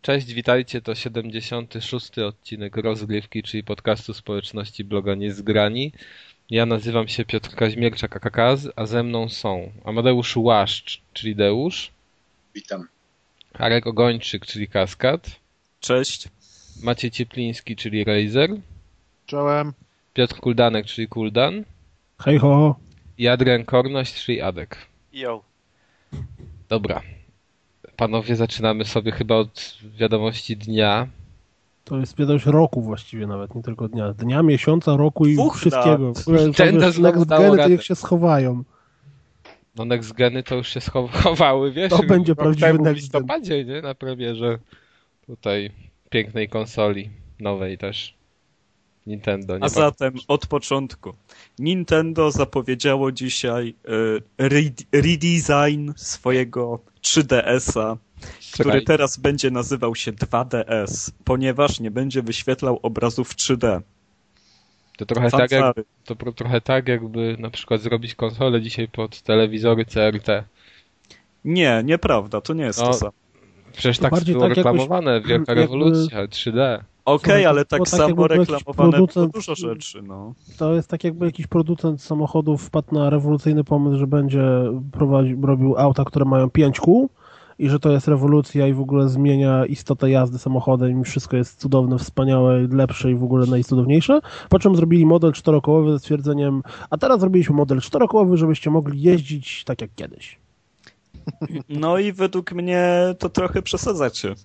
Cześć, witajcie, to 76. odcinek Rozgrywki, czyli podcastu społeczności bloga Niezgrani. Ja nazywam się Piotr Kaźmierczak, AKKaz, a ze mną są Amadeusz Łaszcz, czyli Deusz. Witam. Arek Ogończyk, czyli Kaskad. Cześć. Maciej Ciepliński, czyli Razer. Czołem. Piotr Kuldanek, czyli Kuldan. Hej ho. I Adrian Kornoś, czyli Adek. Yo. Dobra. Panowie, zaczynamy sobie chyba od wiadomości dnia. To jest wiadomość roku właściwie nawet, nie tylko dnia. Dnia, miesiąca, roku i wszystkiego. Nintendo znowu dało geny, to radę. niech się schowają. No next geny to już się schowały, wiesz? To będzie prawdziwy w next gen. listopadzie, nie? Na premierze tutaj pięknej konsoli, nowej też. Nintendo. Nie A zatem od początku. Nintendo zapowiedziało dzisiaj redesign swojego 3DS-a, który teraz będzie nazywał się 2DS, ponieważ nie będzie wyświetlał obrazów 3D. To trochę tak, jakby na przykład zrobić konsolę dzisiaj pod telewizory CRT. Nie, nieprawda, to nie jest to samo. Przecież tak było reklamowane, wielka rewolucja, 3D. Okej, ale tak samo reklamowane to dużo rzeczy. No. To jest tak jakby jakiś producent samochodów wpadł na rewolucyjny pomysł, że będzie robił auta, które mają 5 kół i że to jest rewolucja i w ogóle zmienia istotę jazdy samochodem i wszystko jest cudowne, wspaniałe, lepsze i w ogóle najcudowniejsze. Po czym zrobili model 4-kołowy ze stwierdzeniem, a teraz zrobiliśmy model 4-kołowy, żebyście mogli jeździć tak jak kiedyś. No i według mnie to trochę przesadzacie.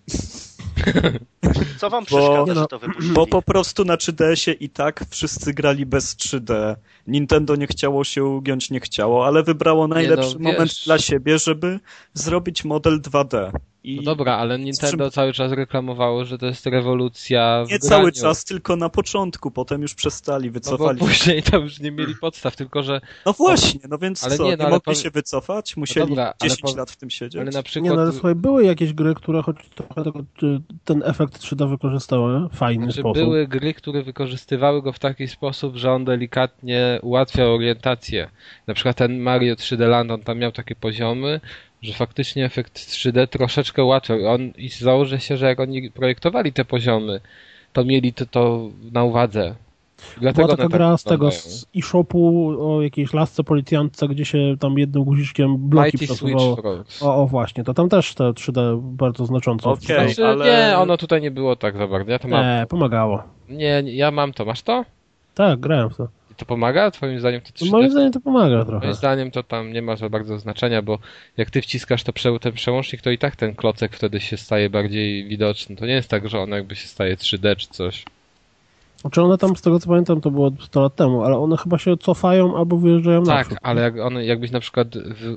Co wam przeszkadza, że to wypuścili? Bo po prostu na 3DS-ie i tak wszyscy grali bez 3D. Nintendo nie chciało się ugiąć, nie chciało, ale wybrało najlepszy moment dla siebie, żeby zrobić model 2D. No dobra, ale Nintendo cały czas reklamowało, że to jest rewolucja w Nie graniu. cały czas, tylko na początku, potem już przestali, wycofali. No bo później tam już nie mieli podstaw, tylko że... No właśnie, no więc ale co, nie mogli się wycofać? Musieli 10 lat w tym siedzieć? Ale na przykład... Nie, no ale słuchaj, były jakieś gry, które choć trochę ten efekt 3D wykorzystały w fajny sposób. Były gry, które wykorzystywały go w taki sposób, że on delikatnie ułatwiał orientację. Na przykład ten Mario 3D Land, on tam miał takie poziomy, że faktycznie efekt 3D troszeczkę ułatwiał. I założę się, że jak oni projektowali te poziomy, to mieli to na uwadze. Była taka gra z tego z eShopu o jakiejś lasce policjantce, gdzie się tam jednym guziczkiem bloki przesuwało. O właśnie, to tam też te 3D bardzo znacząco. Ale... Nie, ono tutaj nie było tak za bardzo. Ja to mam. Nie, pomagało. Nie, ja mam to. Masz to? Tak, grałem w to. I to pomaga? Twoim zdaniem to 3D? Moim zdaniem to pomaga trochę. Moim zdaniem to tam nie ma za bardzo znaczenia, bo jak ty wciskasz ten przełącznik, to i tak ten klocek wtedy się staje bardziej widoczny. To nie jest tak, że on jakby się staje 3D czy coś. Znaczy one tam, z tego co pamiętam, to było 100 lat temu, ale one chyba się cofają albo wyjeżdżają naprzód. Tak, ale jakbyś na przykład,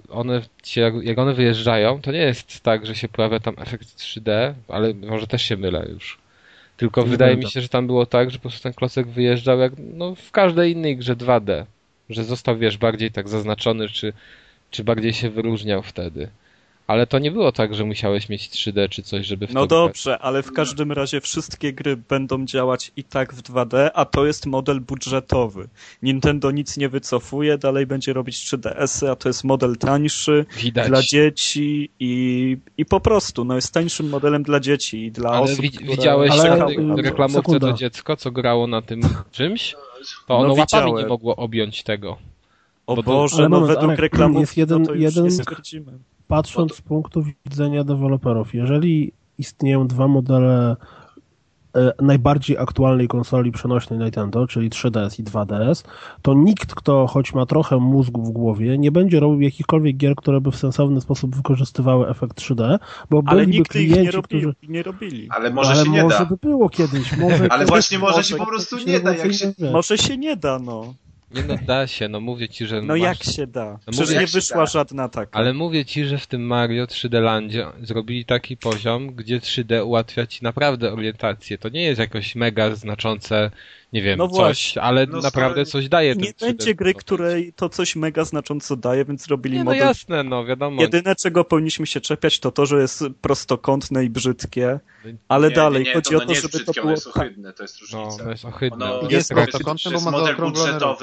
jak one wyjeżdżają, to nie jest tak, że się pojawia tam efekt 3D, ale może też się mylę już. Tylko wydaje mi się, że tam było tak, że po prostu ten klocek wyjeżdżał jak w każdej innej grze 2D. Że został, bardziej tak zaznaczony, czy bardziej się wyróżniał wtedy. Ale to nie było tak, że musiałeś mieć 3D czy coś, żeby w to dobrze, ale w każdym razie wszystkie gry będą działać i tak w 2D, a to jest model budżetowy. Nintendo nic nie wycofuje, dalej będzie robić 3DS-y, a to jest model tańszy dla dzieci i po prostu jest tańszym modelem dla dzieci i dla osób, widziałeś reklamówce to dziecko, co grało na tym czymś? To ono łapami nie mogło objąć tego. O Boże, według reklamówki to już nie stwierdzimy. Patrząc z punktu widzenia deweloperów, jeżeli istnieją dwa modele najbardziej aktualnej konsoli przenośnej Nintendo, czyli 3DS i 2DS, to nikt, kto choć ma trochę mózgu w głowie, nie będzie robił jakichkolwiek gier, które by w sensowny sposób wykorzystywały efekt 3D, bo ale byliby nikt klienci, ich nie robili. Ale może się nie da. Może by było kiedyś. Ale właśnie może się po prostu nie da. Może się nie da, Nie da się, mówię ci, że... jak się da? Przecież nie wyszła żadna taka. Ale mówię ci, że w tym Mario 3D Landzie zrobili taki poziom, gdzie 3D ułatwia ci naprawdę orientację. To nie jest jakoś mega znaczące, nie wiem, coś, ale naprawdę coś daje. Nie będzie gry, której to coś mega znacząco daje, więc zrobili model... jasne, wiadomo. Jedyne, czego powinniśmy się czepiać, to, że jest prostokątne i brzydkie, ale dalej chodzi o to, żeby to było... Ono jest ohydne, to jest różnica. jest ohydne. Jest prostokątne, bo ma model budżetowy,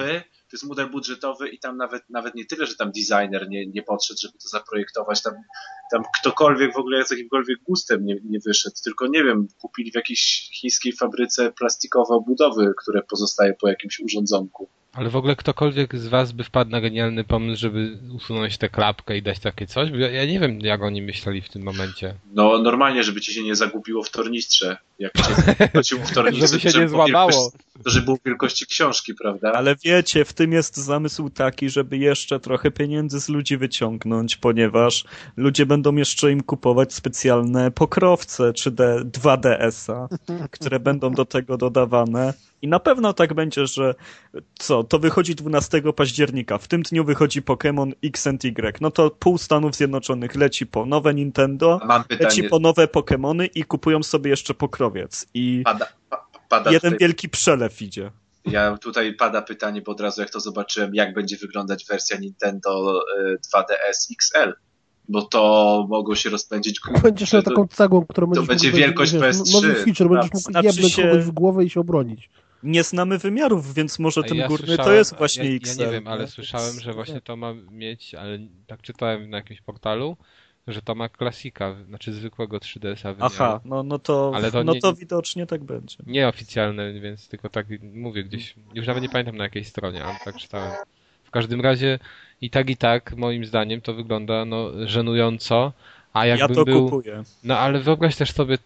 jest model budżetowy i tam nawet nie tyle, że tam designer nie podszedł, żeby to zaprojektować, tam ktokolwiek w ogóle z jakimkolwiek gustem nie wyszedł, tylko nie wiem, kupili w jakiejś chińskiej fabryce plastikowe obudowy, które pozostaje po jakimś urządzonku. Ale w ogóle ktokolwiek z was by wpadł na genialny pomysł, żeby usunąć tę klapkę i dać takie coś? Bo ja nie wiem, jak oni myśleli w tym momencie. No normalnie, żeby ci się nie zagubiło w tornistrze. Jak cię wrócił w tornistrze, żeby się nie złamało. To żeby było wielkości książki, prawda? Ale wiecie, w tym jest zamysł taki, żeby jeszcze trochę pieniędzy z ludzi wyciągnąć, ponieważ ludzie będą jeszcze im kupować specjalne pokrowce czy 2DS-a, które będą do tego dodawane. I na pewno tak będzie, że to wychodzi 12 października. W tym dniu wychodzi Pokémon X and Y. No to pół Stanów Zjednoczonych leci po nowe Nintendo, leci po nowe Pokémony i kupują sobie jeszcze pokrowiec. I pada jeden tutaj, wielki przelew idzie. Tutaj pada pytanie, bo od razu jak to zobaczyłem, jak będzie wyglądać wersja Nintendo 2DS XL. Bo to mogą się rozpędzić. Będziesz miał taką cegłą, którą będziesz to będzie wielkość PS3. Nowy feature, będziesz mógł jebnąć kogoś w głowę i się obronić. Nie znamy wymiarów, więc może ten górny słyszałem, to jest właśnie XL. Ja nie wiem, ale słyszałem, że właśnie to ma mieć, ale tak czytałem na jakimś portalu, że to ma klasika, znaczy zwykłego 3DS-a wymiaru. Aha, no to widocznie tak będzie. Nieoficjalne, więc tylko tak mówię gdzieś, już nawet nie pamiętam na jakiej stronie, ale tak czytałem. W każdym razie i tak, moim zdaniem to wygląda żenująco, a jakbym ja to kupuję. No ale wyobraź też sobie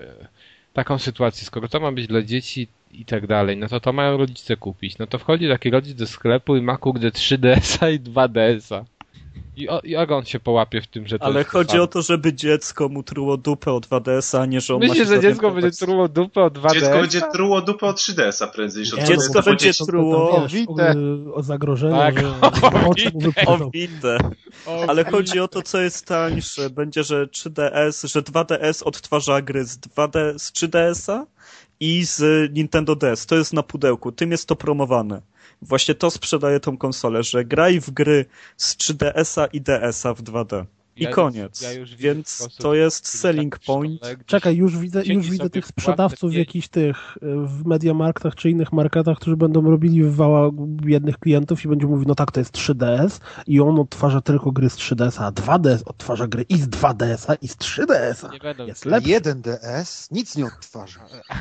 taką sytuację, skoro to ma być dla dzieci i tak dalej, no to mają rodzice kupić. No to wchodzi taki rodzic do sklepu i ma kurde 3DS-a i 2DS-a. I jak on się połapie w tym, że to ale jest chodzi o to, żeby dziecko mu truło dupę od 2DS-a, a nie że on Myślisz, że dziecko będzie truło dupę od 2DS-a? Dziecko będzie truło dupę od 3DS-a prędzej. Dziecko będzie truło o zagrożeniu, tak, widzę. Ale chodzi o to, co jest tańsze. Będzie, że 2DS odtwarza gry z 3DS-a i z Nintendo DS. To jest na pudełku. Tym jest to promowane. Właśnie to sprzedaje tą konsolę, że graj w gry z 3DS-a i DS-a w 2D. I koniec. Więc to jest selling point. Czekaj, już widzę tych sprzedawców jakichś w MediaMarktach czy innych marketach, którzy będą robili wywała biednych klientów i będzie mówił, no tak, to jest 3DS i on odtwarza tylko gry z 3DS-a, a 2DS odtwarza gry i z 2DS-a i z 3DS-a. Jest lepszy. 1DS nic nie odtwarza.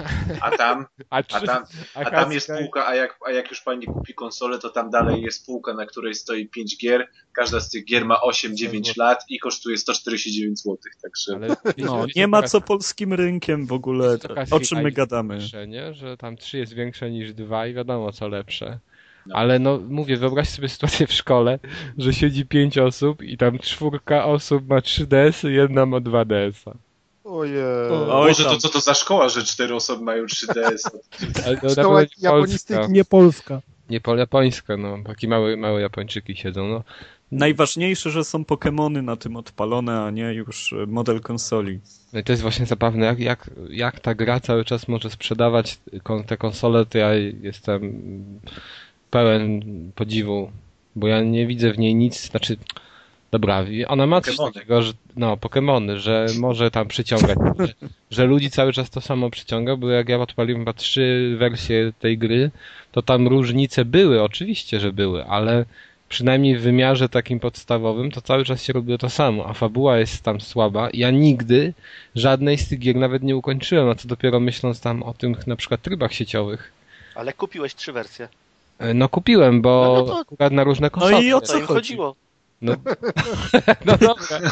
A tam jest półka, a jak już pani kupi konsolę, to tam dalej jest półka, na której stoi 5 gier. Każda z tych gier ma 8-9 lat i kosztuje 149 zł. Także... nie ma co polskim rynkiem w ogóle. O czym my gadamy? Nie? Że tam 3 jest większe niż 2 i wiadomo co lepsze. No. Ale mówię, wyobraź sobie sytuację w szkole, że siedzi 5 osób i tam 4 osób ma 3DS-y, jedna ma 2DS-a. Ojej. To co to za szkoła, że 4 osoby mają 3DS? Szkoła japonistka. Nie polska. Nie japońska, takie małe Japończyki siedzą, Najważniejsze, że są Pokemony na tym odpalone, a nie już model konsoli. No i to jest właśnie zabawne, jak ta gra cały czas może sprzedawać te konsole, to ja jestem pełen podziwu, bo ja nie widzę w niej nic, znaczy, dobra, ona ma coś takiego, że Pokemony, że może tam przyciągać, że ludzi cały czas to samo przyciąga, bo jak ja odpaliłem chyba 3 wersje tej gry, to tam różnice były, oczywiście, że były, ale przynajmniej w wymiarze takim podstawowym to cały czas się robiło to samo, a fabuła jest tam słaba. Ja nigdy żadnej z tych gier nawet nie ukończyłem, a co dopiero myśląc tam o tych na przykład trybach sieciowych. Ale kupiłeś 3 wersje. No kupiłem, bo akurat na różne konsole. No i o co im chodziło? No dobra.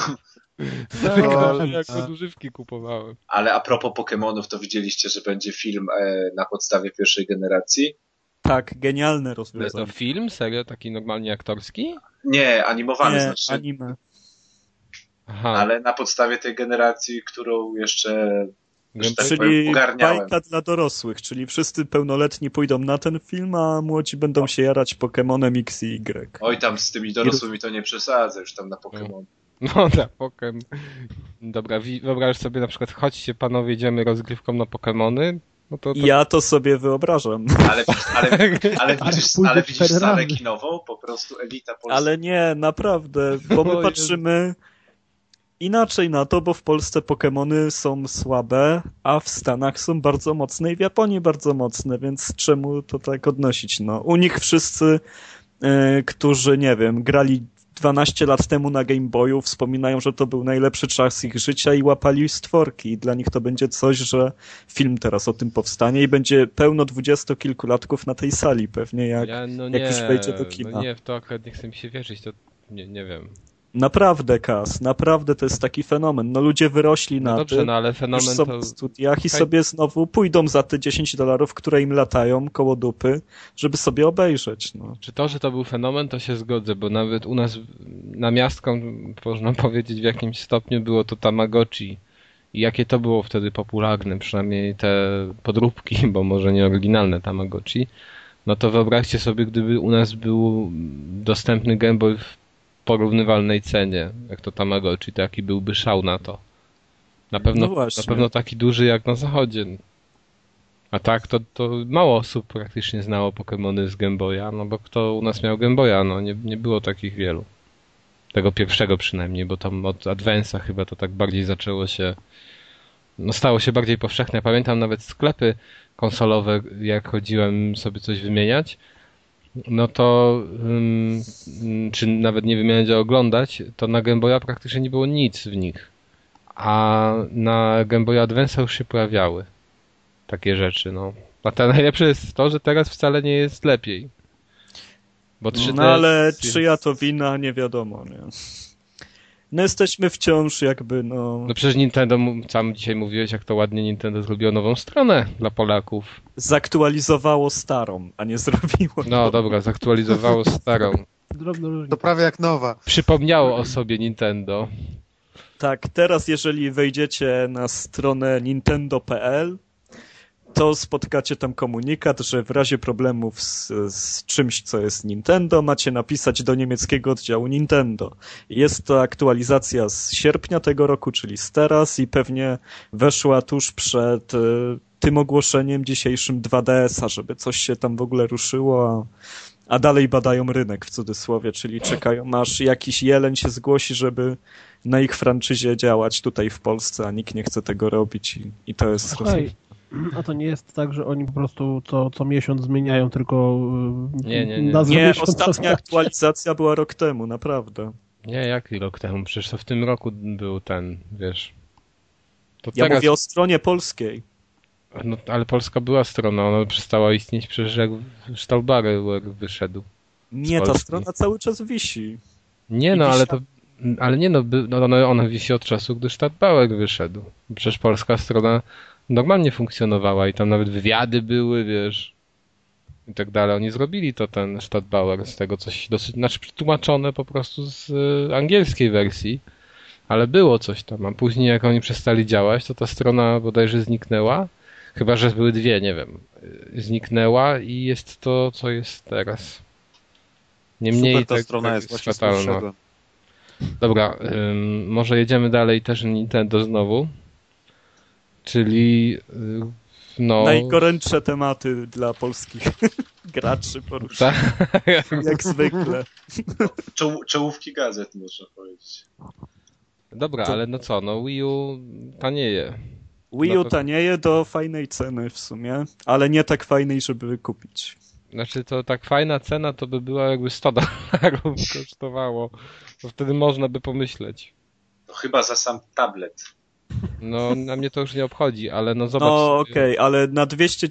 Jak używki kupowałem. Ale a propos Pokemonów, to widzieliście, że będzie film na podstawie pierwszej generacji? Tak, genialne rozwiązanie. To film? Serio? Taki normalnie aktorski? Nie, animowany znaczy. Anime. Aha. Ale na podstawie tej generacji, którą jeszcze czyli bajka dla dorosłych, czyli wszyscy pełnoletni pójdą na ten film, a młodzi będą się jarać Pokemonem X i Y. Oj, tam z tymi dorosłymi to nie przesadzę, już tam na Pokemon. No na Pokemon. Dobra, wyobraź sobie na przykład, chodźcie panowie, idziemy rozgrywką na Pokemony. No to... Ja to sobie wyobrażam. Ale widzisz salę kinową? Po prostu elita polska. Ale nie, naprawdę, bo my patrzymy inaczej na to, bo w Polsce Pokemony są słabe, a w Stanach są bardzo mocne i w Japonii bardzo mocne, więc czemu to tak odnosić? U nich wszyscy którzy, nie wiem, grali 12 lat temu na Game Boyu, wspominają, że to był najlepszy czas ich życia i łapali stworki. I dla nich to będzie coś, że film teraz o tym powstanie i będzie pełno 20-kilkulatków na tej sali pewnie, jak już wejdzie do kina. No nie, w to akurat nie chce mi się wierzyć, to nie wiem. Naprawdę, Kas, naprawdę to jest taki fenomen. No ludzie wyrośli na dobrze, tym, ale fenomen już są to... w studiach i sobie znowu pójdą za te $10, które im latają koło dupy, żeby sobie obejrzeć. No. Czy to, że to był fenomen, to się zgodzę, bo nawet u nas namiastką, można powiedzieć, w jakimś stopniu było to Tamagotchi. I jakie to było wtedy popularne, przynajmniej te podróbki, bo może nie oryginalne Tamagotchi, no to wyobraźcie sobie, gdyby u nas był dostępny Game Boy w porównywalnej cenie, jak to Tamagotchi, to jaki byłby szał na to. Na pewno taki duży jak na zachodzie. A tak, to mało osób praktycznie znało Pokemony z Game Boya, no bo kto u nas miał Game Boya, no nie było takich wielu. Tego pierwszego przynajmniej, bo tam od Advance'a chyba to tak bardziej zaczęło się, no stało się bardziej powszechne. Pamiętam nawet sklepy konsolowe, jak chodziłem sobie coś wymieniać, no to, czy nawet nie wymieniać, a oglądać, to na Game Boya praktycznie nie było nic w nich. A na Game Boya Advance'a już się pojawiały takie rzeczy, no. A to najlepsze jest to, że teraz wcale nie jest lepiej. Bo ale czyja to wina, nie wiadomo, nie? No jesteśmy wciąż jakby, no... No przecież Nintendo, sam dzisiaj mówiłeś, jak to ładnie Nintendo zrobiło nową stronę dla Polaków. Zaktualizowało starą, a nie zrobiło. No dobra, zaktualizowało starą. To prawie jak nowa. Przypomniało o sobie Nintendo. Tak, teraz jeżeli wejdziecie na stronę nintendo.pl, to spotkacie tam komunikat, że w razie problemów z czymś, co jest Nintendo, macie napisać do niemieckiego oddziału Nintendo. Jest to aktualizacja z sierpnia tego roku, czyli z teraz i pewnie weszła tuż przed tym ogłoszeniem dzisiejszym 2DS-a, żeby coś się tam w ogóle ruszyło, a dalej badają rynek w cudzysłowie, czyli czekają aż jakiś jeleń się zgłosi, żeby na ich franczyzie działać tutaj w Polsce, a nikt nie chce tego robić i to jest... A to nie jest tak, że oni po prostu co miesiąc zmieniają, tylko Nie, ostatnia aktualizacja była rok temu, naprawdę. Nie, jaki rok temu? Przecież to w tym roku był ten, wiesz... To ja mówię o stronie polskiej. No, ale polska była strona, ona przestała istnieć przecież jak Stauber wyszedł. Nie, ta strona cały czas wisi. Nie, no ale nie, ona wisi od czasu, gdy Stadtbauer wyszedł. Przecież polska strona normalnie funkcjonowała i tam nawet wywiady były, wiesz, i tak dalej. Oni zrobili to, ten Stadtbauer, z tego coś dosyć, znaczy przetłumaczone po prostu z angielskiej wersji, ale było coś tam, a później jak oni przestali działać, to ta strona bodajże zniknęła, chyba że były dwie, nie wiem, zniknęła i jest to, co jest teraz. Niemniej ta strona jest fatalna. Dobra, może jedziemy dalej też Nintendo znowu. Czyli najgorętsze tematy dla polskich graczy porusza. Jak zwykle. Czołówki gazet, można powiedzieć. Dobra, ale Wii U tanieje. Wii U tanieje do fajnej ceny w sumie, ale nie tak fajnej, żeby kupić. Znaczy to tak fajna cena to by była jakby $100 kosztowało. To wtedy można by pomyśleć. No chyba za sam tablet. No, na mnie to już nie obchodzi, ale zobacz. No okej, ale na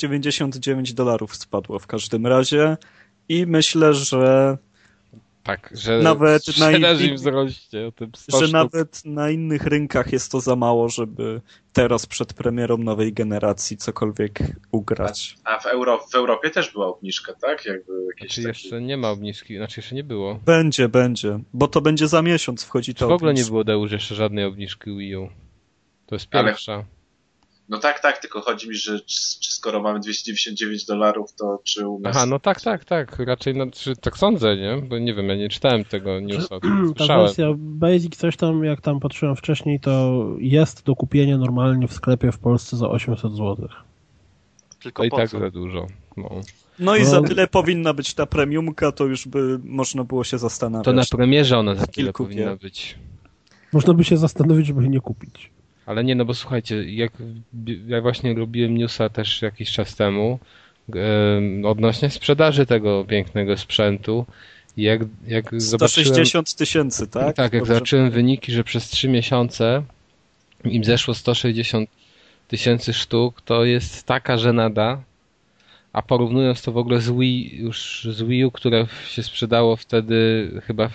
$299 spadło w każdym razie i myślę, że tak, że nawet im wzrośnie o tym 100 że sztuk. nawet na innych rynkach jest to za mało, żeby teraz przed premierą nowej generacji cokolwiek ugrać. A w Europie też była obniżka, tak? Jakby jakieś znaczy jeszcze nie ma obniżki, jeszcze nie było. Będzie, bo to będzie za miesiąc wchodzi to. W ogóle nie było, Deusz, jeszcze żadnej obniżki Wii U. To jest pierwsza. No tak, tylko chodzi mi, że czy skoro mamy $299, to czy u nas... Aha, no tak. Raczej, tak sądzę, nie? Bo nie wiem, ja nie czytałem tego newsa. Ta wersja Basic coś tam, jak tam patrzyłem wcześniej, to jest do kupienia normalnie w sklepie w Polsce za 800 zł. Tylko i tak za dużo. No i za tyle powinna być ta premiumka, to już by można było się zastanawiać. To na premierze ona za tyle powinna być. Można by się zastanowić, żeby nie kupić. Ale nie, no bo słuchajcie, ja właśnie robiłem newsa też jakiś czas temu odnośnie sprzedaży tego pięknego sprzętu Jak 160 000, tak? Tak, jak zobaczyłem wyniki, że przez 3 miesiące im zeszło 160 000 sztuk, to jest taka żenada, a porównując to w ogóle z Wii U, które się sprzedało wtedy chyba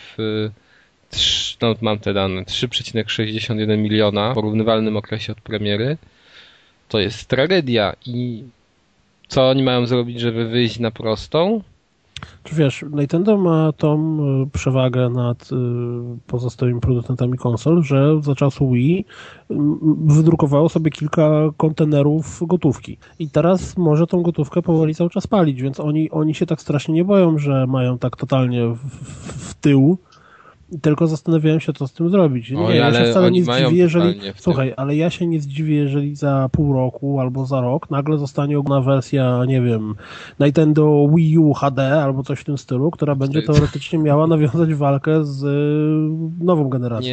mam te dane, 3,61 miliona w porównywalnym okresie od premiery, to jest tragedia. I co oni mają zrobić, żeby wyjść na prostą? Czy wiesz, Nintendo ma tą przewagę nad pozostałymi producentami konsol, że za czasów Wii wydrukowało sobie kilka kontenerów gotówki. I teraz może tą gotówkę powoli cały czas palić, więc oni się tak strasznie nie boją, że mają tak totalnie w tył, tylko zastanawiałem się, co z tym zrobić. Nie, ja się wcale nie zdziwię, jeżeli... Słuchaj, ale ja się nie zdziwię, jeżeli za pół roku albo za rok nagle zostanie ogólna wersja, nie wiem, Nintendo Wii U HD albo coś w tym stylu, która będzie teoretycznie miała nawiązać walkę z nową generacją.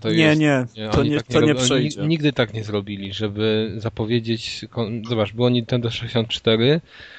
To nie przejdzie. Nigdy tak nie zrobili, żeby zapowiedzieć... Zobacz, było Nintendo 64,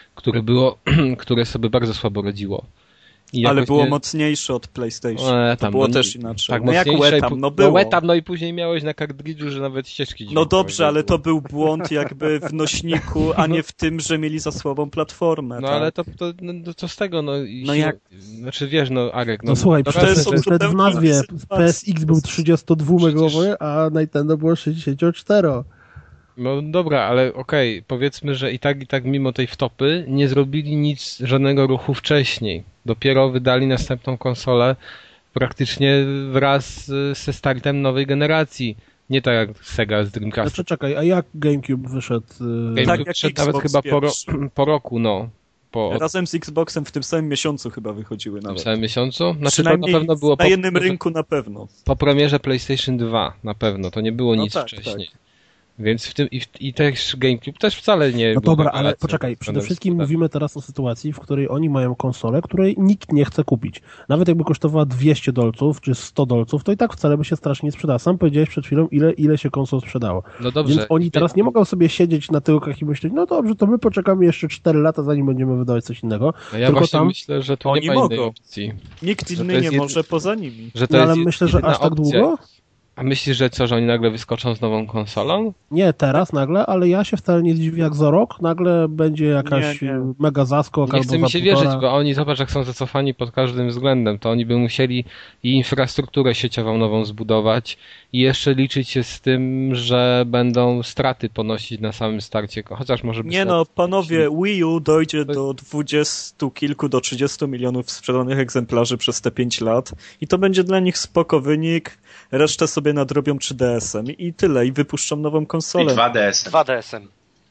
które sobie bardzo słabo radziło. Ale było mocniejsze od PlayStation. To było też inaczej. Tak, jak Wetam, było. Wetam, i później miałeś na kartridżu, że nawet ścieżki dźwiękowe. No dobrze, ale to był błąd jakby w nośniku, a nie w tym, że mieli za słabą platformę. No tak? Ale to co z tego? Jak? Znaczy wiesz, Arek... No słuchaj, przed w nazwie PSX był 32-megowy, a Nintendo było 64. No dobra, ale okej, powiedzmy, że i tak mimo tej wtopy nie zrobili żadnego ruchu wcześniej. Dopiero wydali następną konsolę praktycznie wraz ze startem nowej generacji. Nie tak jak Sega z Dreamcastem. Znaczy czekaj, a jak GameCube wyszedł? GameCube wyszedł nawet chyba po roku, Razem z Xboxem w tym samym miesiącu chyba wychodziły nawet. W tym samym miesiącu? Znaczy to na pewno było na jednym rynku na pewno. Po premierze PlayStation 2 na pewno, to nie było nic wcześniej. Tak. Więc w tym i też GameCube też wcale nie... No dobra, ale poczekaj, przede wszystkim mówimy teraz o sytuacji, w której oni mają konsolę, której nikt nie chce kupić. Nawet jakby kosztowała $200 czy $100, to i tak wcale by się strasznie nie sprzedała. Sam powiedziałeś przed chwilą, ile się konsol sprzedało. No dobrze. Więc oni teraz nie mogą sobie siedzieć na tyłkach i myśleć, no dobrze, to my poczekamy jeszcze 4 lata, zanim będziemy wydawać coś innego. No ja właśnie myślę, że tu nie ma innej opcji. Nikt inny nie może poza nimi. Ale myślę, że aż tak długo? A myślisz, że oni nagle wyskoczą z nową konsolą? Nie teraz nagle, ale ja się wcale nie zdziwię, jak za rok nagle będzie jakaś mega zaskok albo za 1,5. Nie chce mi się wierzyć, bo oni, zobacz, jak są zacofani pod każdym względem, to oni by musieli i infrastrukturę sieciową nową zbudować i jeszcze liczyć się z tym, że będą straty ponosić na samym starcie, chociaż może być... Panowie, Wii U dojdzie do 20 kilku, do 30 milionów sprzedanych egzemplarzy przez te 5 lat i to będzie dla nich spoko wynik, resztę sobie nadrobią 3DS-em i tyle, i wypuszczą nową konsolę. I 2DS-em.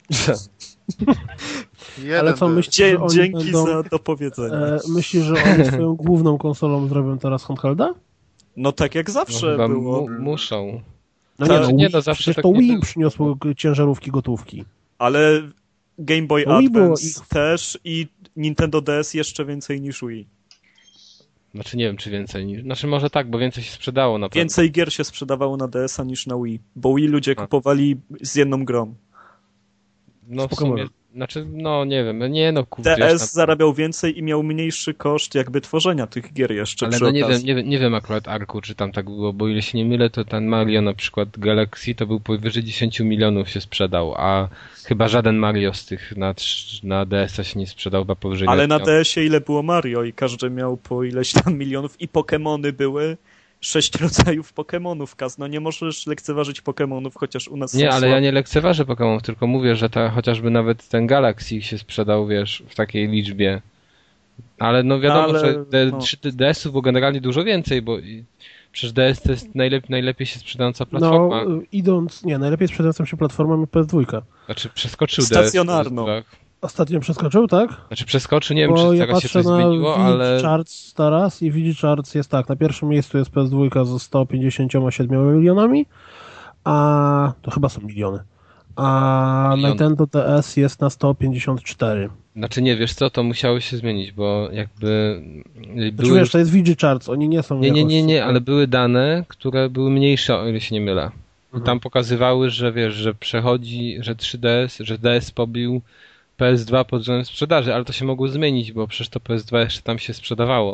Ale co myślisz, że oni Dzięki za dopowiedzenie. Myślisz, że oni swoją główną konsolą zrobią teraz handhelda? No tak jak zawsze było. Muszą. Zawsze przecież to Wii przyniosło ciężarówki gotówki. Ale Game Boy Advance też i Nintendo DS jeszcze więcej niż Wii. Znaczy nie wiem, czy więcej niż... Znaczy może tak, bo więcej się sprzedało na pewno. Więcej gier się sprzedawało na DS-a niż na Wii, bo Wii ludzie kupowali z jedną grą. No w sumie... Znaczy, nie wiem, DS zarabiał więcej i miał mniejszy koszt jakby tworzenia tych gier jeszcze. Ale nie wiem akurat, Arku, czy tam tak było, bo ile się nie mylę, to ten Mario na przykład Galaxy to był powyżej 10 milionów się sprzedał, a chyba żaden Mario z tych na DS-a się nie sprzedał, chyba powyżej... Ale na DS-ie ile było Mario i każdy miał po ileś tam milionów i Pokemony były... 6 rodzajów Pokemonów, no nie możesz lekceważyć Pokemonów, chociaż u nas nie, ale ja nie lekceważę Pokemonów, tylko mówię, że chociażby nawet ten Galaxy się sprzedał, wiesz, w takiej liczbie. Ale wiadomo, że 3DS-ów było generalnie dużo więcej, bo przecież DS to jest najlepiej się sprzedająca platforma. Najlepiej sprzedającą się platformą P2. Znaczy przeskoczył stacjonarną. DS. Ostatnio przeskoczył, tak? Znaczy przeskoczył, nie wiem, czy teraz się coś zmieniło, ale... Charts teraz i VG Charts jest tak, na pierwszym miejscu jest PS2 ze 157 milionami, a to chyba są miliony, a Nintendo DS jest na 154. Znaczy nie, wiesz co, to musiało się zmienić, bo jakby... Wiesz, to jest VG Charts, oni nie są... Nie, ale były dane, które były mniejsze, o ile się nie mylę. I tam pokazywały, że wiesz, że przechodzi, że 3DS, że DS pobił PS2 pod względem sprzedaży, ale to się mogło zmienić, bo przecież to PS2 jeszcze tam się sprzedawało.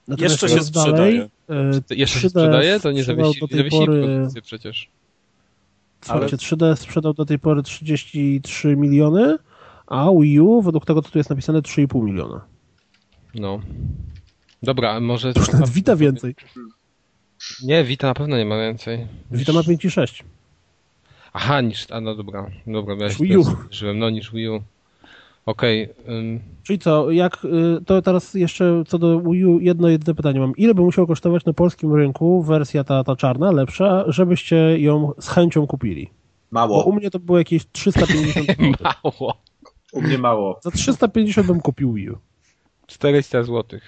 Natomiast jeszcze się sprzedaje. Jeszcze się sprzedaje? To nie zawiesili produkcję przecież. Słuchajcie, 3D sprzedał do tej pory 33 miliony, a Wii U, według tego, co tu jest napisane, 3,5 miliona. No. Dobra, może... To już nawet Vita więcej. Nie, Vita na pewno nie ma więcej. Vita ma 5,6. Aha, no dobra. Dobra, ja niż Wii U. Niż Wii U. Okej. Czyli co, to teraz jeszcze co do Wii U jedno pytanie mam. Ile by musiało kosztować na polskim rynku wersja ta czarna, lepsza, żebyście ją z chęcią kupili? Mało. Bo u mnie to było jakieś 350 zł. Mało. U mnie mało. Za 350 bym kupił Wii U. 400 zł.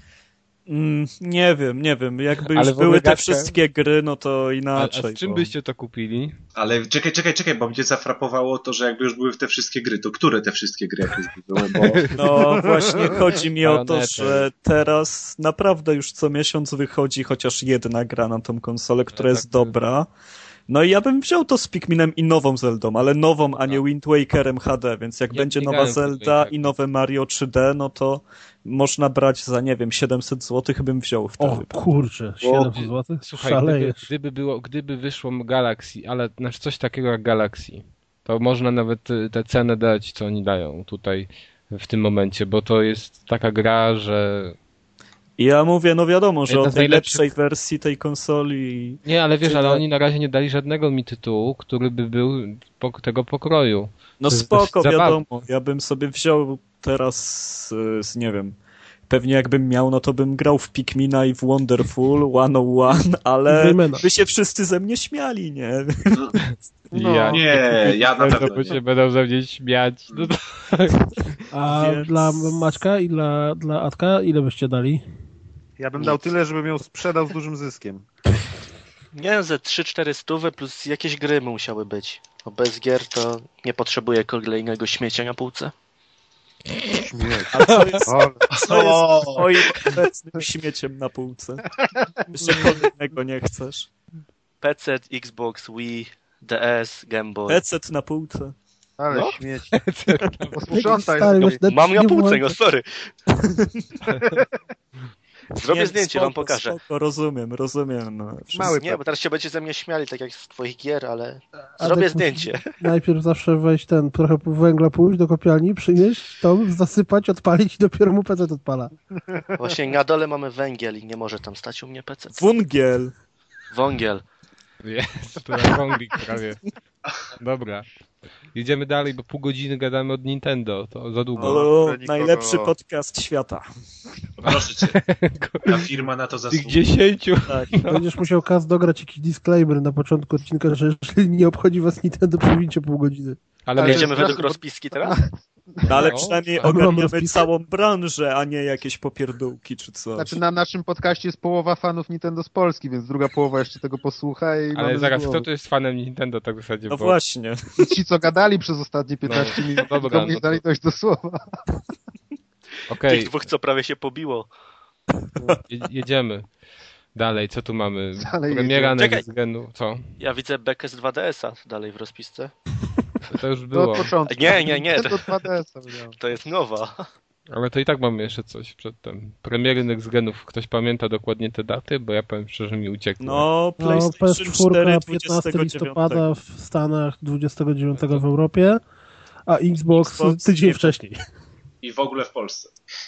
Nie wiem. Jakby już były te wszystkie gry, no to inaczej. A z czym byście to kupili? Ale czekaj, bo mnie zafrapowało to, że jakby już były te wszystkie gry, to które te wszystkie gry jak już były? Bo... No właśnie chodzi mi o to, że teraz naprawdę już co miesiąc wychodzi chociaż jedna gra na tą konsolę, która jest dobra. No i ja bym wziął to z Pikminem i nową Zeldą, ale nową, a nie Wind Wakerem HD, więc jak będzie nowa Zelda i nowe Mario 3D, no to można brać za, nie wiem, 700 zł bym wziął wtedy. O kurczę, 700 zł? Słuchaj, gdyby wyszło Galaxy, ale znaczy coś takiego jak Galaxy, to można nawet tę cenę dać, co oni dają tutaj w tym momencie, bo to jest taka gra, że... Ja mówię, no wiadomo, że od najlepszej wersji tej konsoli... Nie, ale wiesz, ale oni na razie nie dali żadnego mi tytułu, który by był tego pokroju. No spoko, wiadomo, ja bym sobie wziął teraz, nie wiem, pewnie jakbym miał, no to bym grał w Pikmina i w Wonderful 101, ale by się wszyscy ze mnie śmiali, nie? No, ja na pewno się będą ze mnie śmiać. No to... A więc... dla Maćka i dla Atka ile byście dali? Ja bym dał tyle, żebym ją sprzedał z dużym zyskiem. Nie, ze 3-4 plus jakieś gry musiały być. Bo bez gier to nie potrzebuję kolejnego śmiecia na półce. A co jest twoim obecnym śmieciem na półce? Jeszcze kolejnego nie chcesz. PC, Xbox, Wii, DS, Game Boy. PC na półce. Ale no? śmieć. Posprzątaj. Mam na półce, no sorry. Zrobię zdjęcie, wam pokażę. Spoko, rozumiem. No, nie, bo teraz się będzie ze mnie śmiali, tak jak z twoich gier, ale zrobię zdjęcie. Najpierw zawsze wejść trochę węgla pójść do kopialni, przynieść, zasypać, odpalić i dopiero mu PC odpala. Właśnie na dole mamy węgiel i nie może tam stać u mnie PC. Wągiel. Jest, to jak wąglik prawie. Dobra. Jedziemy dalej, bo pół godziny gadamy od Nintendo. To za długo. Najlepszy podcast świata. Proszę cię. Ta firma na to zasługuje. Tych 10. Tak. Będziesz musiał dograć jakiś disclaimer na początku odcinka, że jeżeli nie obchodzi was Nintendo, przewincie pół godziny. Ale jedziemy według rozpiski teraz? No, ale przynajmniej ogarniamy całą branżę, a nie jakieś popierdółki czy coś. Znaczy na naszym podcaście jest połowa fanów Nintendo z Polski, więc druga połowa jeszcze tego posłucha i ale zaraz, kto tu jest fanem Nintendo tak w zasadzie? No właśnie. Ci, co gadali przez ostatnie 15 minut, dobra, nie dali dojść do słowa. Okay. Tych dwóch, co prawie się pobiło. Jedziemy. Dalej, co tu mamy? Premiera Next Genu. Co? Ja widzę bekę z 2DS-a dalej w rozpisce. To już było. Od początku. Nie. To jest nowa. Ale to i tak mamy jeszcze coś przedtem. Premiery Next Genów. Ktoś pamięta dokładnie te daty? Bo ja powiem szczerze, mi uciekło. No, PlayStation 4 15 listopada w Stanach, 29 w Europie, a Xbox tydzień wcześniej. I w ogóle w Polsce.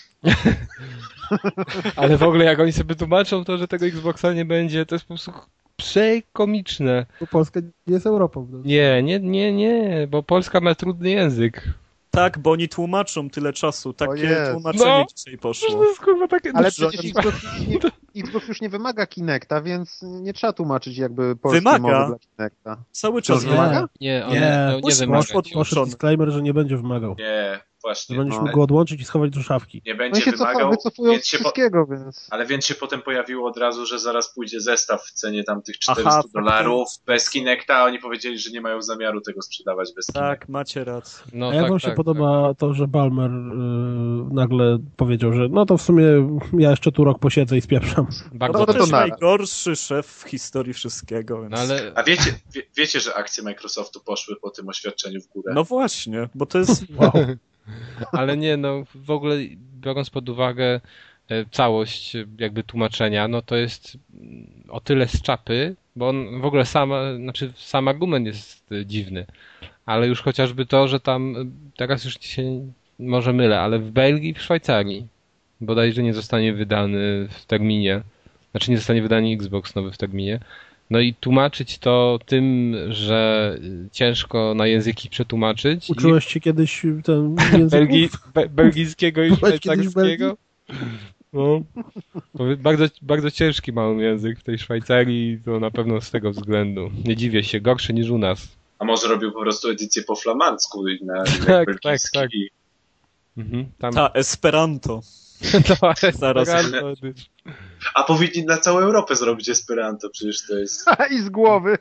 Ale w ogóle jak oni sobie tłumaczą to, że tego Xboxa nie będzie, to jest po prostu przekomiczne. Bo Polska nie jest Europą. No. Nie, bo Polska ma trudny język. Tak, bo oni tłumaczą tyle czasu. Takie tłumaczenie dzisiaj poszło. To jest kurwa takie... Ale przecież Xbox już nie wymaga Kinecta, więc nie trzeba tłumaczyć jakby polskiej mowy dla Kinecta. Cały czas wymaga? Nie wymaga. Poszedł disclaimer, że nie będzie wymagał. Nie, właśnie. Że będziesz mógł go odłączyć i schować do szafki. Nie będzie wymagał, wszystkiego, więc... Ale więc się potem pojawiło od razu, że zaraz pójdzie zestaw w cenie tam tych $400 bez Kinecta, a oni powiedzieli, że nie mają zamiaru tego sprzedawać bez Kinecta. Tak, macie rację. No, a jak wam się podoba to, że Ballmer nagle powiedział, że no to w sumie ja jeszcze tu rok posiedzę i spieprzam. Bardzo to najgorszy szef w historii wszystkiego. Więc... No, ale... A wiecie, że akcje Microsoftu poszły po tym oświadczeniu w górę? No właśnie, bo to jest... Wow. Ale nie, no w ogóle biorąc pod uwagę całość jakby tłumaczenia, no to jest o tyle z czapy, bo on w ogóle sam argument jest dziwny, ale już chociażby to, że tam, teraz już się może mylę, ale w Belgii i w Szwajcarii bodajże nie zostanie wydany w terminie, znaczy nie zostanie wydany Xbox nowy w terminie. No i tłumaczyć to tym, że ciężko na języki przetłumaczyć. Uczyłeś się kiedyś ten języków? Belgijskiego i szwajcarskiego? No. Bardzo, bardzo ciężki mamy język w tej Szwajcarii, to na pewno z tego względu. Nie dziwię się, gorszy niż u nas. A może robił po prostu edycję po flamandzku na belgijski. Tak. Tam... Ta, Esperanto. No, Zaraz. A powinni na całą Europę zrobić Esperanto, przecież to jest... I z głowy.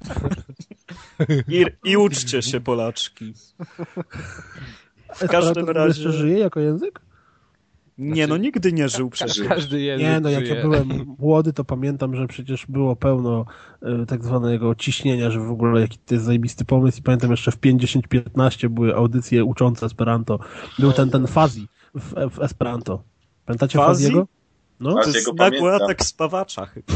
I uczcie się, Polaczki. W każdym razie... jeszcze żyje jako język? Nie, no nigdy nie żył przecież. Każdy język Nie, no jak żyje. ja byłem młody, to pamiętam, że przecież było pełno tak zwanego ciśnienia, że w ogóle jaki to jest zajebisty pomysł i pamiętam jeszcze w 50-15 były audycje uczące Esperanto. Był ten Fazi w Esperanto. Pamiętacie Faziego? No. To jest nagły atak spawacza chyba.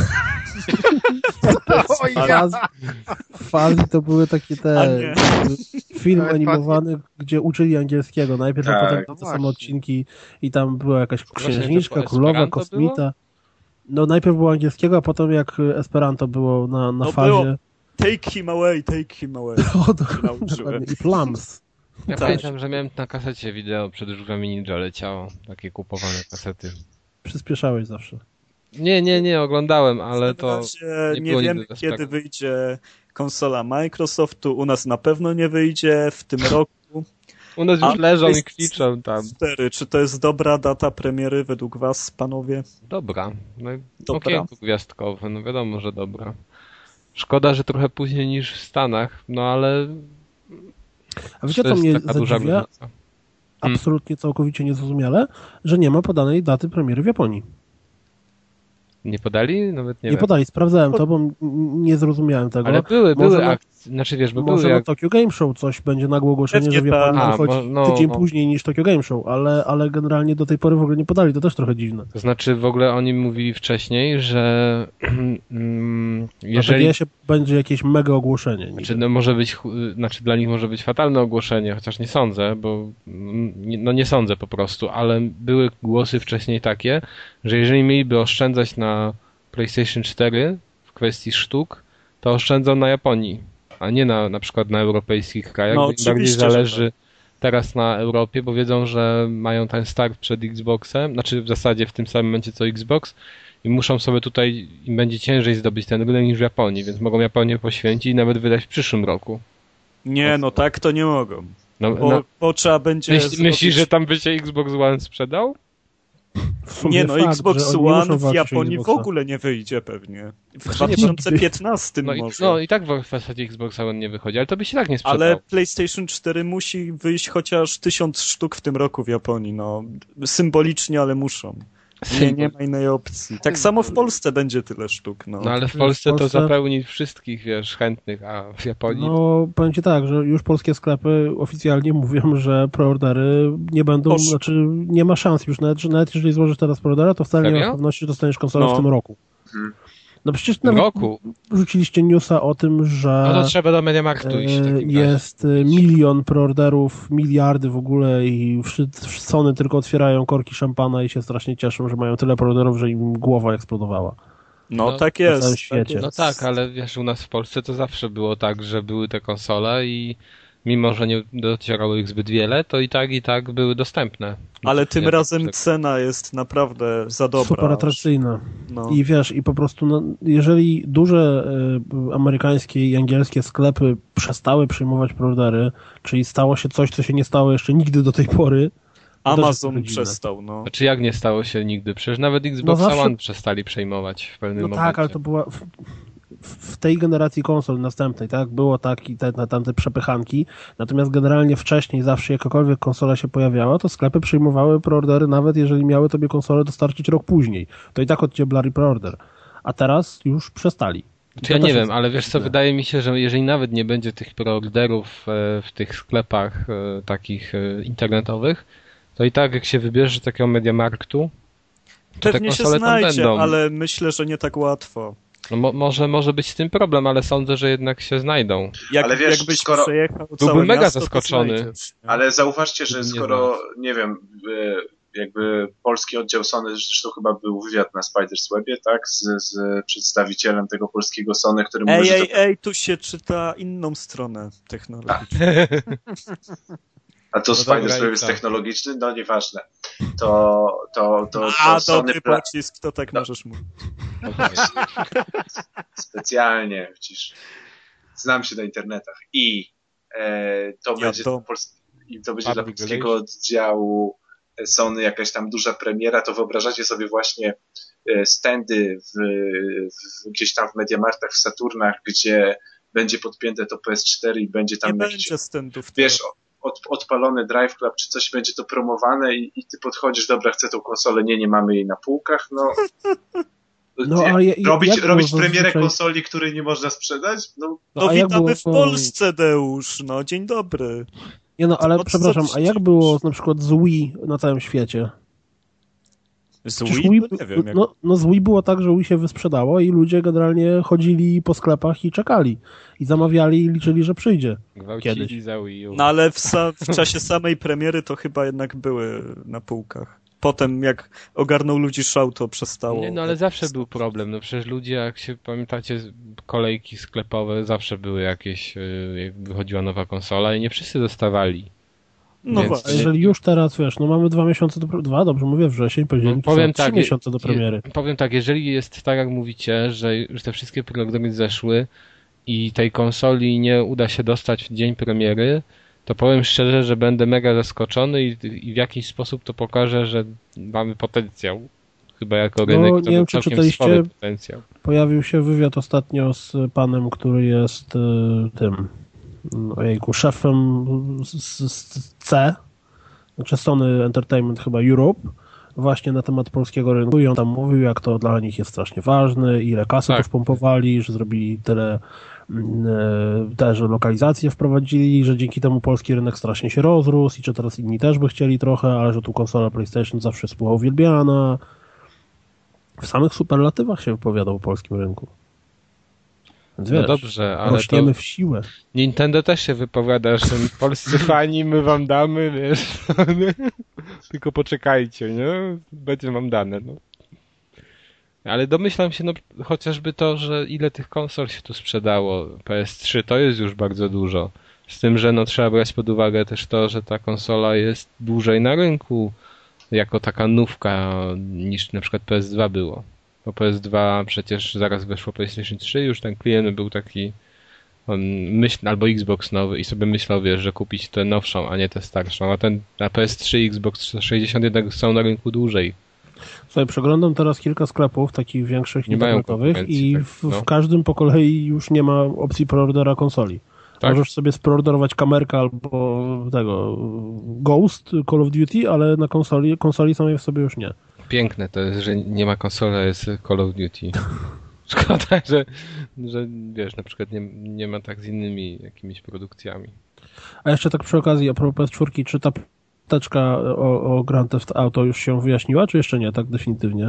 Fazi to były takie film animowany, gdzie uczyli angielskiego najpierw, a potem te same odcinki i tam była jakaś księżniczka, królowa, kosmita. Było? No najpierw było angielskiego, a potem jak Esperanto było na fazie. Było take him away. O, dokładnie. I Flams. Ja pamiętam, że miałem na kasecie wideo przed Żółwami Ninja leciało. Takie kupowane kasety. Przyspieszałeś zawsze. Nie, oglądałem, ale to nie wiem, kiedy wyjdzie konsola Microsoftu. U nas na pewno nie wyjdzie w tym roku. U nas już leżą i kwiczą tam. 4. Czy to jest dobra data premiery według was, panowie? Dobra. No, okienko gwiazdkowe, no wiadomo, że dobra. Szkoda, że trochę później niż w Stanach, no ale... A wiecie, co mnie zadziwia? Absolutnie całkowicie niezrozumiale, że nie ma podanej daty premiery w Japonii. Nie podali? Nawet nie wiem. podali, sprawdzałem to, bo nie zrozumiałem tego. Ale były akcje, znaczy wiesz, bo może były na Tokyo Game Show coś będzie nagłe ogłoszenie, że w Japonii wychodzi tydzień później niż Tokyo Game Show, ale generalnie do tej pory w ogóle nie podali, to też trochę dziwne. To znaczy w ogóle oni mówili wcześniej, że jeżeli... Na się będzie jakieś mega ogłoszenie. Znaczy, no może być, dla nich może być fatalne ogłoszenie, chociaż nie sądzę, bo nie sądzę po prostu, ale były głosy wcześniej takie, że jeżeli mieliby oszczędzać na PlayStation 4 w kwestii sztuk, to oszczędzą na Japonii, a nie na przykład na europejskich krajach. No, bardziej zależy teraz na Europie, bo wiedzą, że mają ten start przed Xboxem, znaczy w zasadzie w tym samym momencie co Xbox i muszą sobie tutaj, im będzie ciężej zdobyć ten rynek niż w Japonii, więc mogą Japonię poświęcić i nawet wydać w przyszłym roku. Nie, no tak to nie mogą. Bo trzeba będzie... Myślisz, że tam by się Xbox One sprzedał? Nie, no fakt, Xbox One w Japonii w ogóle nie wyjdzie pewnie. W 2015 może. No i tak w zasadzie Xbox One nie wychodzi, ale to by się tak nie sprzedał. Ale PlayStation 4 musi wyjść chociaż 1000 sztuk w tym roku w Japonii, no. Symbolicznie, ale muszą. Nie ma innej opcji. Tak samo w Polsce będzie tyle sztuk. No ale w Polsce to zapełni wszystkich, wiesz, chętnych, a w Japonii... No, powiem ci tak, że już polskie sklepy oficjalnie mówią, że preordery nie będą, znaczy nie ma szans już, nawet jeżeli złożysz teraz preordera, to wcale nie ma pewności, że dostaniesz konsolę w tym roku. No przecież nawet rzuciliście newsa o tym, że no to trzeba do MediaMarktu iść. Jest milion preorderów, miliardy w ogóle i Sony tylko otwierają korki szampana i się strasznie cieszą, że mają tyle preorderów, że im głowa eksplodowała. No tak jest. Na całym świecie. No tak, ale wiesz, u nas w Polsce to zawsze było tak, że były te konsole i mimo, że nie docierało ich zbyt wiele, to i tak były dostępne. Ale tym razem cena jest naprawdę za dobra. Super atrakcyjna. No. I wiesz, i po prostu jeżeli duże amerykańskie i angielskie sklepy przestały przyjmować preordery, czyli stało się coś, co się nie stało jeszcze nigdy do tej pory. Amazon przestał, no. Znaczy jak nie stało się nigdy? Przecież nawet Xbox One przestali przejmować w pewnym momencie. Tak, ale to była... W tej generacji konsol następnej, tak, było tak i tamte przepychanki, natomiast generalnie wcześniej zawsze jakakolwiek konsola się pojawiała, to sklepy przyjmowały preordery, nawet jeżeli miały tobie konsolę dostarczyć rok później. To i tak odcieblali preorder. A teraz już przestali. Czy ja nie wiem, ale wiesz co, wydaje mi się, że jeżeli nawet nie będzie tych preorderów w tych sklepach takich internetowych, to i tak jak się wybierze takiego MediaMarktu, Pewnie się znajdzie, ale myślę, że nie tak łatwo. No, może być z tym problem, ale sądzę, że jednak się znajdą. Ale wiesz, jakbyś skoro... przejechał byłbym mega miasto, zaskoczony. Ale zauważcie, że skoro, nie wiem, jakby polski oddział Sony, zresztą chyba był wywiad na Spider's Webie, tak, z przedstawicielem tego polskiego Sony, który mówi, Ej, tu się czyta inną stronę technologiczną. A to Spider's Web jest technologiczny? No nieważne. To Sony dobry pocisk, to tak możesz mówić. Specjalnie, przecież znam się na internetach. I to będzie dla polskiego oddziału Sony jakaś tam duża premiera, to wyobrażacie sobie właśnie standy gdzieś tam w Mediamarktach, w Saturnach, gdzie będzie podpięte to PS4 i będzie tam będzie standów. Wiesz, odpalony Drive Club czy coś, będzie to promowane i ty podchodzisz, dobra, chcę tą konsolę, nie mamy jej na półkach, robić premierę konsoli, której nie można sprzedać? Witamy w Polsce, Deusz, dzień dobry. Ale przepraszam, a jak było na przykład z Wii na całym świecie? Z Wii? Nie wiem. Z Wii było tak, że Wii się wysprzedało i ludzie generalnie chodzili po sklepach i czekali. I zamawiali i liczyli, że przyjdzie. Kiedyś. Za Wii U. No ale w czasie samej premiery to chyba jednak były na półkach. Potem jak ogarnął ludzi szał, to przestało. Nie, ale zawsze był problem. No przecież ludzie, jak się pamiętacie, kolejki sklepowe zawsze były jakieś, jak wychodziła nowa konsola i nie wszyscy dostawali. No właśnie. Jeżeli już teraz, wiesz, mamy 2 miesiące dobrze mówię, wrzesień, październik, 3 miesiące do premiery. Powiem tak, jeżeli jest tak, jak mówicie, że te wszystkie programy zeszły i tej konsoli nie uda się dostać w dzień premiery, to powiem szczerze, że będę mega zaskoczony i w jakiś sposób to pokaże, że mamy potencjał. Chyba jako rynek to nie wiem, czy czytaliście, potencjał. Pojawił się wywiad ostatnio z panem, który jest szefem z C, znaczy Sony Entertainment chyba Europe, właśnie na temat polskiego rynku i on tam mówił, jak to dla nich jest strasznie ważne, ile kasy tu wpompowali, że zrobili tyle też lokalizacje wprowadzili, że dzięki temu polski rynek strasznie się rozrósł i że teraz inni też by chcieli trochę, ale że tu konsola PlayStation zawsze była uwielbiana. W samych superlatywach się wypowiadał o polskim rynku. Więc wiesz, dobrze, ale rośniemy w siłę. Nintendo też się wypowiada, że polscy fani, my wam damy, wiesz. Tylko poczekajcie, nie? Będzie wam dane, Ale domyślam się, chociażby to, że ile tych konsol się tu sprzedało. PS3 to jest już bardzo dużo. Z tym, że trzeba brać pod uwagę też to, że ta konsola jest dłużej na rynku jako taka nówka niż na przykład PS2 było. Bo PS2 przecież zaraz weszło PlayStation 3, już ten klient był taki albo Xbox nowy i sobie myślał, wiesz, że kupić tę nowszą, a nie tę starszą. A PS3 i Xbox 360 jednak są na rynku dłużej. Słuchaj, przeglądam teraz kilka sklepów takich większych internetowych i w każdym po kolei już nie ma opcji preordera konsoli. Tak? Możesz sobie spreorderować kamerkę albo tego Ghost, Call of Duty, ale na konsoli samej w sobie już nie. Piękne to jest, że nie ma konsoli, a jest Call of Duty. Szkoda, że wiesz, na przykład nie ma tak z innymi jakimiś produkcjami. A jeszcze tak przy okazji, a propos PS4, czy ta teczka o Grand Theft Auto już się wyjaśniła, czy jeszcze nie, tak definitywnie?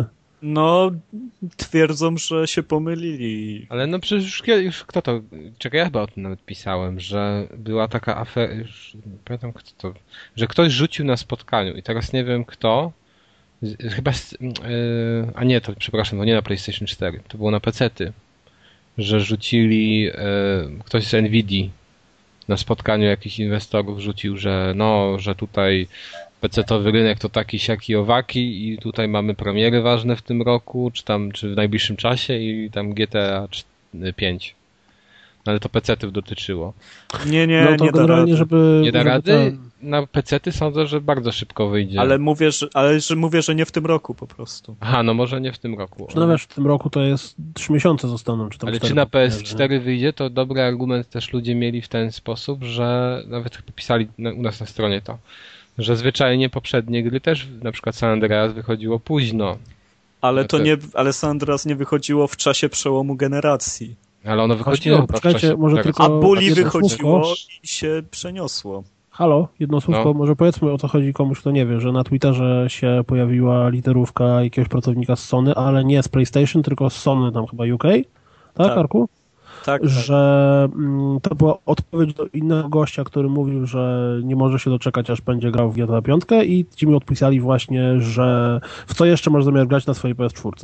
Twierdzą, że się pomylili. Ale przecież już kto to... Czekaj, ja chyba o tym nawet pisałem, że była taka afera... Już nie pamiętam kto to... Że ktoś rzucił na spotkaniu i teraz nie wiem kto... Chyba... A nie, to przepraszam, to nie na PlayStation 4. To było na PC-ty. Że rzucili... Ktoś z Nvidii na spotkaniu jakichś inwestorów rzucił, że tutaj PC-towy rynek to taki, siaki, owaki i tutaj mamy premiery ważne w tym roku, czy w najbliższym czasie i tam GTA 5. Ale to PC-tów dotyczyło. Nie generalnie, da rady. Nie da rady? Na PC-ty sądzę, że bardzo szybko wyjdzie. Ale mówię, że nie w tym roku po prostu. Aha, może nie w tym roku. Wiesz, w tym roku to jest 3 miesiące zostaną. Czy tam ale czy na PS4 wyjdzie, to dobry argument też ludzie mieli w ten sposób, że nawet pisali u nas na stronie to, że zwyczajnie poprzednie gry też, na przykład San Andreas wychodziło późno. Ale San Andreas nie wychodziło w czasie przełomu generacji. Ale ono wychodziło może tylko a Bully wychodziło i się przeniosło. Halo, jedno słówko, może powiedzmy o co chodzi komuś, kto nie wie, że na Twitterze się pojawiła literówka jakiegoś pracownika z Sony, ale nie z PlayStation, tylko z Sony, tam chyba UK, tak. Arku? Tak. Że to była odpowiedź do innego gościa, który mówił, że nie może się doczekać, aż będzie grał w GTA 5 i ci mi odpisali właśnie, że w co jeszcze masz zamiar grać na swojej PS4.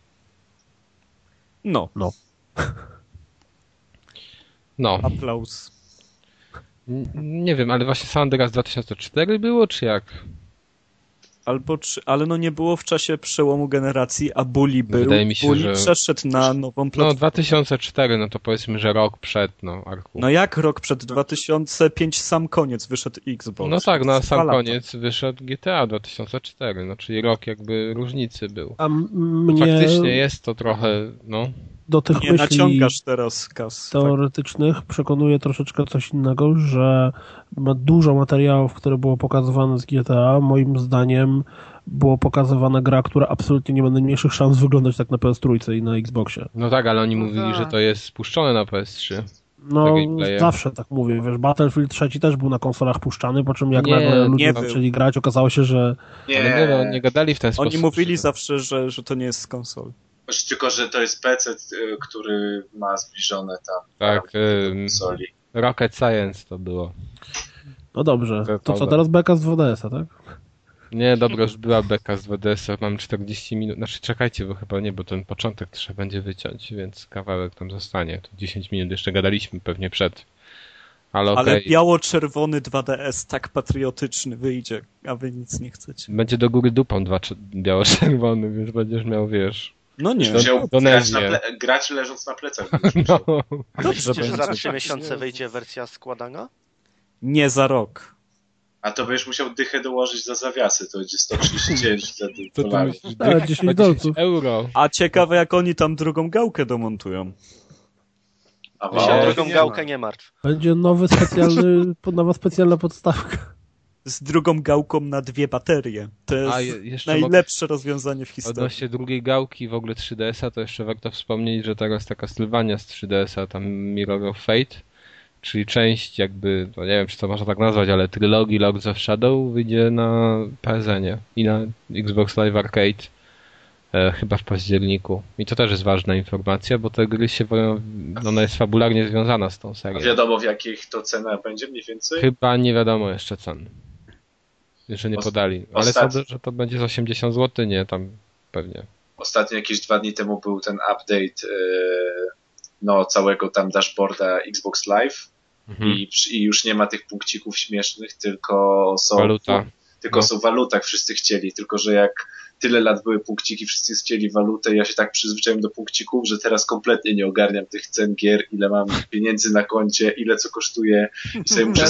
No. Aplauz. Nie wiem, ale właśnie San Andreas 2004 było, czy jak? Ale no nie było w czasie przełomu generacji, a Bully był. Wydaje mi się, że przeszedł na nową platformę. 2004, no to powiedzmy, że rok przed, Arku. No jak rok przed 2005 sam koniec wyszedł Xbox. No tak, na sam koniec wyszedł GTA 2004, czyli rok jakby różnicy był. A mnie... Faktycznie jest to trochę, Do tych nie myśli naciągasz teraz, Kas. teoretycznych przekonuje troszeczkę coś innego, że ma dużo materiałów, które było pokazywane z GTA. Moim zdaniem było pokazywana gra, która absolutnie nie ma najmniejszych szans wyglądać tak na PS3 i na Xboxie. No tak, ale oni mówili, że to jest spuszczone na PS3. No, zawsze tak mówię. Wiesz, Battlefield 3 też był na konsolach puszczany, po czym jak nagle ludzie zaczęli grać, okazało się, że... Nie gadali w ten sposób. Oni mówili zawsze, że to nie jest z konsol. Tylko, że to jest PC, który ma zbliżone tam tak, konsoli. Rocket Science to było. No dobrze, to co, teraz beka z 2DS-a, tak? Nie, dobra, już była beka z 2DS-a, mam 40 minut, czekajcie, bo chyba nie, bo ten początek trzeba będzie wyciąć, więc kawałek tam zostanie, to 10 minut jeszcze gadaliśmy pewnie przed. Ale biało-czerwony 2DS tak patriotyczny wyjdzie, a wy nic nie chcecie. Będzie do góry dupą biało-czerwony, więc będziesz miał, wiesz... No nie. Musiał grać leżąc na plecach. Dobrze, że za 3 miesiące wyjdzie wersja składana? Nie, za rok. A to będziesz musiał dychę dołożyć za zawiasy, to będzie 139 dolarów. 10 dolców. Euro. A ciekawe, jak oni tam drugą gałkę domontują. A drugą gałkę nie martw. Będzie nowa specjalna podstawka. Z drugą gałką na 2 baterie. To jest najlepsze rozwiązanie w historii. Odnośnie drugiej gałki w ogóle 3DS-a, to jeszcze warto wspomnieć, że teraz taka Sylvania z 3DS-a, tam Mirror of Fate, czyli część jakby, nie wiem czy to można tak nazwać, ale trylogii Lords of Shadow wyjdzie na PSN-ie i na Xbox Live Arcade chyba w październiku. I to też jest ważna informacja, bo te gry ona jest fabularnie związana z tą serią. A wiadomo w jakich to cenach będzie mniej więcej? Chyba nie wiadomo jeszcze cen. Jeszcze nie podali. Ale sądzę, że to będzie z 80 zł, nie, tam pewnie. Ostatnio jakieś 2 dni temu był ten update całego tam dashboarda Xbox Live i już nie ma tych punkcików śmiesznych, tylko są w walutach, wszyscy chcieli, tylko że jak tyle lat były punkciki, wszyscy chcieli walutę i ja się tak przyzwyczaiłem do punkcików, że teraz kompletnie nie ogarniam tych cen gier, ile mam pieniędzy na koncie, ile co kosztuje i sobie muszę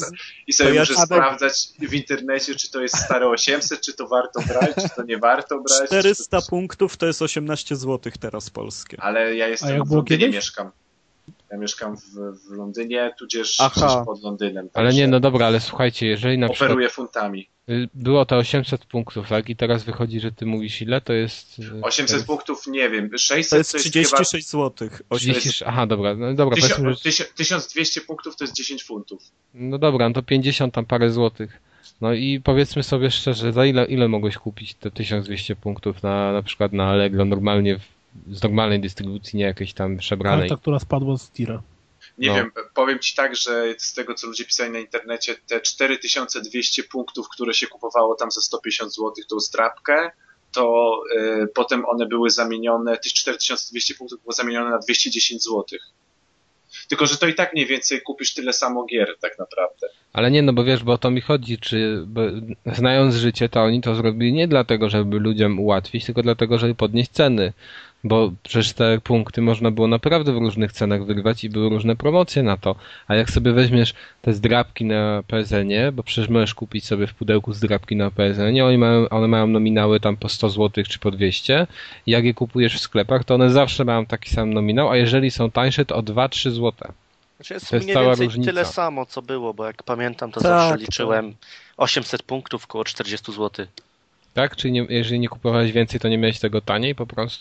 sprawdzać w internecie, czy to jest stare 800, czy to warto brać, czy to nie warto brać. 400 punktów to jest 18 zł teraz polskie. Ale ja jestem w Londynie, mieszkam. Ja mieszkam w Londynie, tudzież pod Londynem. Ale nie, no dobra, ale słuchajcie, jeżeli na przykład... Operuję funtami. Było to 800 punktów, tak? I teraz wychodzi, że ty mówisz ile? To jest... 800 punktów, nie wiem. 600 to jest 36 zł. Aha, dobra. No dobra, 1200 punktów to jest 10 funtów. No dobra, no to 50 tam parę złotych. No i powiedzmy sobie szczerze, za ile mogłeś kupić te 1200 punktów na przykład na Allegro normalnie z normalnej dystrybucji, nie jakiejś tam przebranej. Ta, która spadła z tira. Nie wiem, powiem ci tak, że z tego co ludzie pisali na internecie, te 4200 punktów, które się kupowało tam za 150 zł tą zdrabkę, to potem one były zamienione, tych 4200 punktów było zamienione na 210 zł. Tylko, że to i tak mniej więcej kupisz tyle samo gier tak naprawdę. Ale nie, no bo wiesz, bo o to mi chodzi, bo znając życie, to oni to zrobili nie dlatego, żeby ludziom ułatwić, tylko dlatego, żeby podnieść ceny. Bo przecież te punkty można było naprawdę w różnych cenach wygrywać i były różne promocje na to. A jak sobie weźmiesz te zdrabki na PSN-ie, bo przecież możesz kupić sobie w pudełku zdrabki na PSN-ie, one mają nominały tam po 100 zł czy po 200. I jak je kupujesz w sklepach, to one zawsze mają taki sam nominał, a jeżeli są tańsze, to o 2-3 zł. Znaczy jest mniej więcej tyle samo, co było, bo jak pamiętam, to zawsze liczyłem 800 punktów, około 40 zł. Tak? Czyli jeżeli nie kupowałeś więcej, to nie miałeś tego taniej po prostu?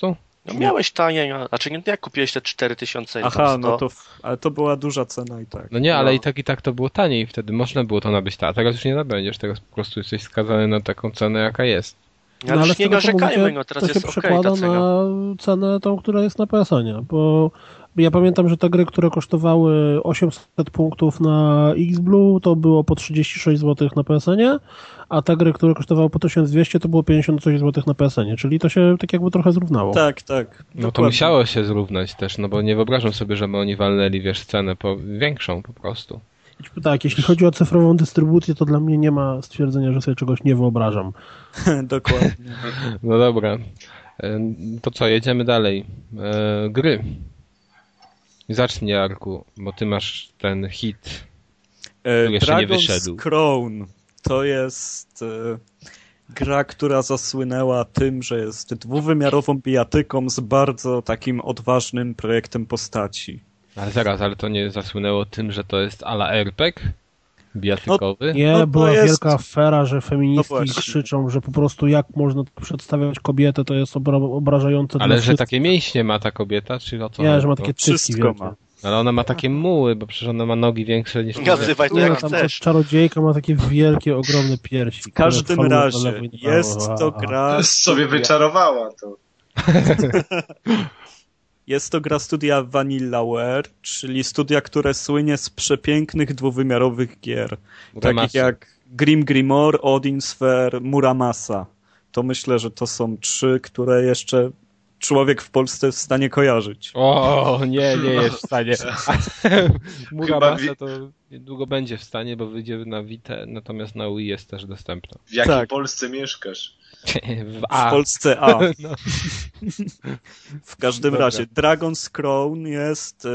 No miałeś taniej, znaczy nie, jak kupiłeś te 4000? Aha, no to, ale to była duża cena i tak. No nie, ale i tak to było taniej, wtedy można było to nabyć, a teraz już nie nabędziesz, teraz po prostu jesteś skazany na taką cenę, jaka jest. No, ale już nie narzekajmy, no teraz to się jest przekłada ta cena. na cenę tą, która jest na PSN-ie, bo ja pamiętam, że te gry, które kosztowały 800 punktów na XBlue, to było po 36 zł na PSN-ie, a te gry, które kosztowały po 1200, to było 50 coś zł na PSN-ie, czyli to się tak jakby trochę zrównało. Tak. No dokładnie. to musiało się zrównać też, no bo nie wyobrażam sobie, żeby oni walnęli, cenę większą po prostu. Tak, jeśli chodzi o cyfrową dystrybucję, to dla mnie nie ma stwierdzenia, że sobie czegoś nie wyobrażam. Dokładnie. No dobra. To co, jedziemy dalej. Gry. Zacznij, Jarku, bo ty masz ten hit, który jeszcze nie wyszedł. Dragon's Crown to jest gra, która zasłynęła tym, że jest dwuwymiarową bijatyką z bardzo takim odważnym projektem postaci. Ale zaraz, to nie zasłynęło tym, że to jest a la RPG? Bijatykowy? Nie, była wielka afera, że feministki krzyczą, że po prostu jak można przedstawiać kobietę, to jest obrażające ale dla że wszystkich. takie mięśnie ma ta kobieta, czy o co? Nie, że ma takie cycki ma. Ale ona ma takie muły, bo przecież ona ma nogi większe niż... Nazywaj to jak chcesz. Czarodziejka ma takie wielkie, ogromne piersi. W każdym razie jest to gra... Sobie wyczarowała to. Jest to gra studia Vanillaware, czyli studia, które słynie z przepięknych dwuwymiarowych gier. Takich jak Grim Grimoire, Odin Sphere, Muramasa. To myślę, że to są 3, które jeszcze człowiek w Polsce jest w stanie kojarzyć. O, nie jest w stanie. Muramasa to niedługo będzie w stanie, bo wyjdzie na Vita, natomiast na Wii jest też dostępna. W jakiej Polsce mieszkasz? W Polsce A. No. W każdym razie Dragon's Crown jest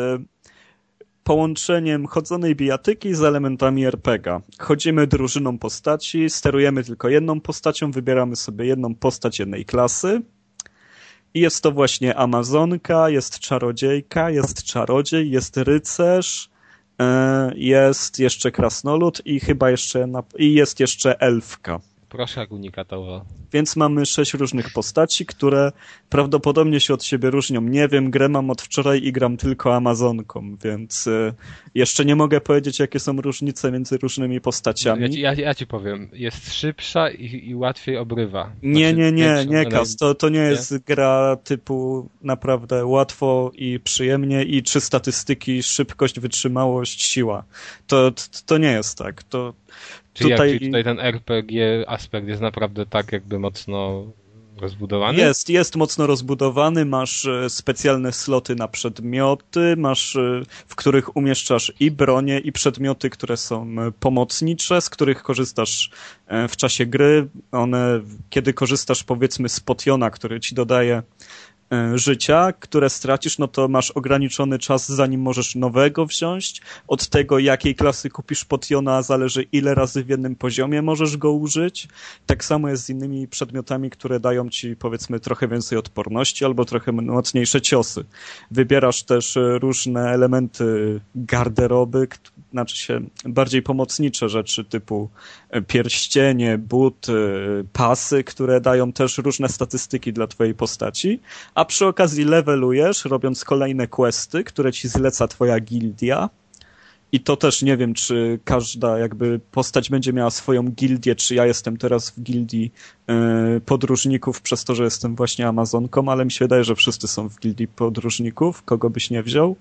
połączeniem chodzonej bijatyki z elementami RPG. Chodzimy drużyną postaci, sterujemy tylko jedną postacią, wybieramy sobie jedną postać jednej klasy. I jest to właśnie Amazonka, jest czarodziejka, jest czarodziej, jest rycerz, jest jeszcze krasnolud i chyba jeszcze jest jeszcze elfka. Proszę, jak unikatowo. Więc mamy 6 różnych postaci, które prawdopodobnie się od siebie różnią. Nie wiem, grę mam od wczoraj i gram tylko Amazonką, więc jeszcze nie mogę powiedzieć, jakie są różnice między różnymi postaciami. Ja ci powiem, jest szybsza i łatwiej obrywa. Nie, Kas, to nie jest gra typu naprawdę łatwo i przyjemnie i 3 statystyki, szybkość, wytrzymałość, siła. To nie jest tak. Czyli tutaj ten RPG aspekt jest naprawdę tak jakby mocno rozbudowany? Jest mocno rozbudowany, masz specjalne sloty na przedmioty, w których umieszczasz i bronie, i przedmioty, które są pomocnicze, z których korzystasz w czasie gry. Kiedy korzystasz powiedzmy z potiona, który ci dodaje życia, które stracisz, no to masz ograniczony czas, zanim możesz nowego wziąć. Od tego, jakiej klasy kupisz potiona, zależy ile razy w jednym poziomie możesz go użyć. Tak samo jest z innymi przedmiotami, które dają ci powiedzmy trochę więcej odporności albo trochę mocniejsze ciosy. Wybierasz też różne elementy garderoby, znaczy się bardziej pomocnicze rzeczy typu pierścienie, buty, pasy, które dają też różne statystyki dla twojej postaci, a przy okazji levelujesz, robiąc kolejne questy, które ci zleca twoja gildia. I to też nie wiem, czy każda jakby postać będzie miała swoją gildię, czy ja jestem teraz w gildii podróżników przez to, że jestem właśnie Amazonką, ale mi się wydaje, że wszyscy są w gildii podróżników, kogo byś nie wziął.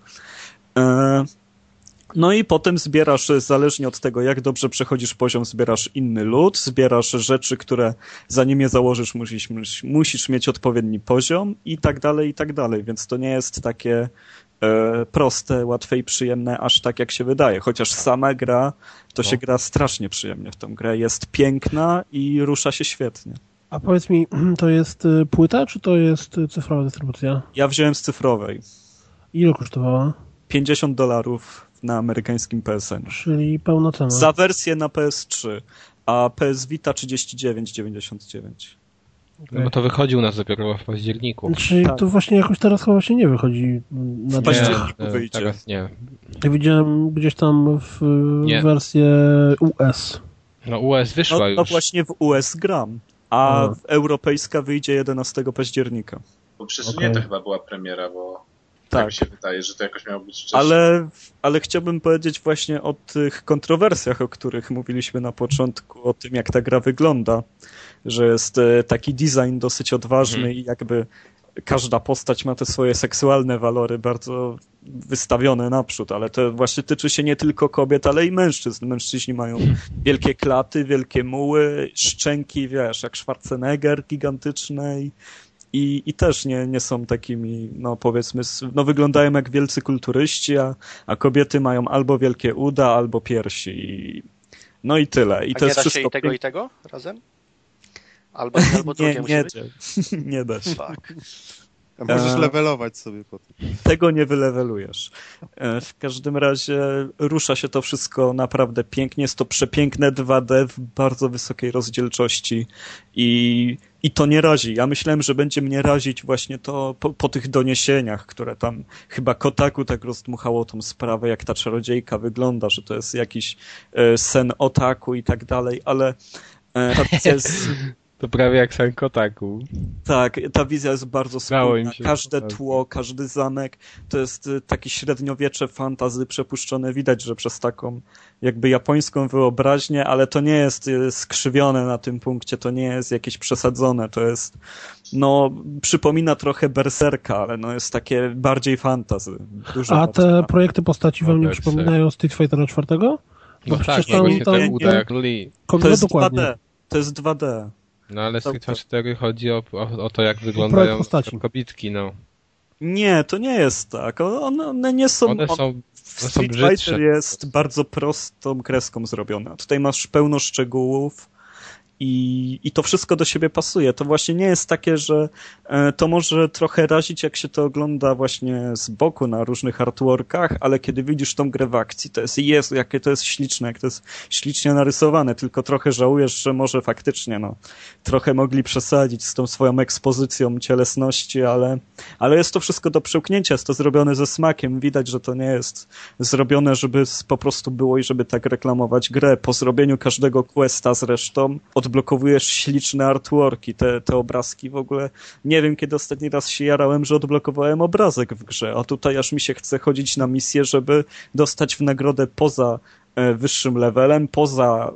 No i potem zbierasz, zależnie od tego, jak dobrze przechodzisz poziom, zbierasz inny lód, zbierasz rzeczy, które zanim je założysz, musisz mieć odpowiedni poziom i tak dalej, więc to nie jest takie proste, łatwe i przyjemne, aż tak jak się wydaje. Chociaż sama gra, to się gra strasznie przyjemnie w tą grę. Jest piękna i rusza się świetnie. A powiedz mi, to jest płyta, czy to jest cyfrowa dystrybucja? Ja wziąłem z cyfrowej. Ile kosztowała? $50 na amerykańskim PSN. Czyli pełna cena. Za wersję na PS3, a PS Vita 39,99. Okay. No to wychodzi u nas dopiero w październiku. Czyli to właśnie jakoś teraz chyba się nie wychodzi na październiku wyjdzie. Teraz nie. Ja widziałem gdzieś tam w wersję US. No US wyszła już. No właśnie w US gram, a europejska wyjdzie 11 października. Bo przesunięta chyba była premiera, bo tak mi się wydaje, że to jakoś miało być wcześniej. Ale chciałbym powiedzieć właśnie o tych kontrowersjach, o których mówiliśmy na początku, o tym, jak ta gra wygląda, że jest taki design dosyć odważny i jakby każda postać ma te swoje seksualne walory bardzo wystawione naprzód, ale to właśnie tyczy się nie tylko kobiet, ale i mężczyzn. Mężczyźni mają wielkie klaty, wielkie muły, szczęki, wiesz, jak Schwarzenegger gigantyczne i też nie są takimi, no powiedzmy, no wyglądają jak wielcy kulturyści, a kobiety mają albo wielkie uda, albo piersi. No i tyle. I a to nie jest da wszystko... się i tego, i tego razem? Albo drugie musi być? Nie da się. Tak. Możesz levelować sobie potem. Tego nie wylewelujesz. W każdym razie rusza się to wszystko naprawdę pięknie. Jest to przepiękne 2D w bardzo wysokiej rozdzielczości i to nie razi. Ja myślałem, że będzie mnie razić właśnie to po tych doniesieniach, które tam chyba Kotaku tak rozdmuchało tą sprawę, jak ta czarodziejka wygląda, że to jest jakiś sen otaku i tak dalej, ale to prawie jak sen Kotaku. Tak, ta wizja jest bardzo spójna. Każde tło, każdy zamek to jest taki średniowiecze fantasy przepuszczone. Widać, że przez taką jakby japońską wyobraźnię, ale to nie jest skrzywione na tym punkcie, to nie jest jakieś przesadzone, to jest, no, przypomina trochę Berserka, ale no jest takie bardziej fantasy. A te projekty postaci wam nie przypominają Street Fightera 4? No tak, tam uda jak Lee. To jest dokładnie. 2D. To jest 2D. No ale Street Fighter 4 chodzi o to, jak wyglądają kobitki, no. Nie, to nie jest tak. One nie są... Street Fighter jest bardzo prostą kreską zrobiona. Tutaj masz pełno szczegółów i to wszystko do siebie pasuje. To właśnie nie jest takie, że to może trochę razić, jak się to ogląda właśnie z boku na różnych artworkach, ale kiedy widzisz tą grę w akcji, to jest Jezu, jakie to jest śliczne, jak to jest ślicznie narysowane, tylko trochę żałujesz, że może faktycznie trochę mogli przesadzić z tą swoją ekspozycją cielesności, ale jest to wszystko do przełknięcia, jest to zrobione ze smakiem. Widać, że to nie jest zrobione, żeby po prostu było i żeby tak reklamować grę. Po zrobieniu każdego questa zresztą odblokowujesz śliczne artworki, te obrazki w ogóle. Nie wiem, kiedy ostatni raz się jarałem, że odblokowałem obrazek w grze, a tutaj aż mi się chce chodzić na misję, żeby dostać w nagrodę poza wyższym levelem, poza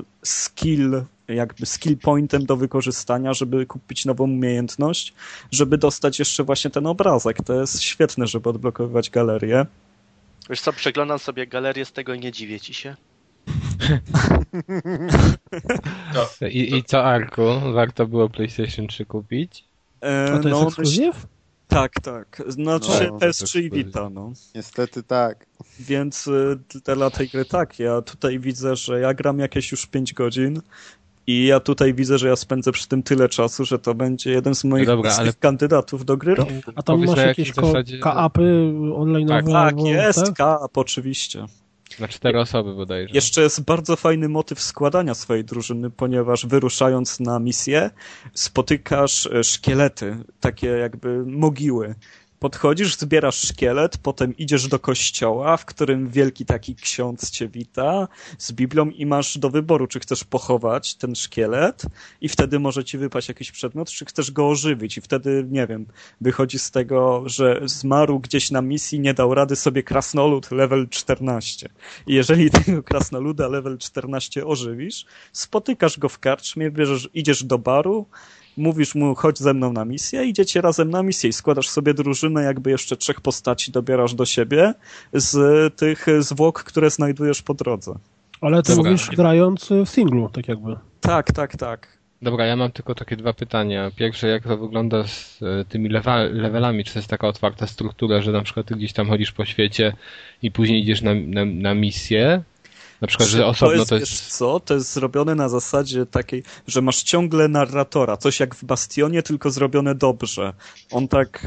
skill pointem do wykorzystania, żeby kupić nową umiejętność, żeby dostać jeszcze właśnie ten obrazek. To jest świetne, żeby odblokowywać galerię. Wiesz co, przeglądam sobie galerię z tego i nie dziwię ci się. I co, Arku? Warto było PlayStation 3 kupić? A to jest ekskluzyw? Tak. Znaczy PS3 i Vita, no. Niestety tak. Więc dla tej gry tak. Ja tutaj widzę, że ja gram jakieś już 5 godzin i ja tutaj widzę, że ja spędzę przy tym tyle czasu, że to będzie jeden z moich kandydatów do gry roku. A tam masz jakieś ka-upy online'owe? Tak, jest ka-up oczywiście. Na 4 osoby bodajże. Jeszcze jest bardzo fajny motyw składania swojej drużyny, ponieważ wyruszając na misję spotykasz szkielety, takie jakby mogiły. Podchodzisz, zbierasz szkielet, potem idziesz do kościoła, w którym wielki taki ksiądz cię wita z Biblią i masz do wyboru, czy chcesz pochować ten szkielet i wtedy może ci wypaść jakiś przedmiot, czy chcesz go ożywić i wtedy, nie wiem, wychodzi z tego, że zmarł gdzieś na misji, nie dał rady sobie krasnolud level 14. I jeżeli tego krasnoluda level 14 ożywisz, spotykasz go w karczmie, idziesz do baru, mówisz mu, chodź ze mną na misję, idziecie razem na misję i składasz sobie drużynę, jakby jeszcze 3 postaci dobierasz do siebie z tych zwłok, które znajdujesz po drodze. Ale ty mówisz grając w singlu, tak jakby. Tak. Dobra, ja mam tylko takie 2 pytania. Pierwsze, jak to wygląda z tymi levelami? Czy to jest taka otwarta struktura, że na przykład ty gdzieś tam chodzisz po świecie i później idziesz na misję? Na przykład, że osobno to jest... Wiesz co? To jest zrobione na zasadzie takiej, że masz ciągle narratora. Coś jak w Bastionie, tylko zrobione dobrze. On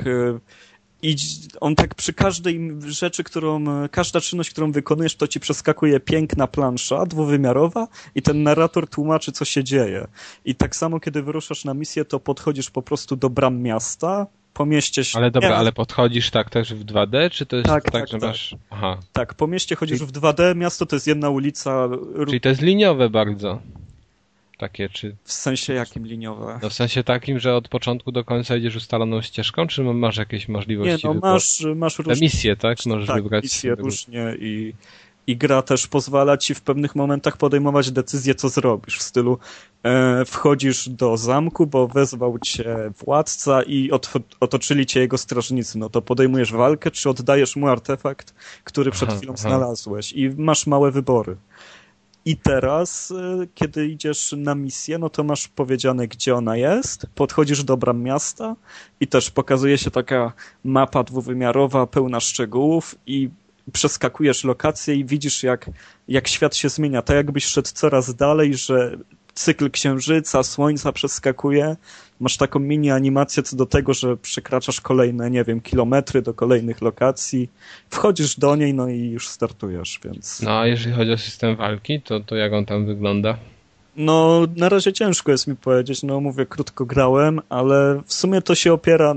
tak przy każdej rzeczy, każda czynność, którą wykonujesz, to ci przeskakuje piękna plansza, dwuwymiarowa i ten narrator tłumaczy, co się dzieje. I tak samo, kiedy wyruszasz na misję, to podchodzisz po prostu do bram miasta, po mieście... Ale dobra, ale podchodzisz tak też w 2D, czy to jest tak, że masz... Aha. Tak, po mieście chodzisz w 2D, miasto to jest jedna ulica... Czyli to jest liniowe bardzo. takie, czy... W sensie jakim liniowe? No w sensie takim, że od początku do końca idziesz ustaloną ścieżką, czy masz jakieś możliwości wyboru? Masz różne... misje, tak? Możesz wybrać... misje różnie i gra też pozwala ci w pewnych momentach podejmować decyzję, co zrobisz. W stylu wchodzisz do zamku, bo wezwał cię władca i otoczyli cię jego strażnicy. No to podejmujesz walkę, czy oddajesz mu artefakt, który przed chwilą znalazłeś. I masz małe wybory. I teraz, kiedy idziesz na misję, no to masz powiedziane, gdzie ona jest, podchodzisz do bram miasta i też pokazuje się taka mapa dwuwymiarowa, pełna szczegółów i przeskakujesz lokację i widzisz, jak świat się zmienia. Tak jakbyś szedł coraz dalej, że cykl księżyca, słońca przeskakuje. Masz taką mini animację co do tego, że przekraczasz kolejne, nie wiem, kilometry do kolejnych lokacji. Wchodzisz do niej, no i już startujesz, więc... No a jeżeli chodzi o system walki, to jak on tam wygląda? No, na razie ciężko jest mi powiedzieć. No, mówię, krótko grałem, ale w sumie to się opiera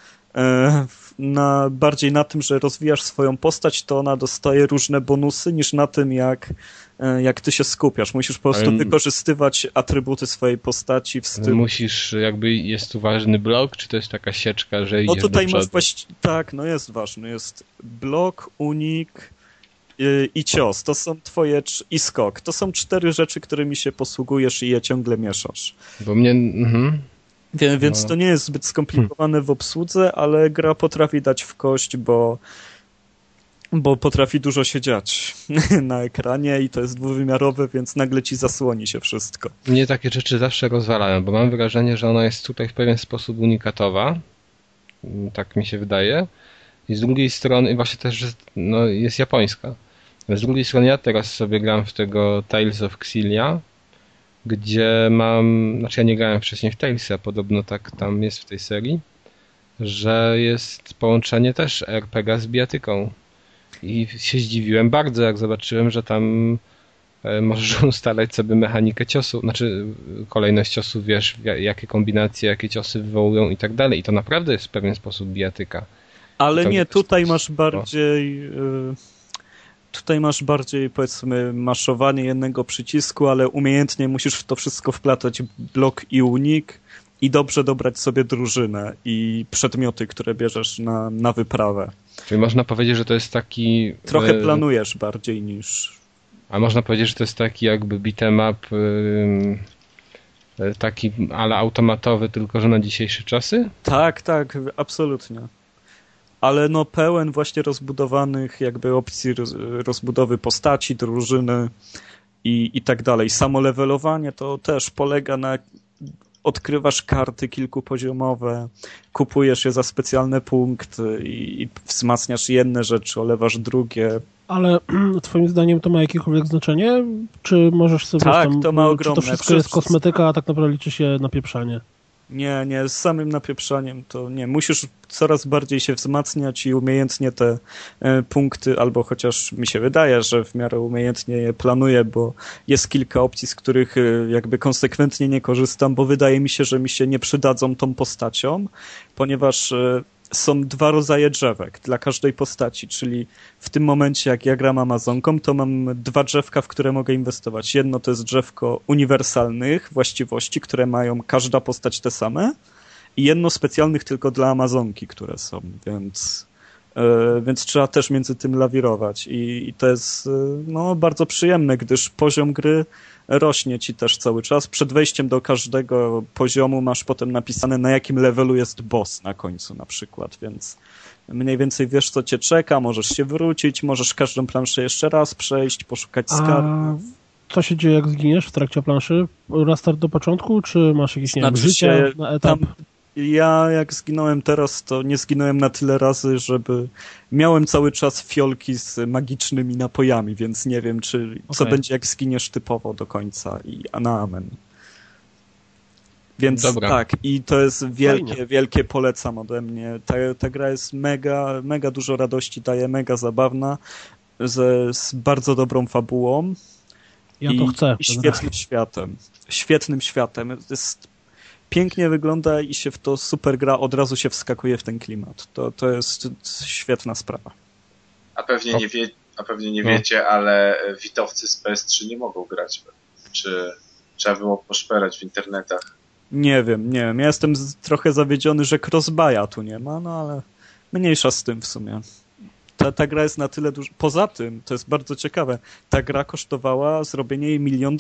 bardziej na tym, że rozwijasz swoją postać, to ona dostaje różne bonusy niż na tym, jak ty się skupiasz. Musisz po prostu wykorzystywać atrybuty swojej postaci w stylu... Musisz, jest tu ważny blok, czy to jest taka sieczka, że idziesz no tutaj do przodu? Tak, no jest ważny. Jest blok, unik i cios. To są twoje... i skok. To są 4 rzeczy, którymi się posługujesz i je ciągle mieszasz. Bo mnie... Więc to nie jest zbyt skomplikowane w obsłudze, ale gra potrafi dać w kość, bo potrafi dużo się dziać na ekranie i to jest dwuwymiarowe, więc nagle ci zasłoni się wszystko. Mnie takie rzeczy zawsze rozwalają, bo mam wrażenie, że ona jest tutaj w pewien sposób unikatowa. Tak mi się wydaje. I z drugiej strony, właśnie też, że jest japońska. Z drugiej strony ja teraz sobie gram w tego Tales of Xillia, gdzie ja nie grałem wcześniej w Talesa, podobno tak tam jest w tej serii, że jest połączenie też RPG z bijatyką. I się zdziwiłem bardzo, jak zobaczyłem, że tam możesz ustalać sobie mechanikę ciosu, znaczy kolejność ciosów, wiesz, jakie kombinacje, jakie ciosy wywołują i tak dalej. I to naprawdę jest w pewien sposób bijatyka. Ale nie, tutaj masz bardziej... Tutaj masz bardziej, powiedzmy, maszowanie jednego przycisku, ale umiejętnie musisz w to wszystko wplatać blok i unik i dobrze dobrać sobie drużynę i przedmioty, które bierzesz na wyprawę. Czyli można powiedzieć, że to jest taki... Trochę planujesz bardziej niż... A można powiedzieć, że to jest taki jakby beat'em up, taki ale automatowy, tylko że na dzisiejsze czasy? Tak, absolutnie. Ale pełen właśnie rozbudowanych jakby opcji rozbudowy postaci, drużyny i tak dalej. Samo levelowanie to też polega na... Odkrywasz karty kilkupoziomowe, kupujesz je za specjalne punkty i wzmacniasz jedne rzeczy, olewasz drugie. Ale twoim zdaniem to ma jakiekolwiek znaczenie? Czy możesz sobie to ma ogromne. Czy to wszystko jest kosmetyka, a tak naprawdę liczy się napieprzanie? Nie, z samym napieprzaniem to nie. Musisz coraz bardziej się wzmacniać i umiejętnie te punkty, albo chociaż mi się wydaje, że w miarę umiejętnie je planuję, bo jest kilka opcji, z których jakby konsekwentnie nie korzystam, bo wydaje mi się, że mi się nie przydadzą tą postacią, ponieważ są 2 rodzaje drzewek dla każdej postaci, czyli w tym momencie, jak ja gram Amazonką, to mam 2 drzewka, w które mogę inwestować. Jedno to jest drzewko uniwersalnych właściwości, które mają każda postać te same i jedno specjalnych tylko dla Amazonki, które są, więc trzeba też między tym lawirować i to jest bardzo przyjemne, gdyż poziom gry rośnie ci też cały czas. Przed wejściem do każdego poziomu masz potem napisane, na jakim levelu jest boss na końcu na przykład, więc mniej więcej wiesz, co cię czeka, możesz się wrócić, możesz każdą planszę jeszcze raz przejść, poszukać skarbów. Co się dzieje, jak zginiesz w trakcie planszy? Restart do początku, czy masz jakieś, życie na etap? Ja jak zginąłem teraz, to nie zginąłem na tyle razy, żeby... Miałem cały czas fiolki z magicznymi napojami, więc nie wiem, co będzie, jak zginiesz typowo do końca i na amen. Więc dobra. Tak, i to jest wielkie polecam ode mnie. Ta gra jest mega dużo radości daje, mega zabawna, z bardzo dobrą fabułą. Ja to chcę. I świetnym światem. Pięknie wygląda i się w to super gra, od razu się wskakuje w ten klimat. To jest świetna sprawa. A pewnie nie wiecie, ale Witowcy z PS3 nie mogą grać. Trzeba było poszperać w internetach. Nie wiem. Ja jestem trochę zawiedziony, że Crossbuya tu nie ma, no ale mniejsza z tym w sumie. Ta gra jest na tyle duża. Poza tym, to jest bardzo ciekawe, ta gra kosztowała zrobienie jej $1 milion.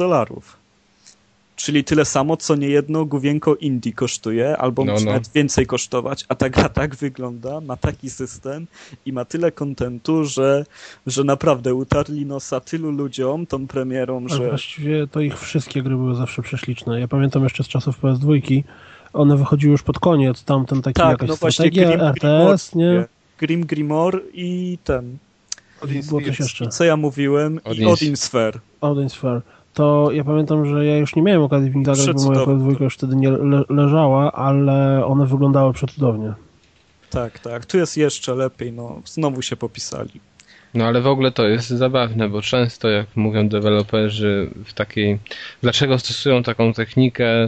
Czyli tyle samo, co niejedno główienko indie kosztuje, albo może nawet więcej kosztować, a ta gra tak wygląda, ma taki system i ma tyle kontentu, że naprawdę utarli nosa tylu ludziom tą premierą, że... Ale właściwie to ich wszystkie gry były zawsze prześliczne. Ja pamiętam jeszcze z czasów PS2, one wychodziły już pod koniec, tamten taki jakaś strategia, RTS, nie? Grim Grimoire i ten... Było coś jeszcze. Co ja mówiłem? I Odin Sphere. Odin Sphere. To ja pamiętam, że ja już nie miałem okazji w nich zagrać, bo moja PS2 już wtedy nie leżała, ale one wyglądały przecudownie. Tak. Tu jest jeszcze lepiej, no. Znowu się popisali. No ale w ogóle to jest zabawne, bo często jak mówią deweloperzy w takiej... Dlaczego stosują taką technikę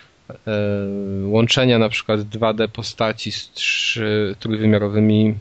łączenia na przykład 2D postaci z trójwymiarowymi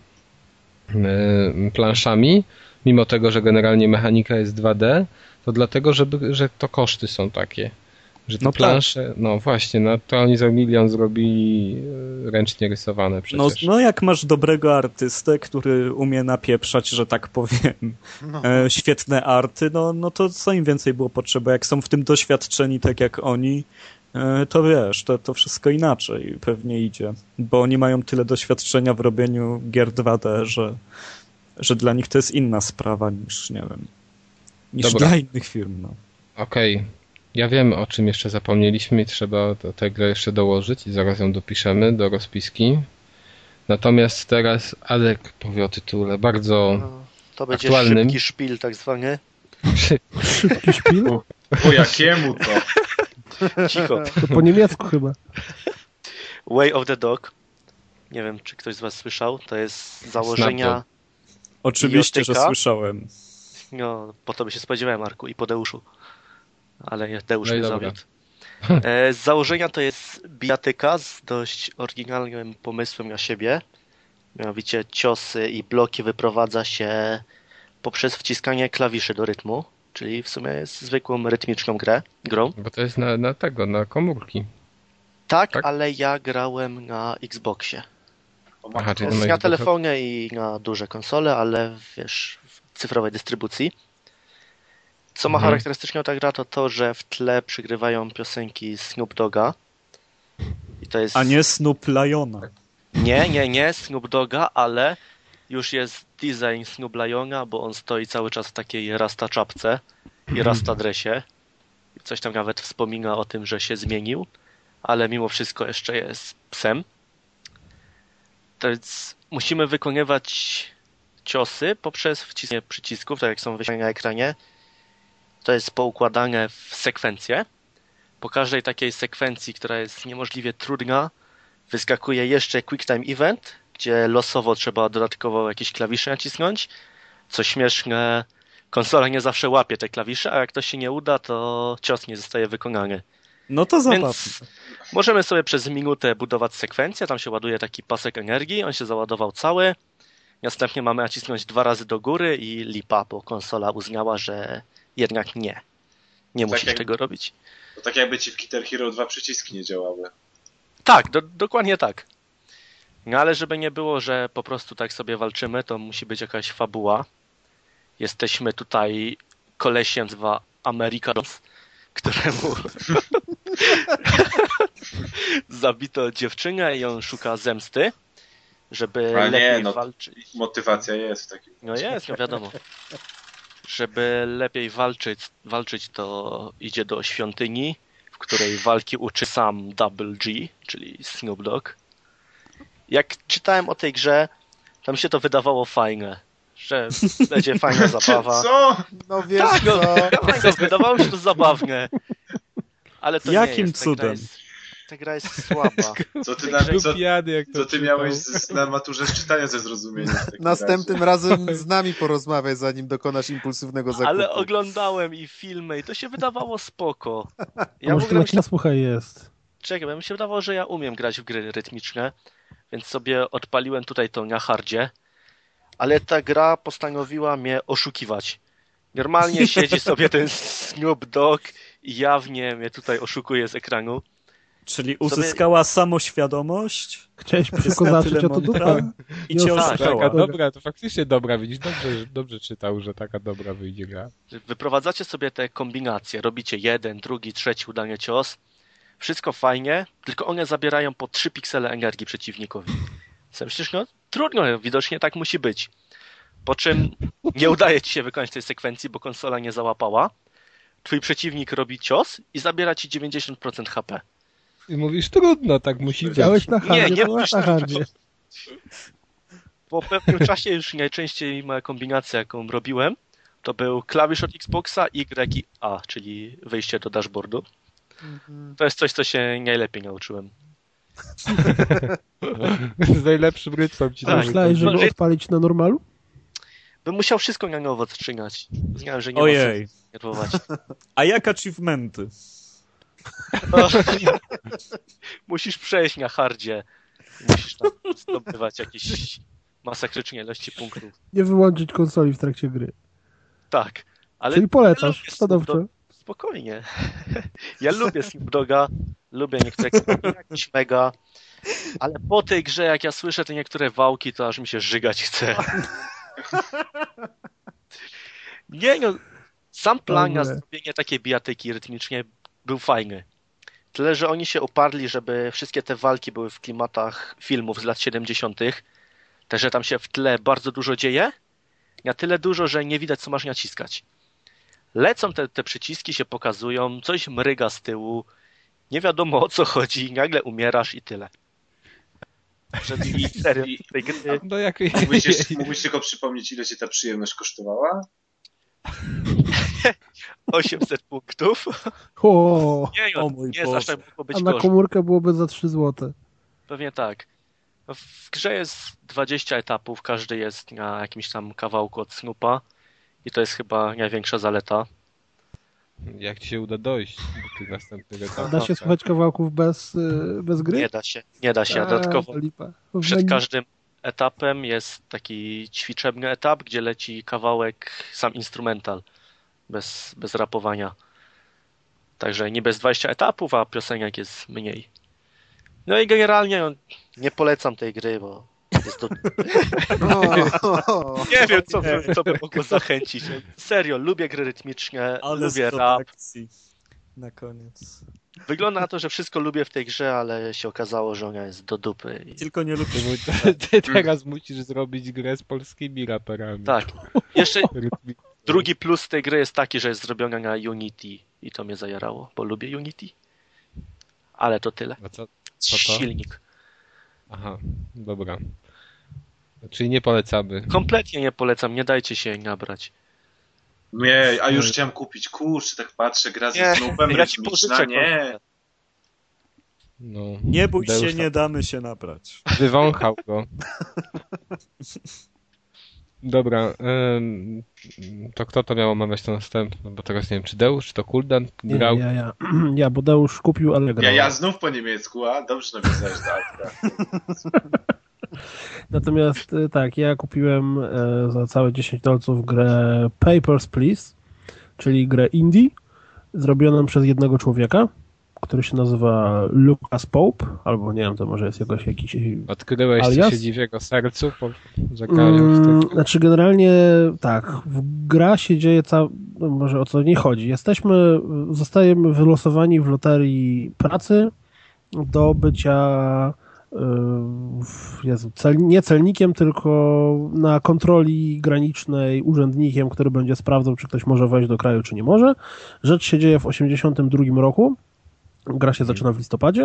planszami, mimo tego, że generalnie mechanika jest 2D, to dlatego, że to koszty są takie. Że te plansze, tak. No właśnie, to oni za $1 milion zrobili ręcznie rysowane przecież. No jak masz dobrego artystę, który umie napieprzać, że tak powiem, świetne arty, no to co im więcej było potrzeba. Jak są w tym doświadczeni tak jak oni, to wiesz, to wszystko inaczej pewnie idzie. Bo oni mają tyle doświadczenia w robieniu gier 2D, że dla nich to jest inna sprawa niż, nie wiem, niż dla innych firm. No. Okej. Ja wiem, o czym jeszcze zapomnieliśmy i trzeba tę grę jeszcze dołożyć i zaraz ją dopiszemy do rozpiski. Natomiast teraz Adek powie o tytule bardzo to będzie aktualnym. Szybki szpil tak zwany. Szybki szpil? Po jakiemu to? Cicho. To po niemiecku chyba. Way of the Dog. Nie wiem, czy ktoś z was słyszał. To jest założenia... Oczywiście, że słyszałem. No, po to by się spodziewałem, Marku, i po Deuszu. Ale Deusz mnie zawiódł. Z założenia to jest bijatyka z dość oryginalnym pomysłem na siebie. Mianowicie ciosy i bloki wyprowadza się poprzez wciskanie klawiszy do rytmu, czyli w sumie jest zwykłą rytmiczną grą. Bo to jest na komórki. Tak, ale ja grałem na Xboxie. Aha, czyli na telefonie i na duże konsole, ale wiesz, w cyfrowej dystrybucji. Co ma charakterystyczną ta gra, to, że w tle przygrywają piosenki Snoop Dogga. I to jest... A nie Snoop Liona. Nie Snoop Dogga, ale już jest design Snoop Liona, bo on stoi cały czas w takiej rasta czapce i rasta dresie. Coś tam nawet wspomina o tym, że się zmienił, ale mimo wszystko jeszcze jest psem. To jest, musimy wykonywać ciosy poprzez wciskanie przycisków, tak jak są wyświetlane na ekranie. To jest poukładane w sekwencje. Po każdej takiej sekwencji, która jest niemożliwie trudna, wyskakuje jeszcze Quick Time Event, gdzie losowo trzeba dodatkowo jakieś klawisze nacisnąć. Co śmieszne, konsola nie zawsze łapie te klawisze, a jak to się nie uda, to cios nie zostaje wykonany. No to zabawne. Więc możemy sobie przez minutę budować sekwencję, tam się ładuje taki pasek energii, on się załadował cały. Następnie mamy nacisnąć 2 razy do góry i lipa, bo konsola uznała, że jednak nie musisz tego robić. To tak jakby ci w Guitar Hero 2 przyciski nie działały. Tak, dokładnie tak. No ale żeby nie było, że po prostu tak sobie walczymy, to musi być jakaś fabuła. Jesteśmy tutaj kolesiem zwa Americanus, któremu zabito dziewczynę i on szuka zemsty, żeby lepiej walczyć. Motywacja jest w takim No jest, no wiadomo. Żeby lepiej walczyć, to idzie do świątyni, w której walki uczy sam Double G, czyli Snoop Dogg. Jak czytałem o tej grze, tam się to wydawało fajne, że będzie fajna zabawa. Co? No wiesz co? Wydawało mi się to zabawne. Ale to jakim nie jest. cudem? Ta gra jest słaba. Co ty miałeś na maturze z czytania ze zrozumieniem? Następnym razem z nami porozmawiaj, zanim dokonasz impulsywnego zakupu. Ale oglądałem i filmy i to się wydawało spoko. Ja może tyle słuchaj jest. Czekaj, bo mi się wydawało, że ja umiem grać w gry rytmiczne, więc sobie odpaliłem tutaj to na hardzie, ale ta gra postanowiła mnie oszukiwać. Normalnie siedzi sobie ten Snoop Dogg jawnie mnie tutaj oszukuje z ekranu. Czyli uzyskała samoświadomość. Chciałeś przykozaczyć o to dupę. I cię oszukała. Taka dobra, to faktycznie dobra, widzisz, dobrze czytał, że taka dobra wyjdzie gra. Wyprowadzacie sobie te kombinacje, robicie 1, 2, 3 udanie cios. Wszystko fajnie, tylko one zabierają po 3 piksele energii przeciwnikowi. Myślisz, no trudno, widocznie tak musi być. Po czym nie udaje ci się wykonać tej sekwencji, bo konsola nie załapała. Twój przeciwnik robi cios i zabiera ci 90% HP. I mówisz, trudno, tak musi być. Chciałeś na hardzie, nie byłaś na hardzie. Po pewnym czasie już najczęściej moja kombinacja, jaką robiłem, to był klawisz od Xboxa, Y i A, czyli wejście do dashboardu. To jest coś, co się najlepiej nauczyłem. Z najlepszym rytmem ci Tak. Myślałeś, żeby odpalić na normalu? Bym musiał wszystko na nowo zaczynać. Znałem, że nie Ojej. ma sensu nerwować. A jak achievementy? Musisz przejść na hardzie. Musisz tam zdobywać jakieś masakryczne ilości punktów. Nie wyłączyć konsoli w trakcie gry. Tak. Ale Czyli polecasz, lubię stanowczo. Spokojnie. Ja lubię Snoop Dogga, lubię niektóre jakieś mega, ale po tej grze, jak ja słyszę te niektóre wałki, to aż mi się żygać chce. Nie no, sam plan na zrobienie takiej bijatyki rytmicznie był fajny. Tyle, że oni się oparli, żeby wszystkie te walki były w klimatach filmów z lat 70. Także tam się w tle bardzo dużo dzieje, na tyle dużo, że nie widać, co masz naciskać. Lecą te przyciski, się pokazują, coś mryga z tyłu, nie wiadomo o co chodzi, nagle umierasz i tyle. Żeby serio tej gry... No jak... Mógłbyś tylko przypomnieć, ile cię ta przyjemność kosztowała? 800 punktów. O, Nie zawsze mogło być a na gorzej. komórkę byłoby za 3 zł. Pewnie tak. W grze jest 20 etapów, każdy jest na jakimś tam kawałku od Snoopa i to jest chyba największa zaleta. Jak ci się uda dojść do tych następnych etapów? Da się słuchać kawałków bez gry? Nie da się. Dodatkowo lipa. przed każdym etapem jest taki ćwiczebny etap, gdzie leci kawałek, sam instrumental, bez rapowania. Także niby jest 20 etapów, a piosenek jest mniej. No i generalnie nie polecam tej gry, bo jest to... Nie wiem, co by mogło zachęcić. Serio, lubię gry rytmiczne, lubię rap. Na koniec. Wygląda na to, że wszystko lubię w tej grze, ale się okazało, że ona jest do dupy. Tylko nie lubię. Ty teraz musisz zrobić grę z polskimi raperami. Tak. Jeszcze drugi plus tej gry jest taki, że jest zrobiona na Unity i to mnie zajarało, bo lubię Unity. Ale to tyle. A co to? Silnik. Aha, dobra. Czyli nie polecamy. Kompletnie nie polecam, nie dajcie się nabrać. Nie, a już chciałem kupić. Kurczę, tak patrzę, gra ze Snoopem ja ci rytmiczna, pożyczę. nie. No, Nie bój Deusz się, tam nie damy się nabrać. wywąchał go. Dobra, to kto to miał omawiać to następne? Bo teraz nie wiem, czy Deusz, czy to Kuldan grał? Ja, bo Deusz kupił, ale grał. Ja znów po niemiecku, a dobrze napisałeś, tak. Natomiast tak, ja kupiłem za całe $10 grę Papers, Please, czyli grę indie, zrobioną przez jednego człowieka, który się nazywa Lucas Pope, albo nie wiem, to może jest jakiś Odkryłeś, alias? co siedzi w jego sercu po zagraniu w tym? Znaczy generalnie tak, gra się dzieje może o co nie chodzi. Zostajemy wylosowani w loterii pracy do bycia nie celnikiem, tylko na kontroli granicznej urzędnikiem, który będzie sprawdzał, czy ktoś może wejść do kraju, czy nie może. Rzecz się dzieje w 1982 roku. Gra się zaczyna w listopadzie.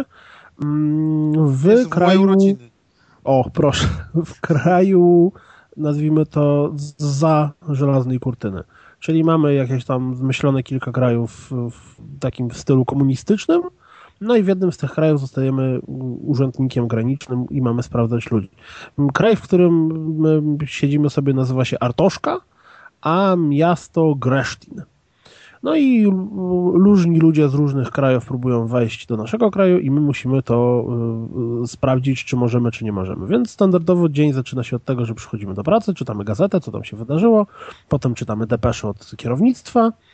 W kraju... O, proszę. W kraju, nazwijmy to, za żelaznej kurtyny. Czyli mamy jakieś tam zmyślone kilka krajów w takim stylu komunistycznym, no i w jednym z tych krajów zostajemy urzędnikiem granicznym i mamy sprawdzać ludzi. Kraj, w którym my siedzimy sobie, nazywa się Artoszka, a miasto Gresztin. No i różni ludzie z różnych krajów próbują wejść do naszego kraju i my musimy to sprawdzić, czy możemy, czy nie możemy. Więc standardowo dzień zaczyna się od tego, że przychodzimy do pracy, czytamy gazetę, co tam się wydarzyło, potem czytamy depesze od kierownictwa,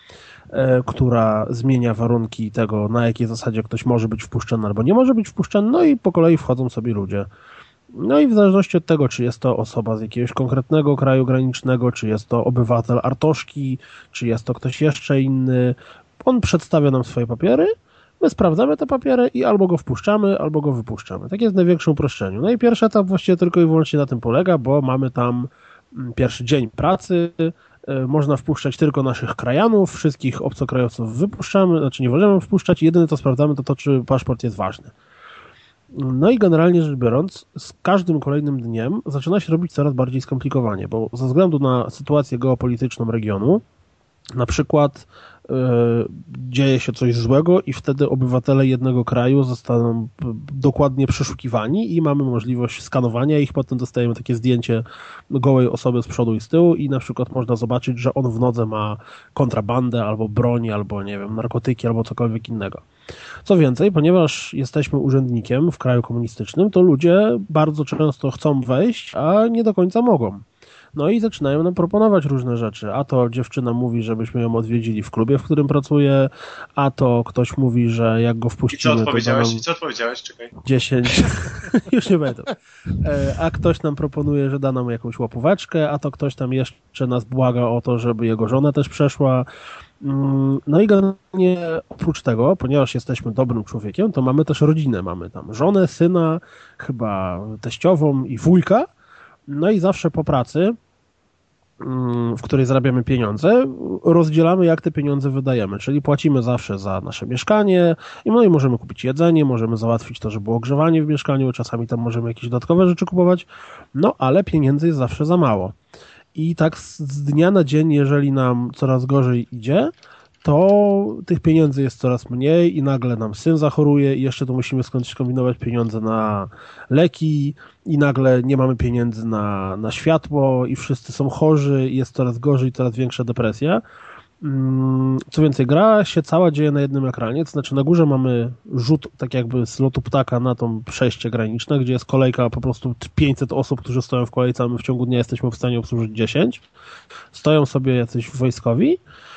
która zmienia warunki tego, na jakiej zasadzie ktoś może być wpuszczony albo nie może być wpuszczony, no i po kolei wchodzą sobie ludzie. No i w zależności od tego, czy jest to osoba z jakiegoś konkretnego kraju granicznego, czy jest to obywatel Artoszki, czy jest to ktoś jeszcze inny, on przedstawia nam swoje papiery, my sprawdzamy te papiery i albo go wpuszczamy, albo go wypuszczamy. Tak jest w największym uproszczeniu. No i pierwszy etap właściwie tylko i wyłącznie na tym polega, bo mamy tam pierwszy dzień pracy, można wpuszczać tylko naszych krajanów, wszystkich obcokrajowców wypuszczamy, znaczy nie możemy wpuszczać, jedyne co sprawdzamy to, czy paszport jest ważny. No i generalnie rzecz biorąc, z każdym kolejnym dniem zaczyna się robić coraz bardziej skomplikowanie, bo ze względu na sytuację geopolityczną regionu, na przykład dzieje się coś złego i wtedy obywatele jednego kraju zostaną dokładnie przeszukiwani i mamy możliwość skanowania ich, potem dostajemy takie zdjęcie gołej osoby z przodu i z tyłu i na przykład można zobaczyć, że on w nodze ma kontrabandę albo broń, albo nie wiem, narkotyki, albo cokolwiek innego. Co więcej, ponieważ jesteśmy urzędnikiem w kraju komunistycznym, to ludzie bardzo często chcą wejść, a nie do końca mogą. No i zaczynają nam proponować różne rzeczy. A to dziewczyna mówi, żebyśmy ją odwiedzili w klubie, w którym pracuje, a to ktoś mówi, że jak go wpuścimy... I co odpowiedziałeś? Czekaj. 10. Już nie będę. A ktoś nam proponuje, że da nam jakąś łapóweczkę, a to ktoś tam jeszcze nas błaga o to, żeby jego żona też przeszła. No i generalnie oprócz tego, ponieważ jesteśmy dobrym człowiekiem, to mamy też rodzinę. Mamy tam żonę, syna, chyba teściową i wujka. No i zawsze po pracy, w której zarabiamy pieniądze, rozdzielamy, jak te pieniądze wydajemy, czyli płacimy zawsze za nasze mieszkanie i możemy kupić jedzenie, możemy załatwić to, żeby było ogrzewanie w mieszkaniu, czasami tam możemy jakieś dodatkowe rzeczy kupować, no ale pieniędzy jest zawsze za mało. I tak z dnia na dzień, jeżeli nam coraz gorzej idzie, to tych pieniędzy jest coraz mniej i nagle nam syn zachoruje i jeszcze tu musimy skądś kombinować pieniądze na leki i nagle nie mamy pieniędzy na światło i wszyscy są chorzy i jest coraz gorzej, coraz większa depresja. Co więcej, gra się cała dzieje na jednym ekranie, to znaczy na górze mamy rzut tak jakby z lotu ptaka na tą przejście graniczne, gdzie jest kolejka po prostu 500 osób, którzy stoją w kolejce, a my w ciągu dnia jesteśmy w stanie obsłużyć 10. Stoją sobie jacyś wojskowi.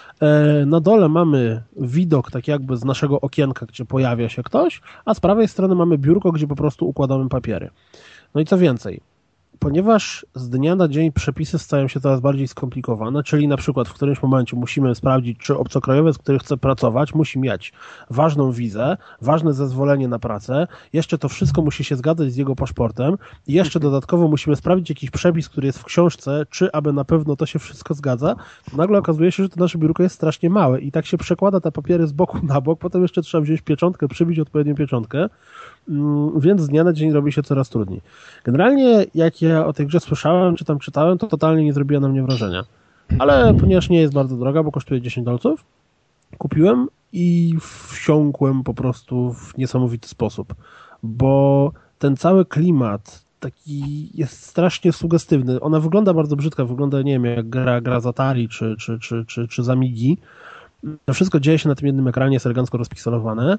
Na dole mamy widok tak jakby z naszego okienka, gdzie pojawia się ktoś, a z prawej strony mamy biurko, gdzie po prostu układamy papiery. No i co więcej, ponieważ z dnia na dzień przepisy stają się coraz bardziej skomplikowane, czyli na przykład w którymś momencie musimy sprawdzić, czy obcokrajowiec, który chce pracować, musi mieć ważną wizę, ważne zezwolenie na pracę, jeszcze to wszystko musi się zgadzać z jego paszportem i jeszcze dodatkowo musimy sprawdzić jakiś przepis, który jest w książce, czy aby na pewno to się wszystko zgadza, to nagle okazuje się, że to nasze biurko jest strasznie małe i tak się przekłada te papiery z boku na bok, potem jeszcze trzeba wziąć pieczątkę, przybić odpowiednią pieczątkę, więc z dnia na dzień robi się coraz trudniej. Generalnie jak ja o tej grze słyszałem, czy tam czytałem, to totalnie nie zrobiła na mnie wrażenia. Ale ponieważ nie jest bardzo droga, bo kosztuje $10, kupiłem i wsiąkłem po prostu w niesamowity sposób, bo ten cały klimat taki jest strasznie sugestywny. Ona wygląda bardzo brzydko, wygląda, nie wiem, jak gra z Atari czy z Amigi. To wszystko dzieje się na tym jednym ekranie, jest elegancko rozpixelowane,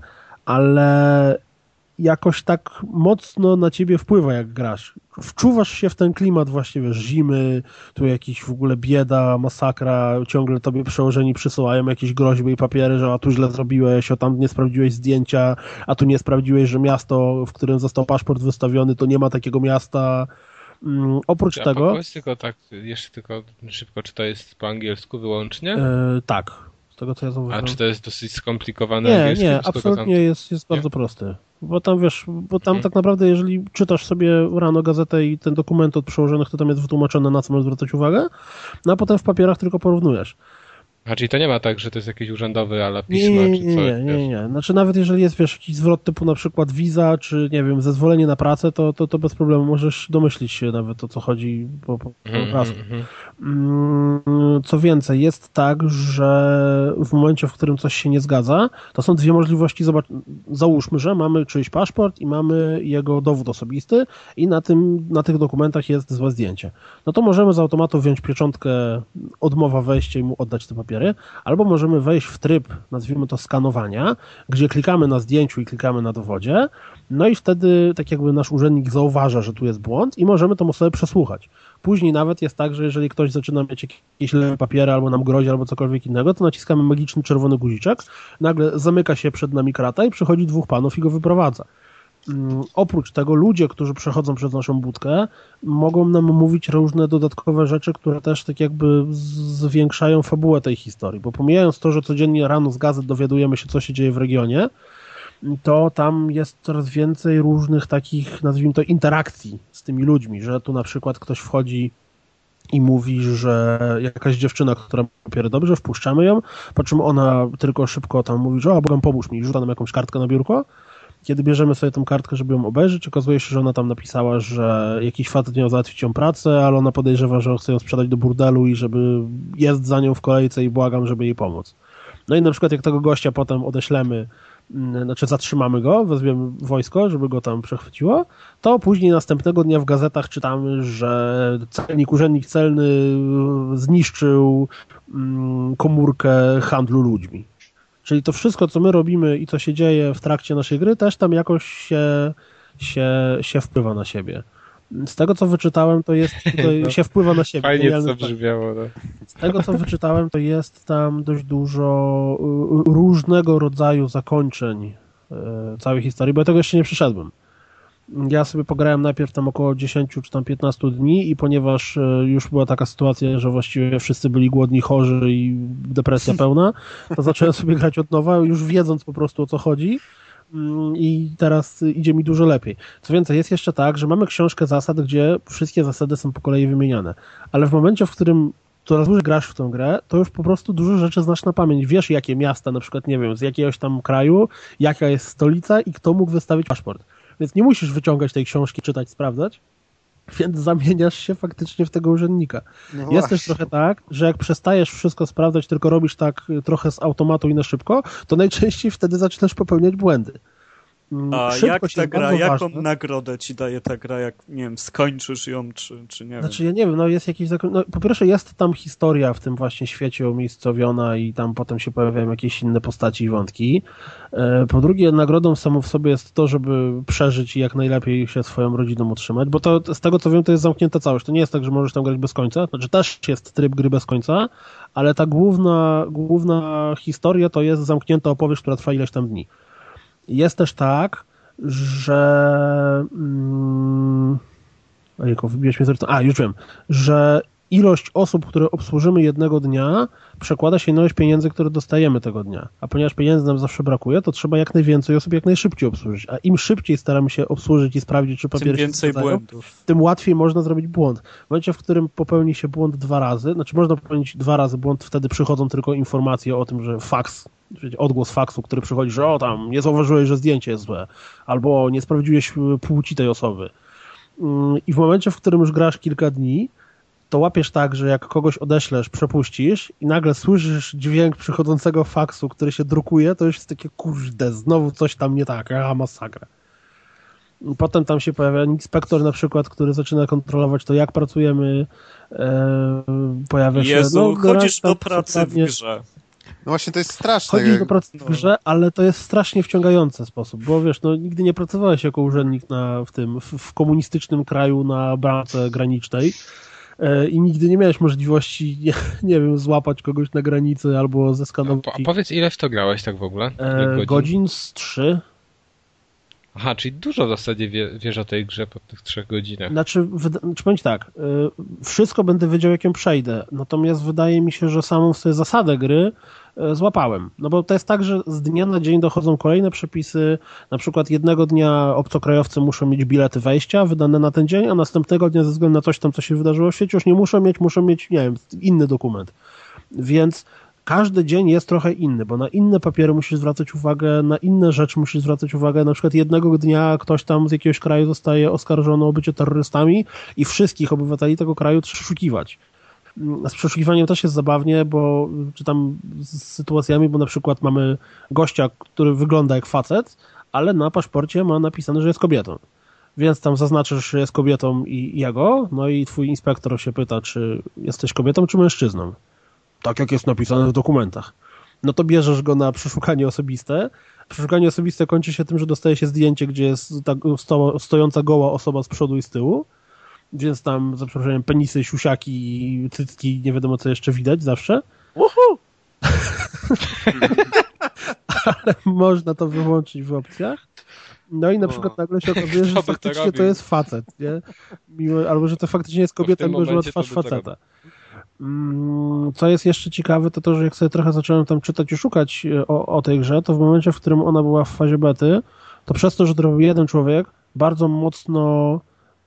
ale jakoś tak mocno na ciebie wpływa, jak grasz. Wczuwasz się w ten klimat właśnie, wiesz, zimy, tu jakiś w ogóle bieda, masakra, ciągle tobie przełożeni przysyłają jakieś groźby i papiery, że a tu źle zrobiłeś, a tam nie sprawdziłeś zdjęcia, a tu nie sprawdziłeś, że miasto, w którym został paszport wystawiony, to nie ma takiego miasta. Oprócz tego... Powiedz tylko tak, jeszcze tylko szybko, czy to jest po angielsku wyłącznie? Tak. Z tego, co ja zauważyłem. A czy to jest dosyć skomplikowane angielski? Nie, absolutnie jest bardzo prosty. Bo tam wiesz, tak naprawdę jeżeli czytasz sobie rano gazetę i ten dokument od przełożonych, to tam jest wytłumaczone, na co masz zwracać uwagę, no a potem w papierach tylko porównujesz. A czyli to nie ma tak, że to jest jakiś urzędowy ala pisma czy coś? Nie. Znaczy nawet jeżeli jest, wiesz, jakiś zwrot typu na przykład wiza, czy nie wiem, zezwolenie na pracę, to bez problemu możesz domyślić się nawet o co chodzi po prostu. Co więcej, jest tak, że w momencie, w którym coś się nie zgadza, to są dwie możliwości. Załóżmy, że mamy czyjś paszport i mamy jego dowód osobisty i na tych dokumentach jest złe zdjęcie. No to możemy z automatu wziąć pieczątkę odmowa wejścia i mu oddać te papiery. papiery, albo możemy wejść w tryb, nazwijmy to skanowania, gdzie klikamy na zdjęciu i klikamy na dowodzie, no i wtedy tak jakby nasz urzędnik zauważa, że tu jest błąd i możemy tą osobę przesłuchać. Później nawet jest tak, że jeżeli ktoś zaczyna mieć jakieś lewe papiery, albo nam grozi, albo cokolwiek innego, to naciskamy magiczny czerwony guziczek, nagle zamyka się przed nami krata i przychodzi 2 panów i go wyprowadza. Oprócz tego ludzie, którzy przechodzą przez naszą budkę, mogą nam mówić różne dodatkowe rzeczy, które też tak jakby zwiększają fabułę tej historii, bo pomijając to, że codziennie rano z gazet dowiadujemy się, co się dzieje w regionie, to tam jest coraz więcej różnych takich, nazwijmy to, interakcji z tymi ludźmi, że tu na przykład ktoś wchodzi i mówi, że jakaś dziewczyna, która ma papiery dobrze, wpuszczamy ją, po czym ona tylko szybko tam mówi, że Bogam pomóż mi, i rzuca nam jakąś kartkę na biurko. Kiedy bierzemy sobie tę kartkę, żeby ją obejrzeć, okazuje się, że ona tam napisała, że jakiś facet miał załatwić ją pracę, ale ona podejrzewa, że on chce ją sprzedać do burdelu i żeby jest za nią w kolejce i błagam, żeby jej pomóc. No i na przykład jak tego gościa potem odeślemy, znaczy zatrzymamy go, wezwiemy wojsko, żeby go tam przechwyciło, to później następnego dnia w gazetach czytamy, że urzędnik celny zniszczył komórkę handlu ludźmi. Czyli to wszystko, co my robimy i co się dzieje w trakcie naszej gry, też tam jakoś się wpływa na siebie. Z tego, co wyczytałem, to jest tutaj się wpływa na siebie. Fajnie to brzmiało. No. Z tego, co wyczytałem, to jest tam dość dużo różnego rodzaju zakończeń całej historii, bo ja tego jeszcze nie przyszedłem. Ja sobie pograłem najpierw tam około 10 czy tam 15 dni i ponieważ już była taka sytuacja, że właściwie wszyscy byli głodni, chorzy i depresja pełna, to zacząłem sobie grać od nowa, już wiedząc po prostu, o co chodzi. I teraz idzie mi dużo lepiej. Co więcej, jest jeszcze tak, że mamy książkę zasad, gdzie wszystkie zasady są po kolei wymieniane. Ale w momencie, w którym coraz dłużej grasz w tę grę, to już po prostu dużo rzeczy znasz na pamięć. Wiesz, jakie miasta, na przykład, nie wiem, z jakiegoś tam kraju, jaka jest stolica i kto mógł wystawić paszport. Więc nie musisz wyciągać tej książki, czytać, sprawdzać, więc zamieniasz się faktycznie w tego urzędnika. No jest też trochę tak, że jak przestajesz wszystko sprawdzać, tylko robisz tak trochę z automatu i na szybko, to najczęściej wtedy zaczynasz popełniać błędy. A jak ta gra, jaką nagrodę ci daje ta gra, jak, nie wiem, skończysz ją, czy nie wiem? Znaczy, ja nie wiem, no jest jakiś... No, po pierwsze jest tam historia w tym właśnie świecie umiejscowiona i tam potem się pojawiają jakieś inne postaci i wątki. Po drugie, nagrodą samą w sobie jest to, żeby przeżyć i jak najlepiej się swoją rodziną utrzymać, bo to z tego, co wiem, to jest zamknięta całość. To nie jest tak, że możesz tam grać bez końca. Znaczy, też jest tryb gry bez końca, ale ta główna historia to jest zamknięta opowieść, która trwa ileś tam dni. Jest też tak, że... Ojejku, wybiłeś mnie z... już wiem. Że ilość osób, które obsłużymy jednego dnia, przekłada się na ilość pieniędzy, które dostajemy tego dnia. A ponieważ pieniędzy nam zawsze brakuje, to trzeba jak najwięcej osób jak najszybciej obsłużyć. A im szybciej staramy się obsłużyć i sprawdzić, czy papiery tym więcej się zgadzają, błędów. Tym łatwiej można zrobić błąd. W momencie, w którym popełni się błąd 2 razy, znaczy można popełnić 2 razy błąd, wtedy przychodzą tylko informacje o tym, że faks, czyli odgłos faksu, który przychodzi, że tam nie zauważyłeś, że zdjęcie jest złe, albo nie sprawdziłeś płci tej osoby. I w momencie, w którym już grasz kilka dni, to łapiesz tak, że jak kogoś odeślesz, przepuścisz i nagle słyszysz dźwięk przychodzącego faksu, który się drukuje, to już jest takie, kurde, znowu coś tam nie tak, masakra. Potem tam się pojawia inspektor na przykład, który zaczyna kontrolować to, jak pracujemy, pojawia się... Jezu, chodzisz do pracy w grze. No właśnie, to jest straszne. Chodzisz do pracy w grze, ale to jest strasznie wciągający sposób, bo wiesz, nigdy nie pracowałeś jako urzędnik w komunistycznym kraju na bramce granicznej i nigdy nie miałeś możliwości, nie wiem, złapać kogoś na granicy albo zeskanować. A powiedz, ile w to grałeś tak w ogóle? Godzin z 3. Aha, czyli dużo w zasadzie wiesz o tej grze po tych 3 godzinach. Znaczy powiem tak, wszystko będę wiedział, jak ją przejdę, natomiast wydaje mi się, że samą sobie zasadę gry złapałem. No bo to jest tak, że z dnia na dzień dochodzą kolejne przepisy, na przykład jednego dnia obcokrajowcy muszą mieć bilety wejścia wydane na ten dzień, a następnego dnia ze względu na coś tam, co się wydarzyło w świecie, już nie muszą mieć, nie wiem, inny dokument. Więc każdy dzień jest trochę inny, bo na inne papiery musisz zwracać uwagę, na inne rzeczy musisz zwracać uwagę. Na przykład jednego dnia ktoś tam z jakiegoś kraju zostaje oskarżony o bycie terrorystami i wszystkich obywateli tego kraju trzeba przeszukiwać. Z przeszukiwaniem też jest zabawnie, bo czy tam z sytuacjami, bo na przykład mamy gościa, który wygląda jak facet, ale na paszporcie ma napisane, że jest kobietą. Więc tam zaznaczysz, że jest kobietą i jego, no i twój inspektor się pyta, czy jesteś kobietą, czy mężczyzną. tak jak jest napisane w dokumentach. No to bierzesz go na przeszukanie osobiste. Przeszukanie osobiste kończy się tym, że dostaje się zdjęcie, gdzie jest stojąca goła osoba z przodu i z tyłu, więc tam, za przeproszeniem, penisy, siusiaki, cycki, nie wiadomo co jeszcze widać zawsze. Ale można to wyłączyć w opcjach. No i na przykład nagle się okazuje, że faktycznie to jest facet, nie? Albo że to faktycznie jest kobieta, mimo że ma twarz faceta. Co jest jeszcze ciekawe, to to, że jak sobie trochę zacząłem tam czytać i szukać o tej grze, to w momencie, w którym ona była w fazie bety, to przez to, że to robił jeden człowiek, bardzo mocno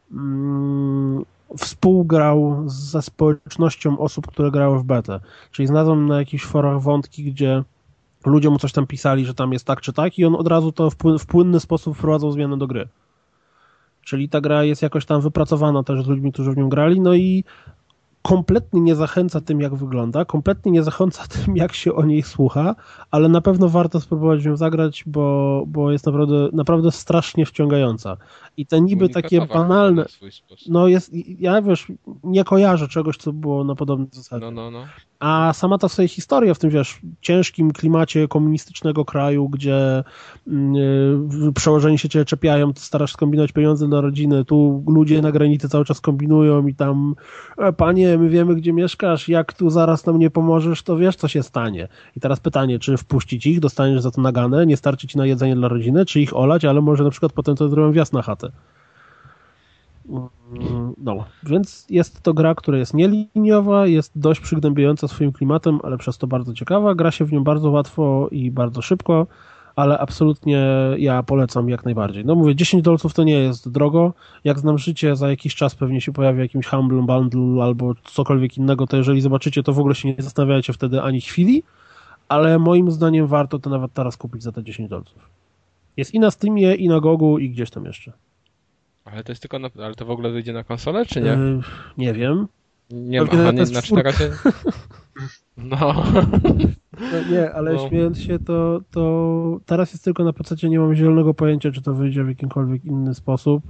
współgrał ze społecznością osób, które grały w betę. Czyli znalazłem na jakichś forach wątki, gdzie ludzie mu coś tam pisali, że tam jest tak czy tak i on od razu to w płynny sposób wprowadzał zmiany do gry. Czyli ta gra jest jakoś tam wypracowana też z ludźmi, którzy w nią grali, no i kompletnie nie zachęca tym, jak wygląda, kompletnie nie zachęca tym, jak się o niej słucha, ale na pewno warto spróbować w nią zagrać, bo jest naprawdę strasznie wciągająca. I te niby takie banalne... No jest, ja wiesz, nie kojarzę czegoś, co było na podobnej zasadzie. No. A sama ta sobie historia w tym, wiesz, ciężkim klimacie komunistycznego kraju, gdzie przełożeni się cię czepiają, ty starasz skombinować pieniądze dla rodziny, tu ludzie na granicy cały czas kombinują i tam panie, my wiemy, gdzie mieszkasz, jak tu zaraz nam nie pomożesz, to wiesz, co się stanie. I teraz pytanie, czy wpuścić ich, dostaniesz za to naganę, nie starczy ci na jedzenie dla rodziny, czy ich olać, ale może na przykład potem to zrobią wjazd na chatę. No, więc jest to gra, która jest nieliniowa, jest dość przygnębiająca swoim klimatem, ale przez to bardzo ciekawa. Gra się w nią bardzo łatwo i bardzo szybko, ale absolutnie ja polecam jak najbardziej. No mówię, $10 to nie jest drogo. Jak znam życie, za jakiś czas pewnie się pojawi jakimś Humble Bundle albo cokolwiek innego, to jeżeli zobaczycie, to w ogóle się nie zastanawiajcie wtedy ani chwili, ale moim zdaniem warto to nawet teraz kupić za te $10. Jest i na Steamie, i na Gogu, i gdzieś tam jeszcze. Ale to jest tylko ale to w ogóle wyjdzie na konsolę, czy nie? Nie wiem. Nie ma, nie, znaczy na razie... No. Nie, ale śmiejąc się, to teraz jest tylko na PC, nie mam zielonego pojęcia, czy to wyjdzie w jakimkolwiek inny sposób.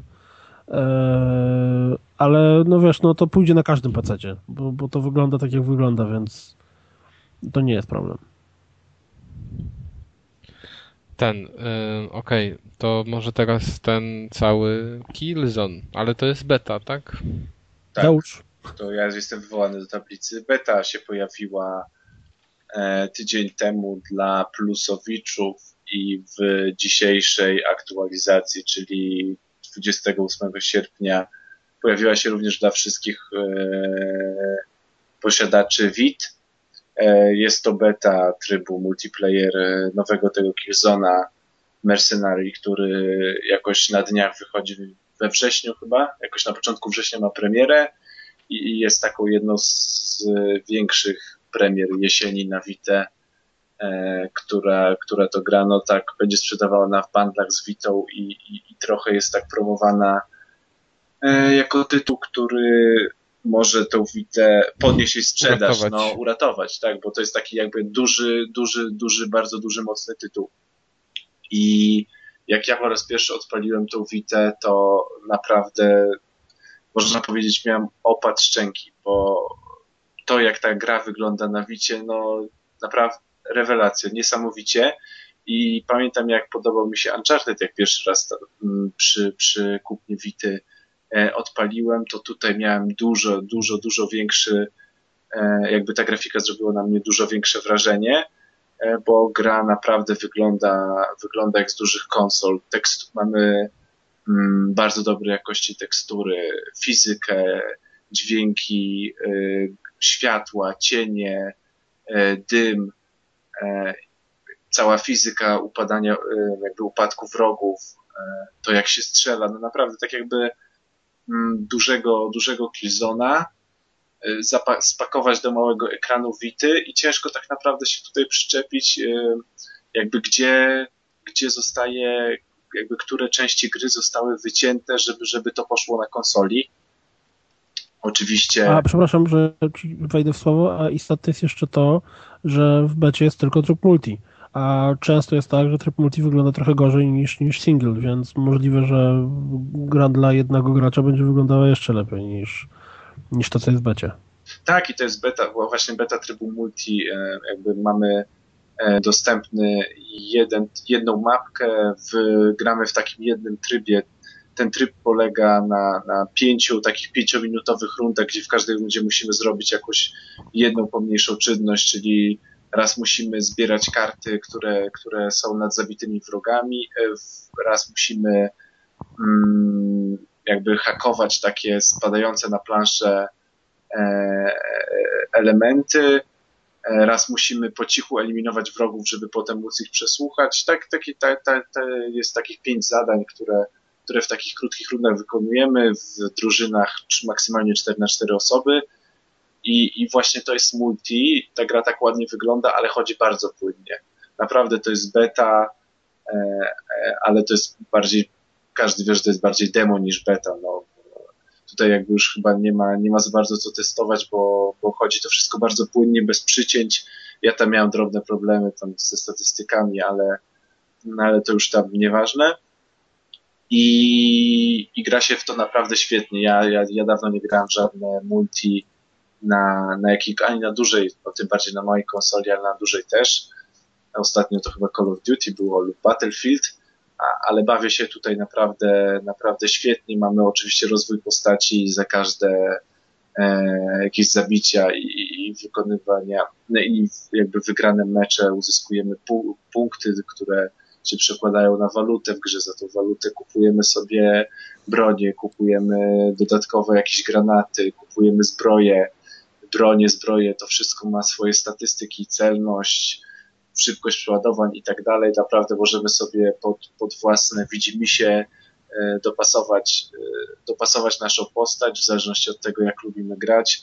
Ale no wiesz, no to pójdzie na każdym PC, bo to wygląda tak, jak wygląda, więc to nie jest problem. Okej, to może teraz ten cały Killzone, ale to jest beta, tak? Tak, to ja jestem wywołany do tablicy. Beta się pojawiła tydzień temu dla plusowiczów i w dzisiejszej aktualizacji, czyli 28 sierpnia, pojawiła się również dla wszystkich posiadaczy Vit. Jest to beta trybu multiplayer nowego tego Killzona Mercenary, który jakoś na dniach wychodzi we wrześniu chyba, jakoś na początku września ma premierę i jest taką jedną z większych premier jesieni na Vitę, która to gra, no tak będzie sprzedawana w bundlach z Vitą i trochę jest tak promowana jako tytuł, który może tą Vitę podnieść jej sprzedaż, uratować, tak, bo to jest taki jakby duży, bardzo duży, mocny tytuł. I jak ja po raz pierwszy odpaliłem tą Vitę, to naprawdę można powiedzieć, miałem opad szczęki, bo to jak ta gra wygląda na Vicie, no naprawdę rewelacja, niesamowicie. I pamiętam, jak podobał mi się Uncharted, jak pierwszy raz przy kupnie Vity odpaliłem, to tutaj miałem dużo większy, jakby ta grafika zrobiła na mnie dużo większe wrażenie, bo gra naprawdę wygląda jak z dużych konsol. Mamy bardzo dobrej jakości tekstury, fizykę, dźwięki, światła, cienie, dym, cała fizyka upadania, jakby upadku wrogów, to jak się strzela, no naprawdę tak jakby dużego Killzona spakować do małego ekranu Vity i ciężko tak naprawdę się tutaj przyczepić, jakby gdzie zostaje, jakby które części gry zostały wycięte, żeby to poszło na konsoli. Oczywiście... A przepraszam, że ci wejdę w słowo, a istotne jest jeszcze to, że w becie jest tylko tryb multi, a często jest tak, że tryb multi wygląda trochę gorzej niż single, więc możliwe, że gra dla jednego gracza będzie wyglądała jeszcze lepiej niż to, co jest w becie. Tak, i to jest właśnie beta trybu multi, jakby mamy dostępny jedną mapkę, gramy w takim jednym trybie. Ten tryb polega na 5 takich 5-minutowych rundach, gdzie w każdej rundzie musimy zrobić jakąś jedną pomniejszą czynność, czyli raz musimy zbierać karty, które są nad zabitymi wrogami, raz musimy jakby hakować takie spadające na planszę elementy, raz musimy po cichu eliminować wrogów, żeby potem móc ich przesłuchać. Jest takich 5 zadań, które w takich krótkich rundach wykonujemy w drużynach maksymalnie 4x4 osoby i właśnie to jest multi. Ta gra tak ładnie wygląda, ale chodzi bardzo płynnie. Naprawdę to jest beta, ale to jest bardziej, każdy wie, że to jest bardziej demo niż beta. No. Tutaj jakby już chyba nie ma za bardzo co testować, bo chodzi to wszystko bardzo płynnie, bez przycięć. Ja tam miałem drobne problemy tam ze statystykami, ale to już tam nieważne. I gra się w to naprawdę świetnie. Ja dawno nie grałem w żadne multi ani na dużej, no tym bardziej na mojej konsoli, ale na dużej też. Ostatnio to chyba Call of Duty było lub Battlefield, ale bawię się tutaj naprawdę świetnie. Mamy oczywiście rozwój postaci za każde jakieś zabicia i wykonywania, i jakby wygrane mecze uzyskujemy punkty, które się przekładają na walutę w grze. Za tą walutę kupujemy sobie bronię, kupujemy dodatkowe jakieś granaty, kupujemy zbroje, to wszystko ma swoje statystyki, celność, szybkość przeładowań i tak dalej. Naprawdę możemy sobie pod własne widzimisię dopasować naszą postać w zależności od tego, jak lubimy grać.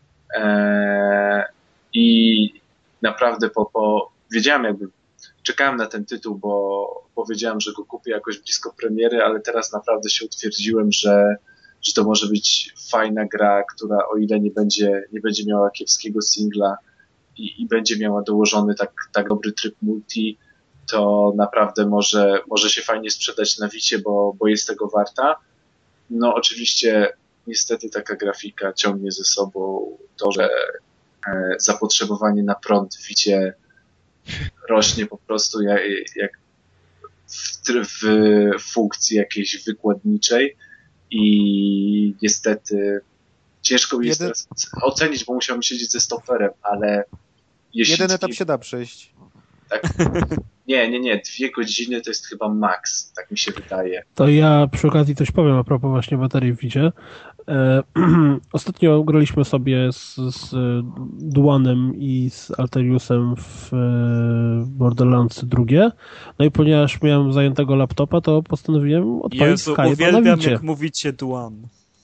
I naprawdę wiedziałem, jakby czekałem na ten tytuł, bo wiedziałem, że go kupię jakoś blisko premiery, ale teraz naprawdę się utwierdziłem, że to może być fajna gra, która o ile nie będzie miała kiepskiego singla i będzie miała dołożony tak dobry tryb multi, to naprawdę może się fajnie sprzedać na Wicie, bo jest tego warta. No oczywiście niestety taka grafika ciągnie ze sobą to, że zapotrzebowanie na prąd w Wicie rośnie po prostu jak w funkcji jakiejś wykładniczej i niestety ciężko mi jest teraz ocenić, bo musiałbym siedzieć ze stoperem, ale jeden etap się da przejść. Tak. Nie. 2 godziny to jest chyba maks, tak mi się wydaje. To ja przy okazji coś powiem a propos właśnie baterii w Wicie. Ostatnio graliśmy sobie z Duanem i z Alteriusem w Borderlands 2. No i ponieważ miałem zajętego laptopa, to postanowiłem odpalić Skype'a na Wicie. Uwielbiam, jak mówicie Duan.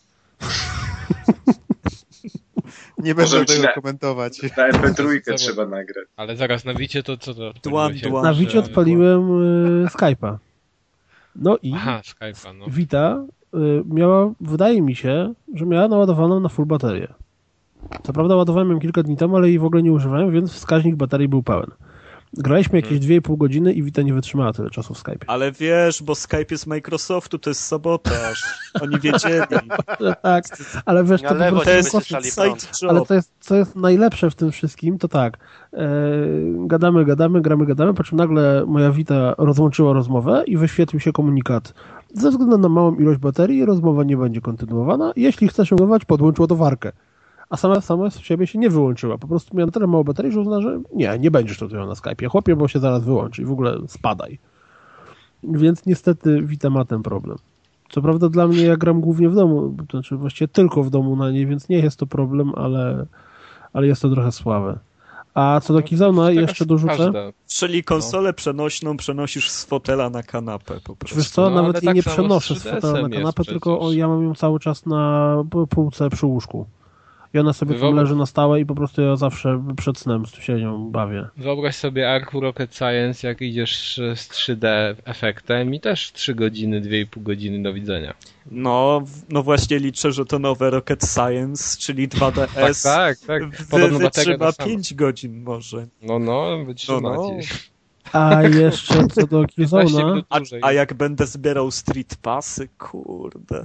Nie będę tego komentować. Na MP3 trzeba nagrać. Ale zaraz, na Wicie to co to? Duan. Na Wicie odpaliłem Skype'a. No i Skype'a, no. Vita miała, wydaje mi się, że miała naładowaną na full baterię. Co prawda ładowałem ją kilka dni temu, ale jej w ogóle nie używałem, więc wskaźnik baterii był pełen. Graliśmy jakieś 2,5 godziny i Vita nie wytrzymała tyle czasu w Skype'ie. Ale wiesz, bo Skype jest Microsoftu, to jest sabotaż. Oni wiedzieli. Tak, ale wiesz, to jest co jest najlepsze w tym wszystkim, to tak, gadamy, po czym nagle moja Vita rozłączyła rozmowę i wyświetlił się komunikat. Ze względu na małą ilość baterii rozmowa nie będzie kontynuowana. Jeśli chcesz ją używać, podłącz ładowarkę. A sama z siebie się nie wyłączyła. Po prostu miałem tyle mało baterii, że uznała, że nie będziesz tutaj na Skype'ie. Chłopie, bo się zaraz wyłączy i w ogóle spadaj. Więc niestety Vita ma ten problem. Co prawda dla mnie, ja gram głównie w domu, to znaczy właściwie tylko w domu na niej, więc nie jest to problem, ale jest to trochę słabe. A co do Killzone'a jeszcze dorzucę. Czyli konsolę przenośną przenosisz z fotela na kanapę po prostu. Wiesz co, nawet jej nie przenoszę z fotela na kanapę, tylko ja mam ją cały czas na półce przy łóżku. I ona sobie tam leży na stałe i po prostu ja zawsze przed snem się nią bawię. Wyobraź sobie Arku Rocket Science, jak idziesz z 3D efektem i też 3 godziny, 2,5 godziny do widzenia. No właśnie liczę, że to nowe Rocket Science, czyli 2DS tak. wytrzyma 5 godzin może. Wytrzyma. A jeszcze co do Killzone'a... A jak będę zbierał Street Passy, kurde...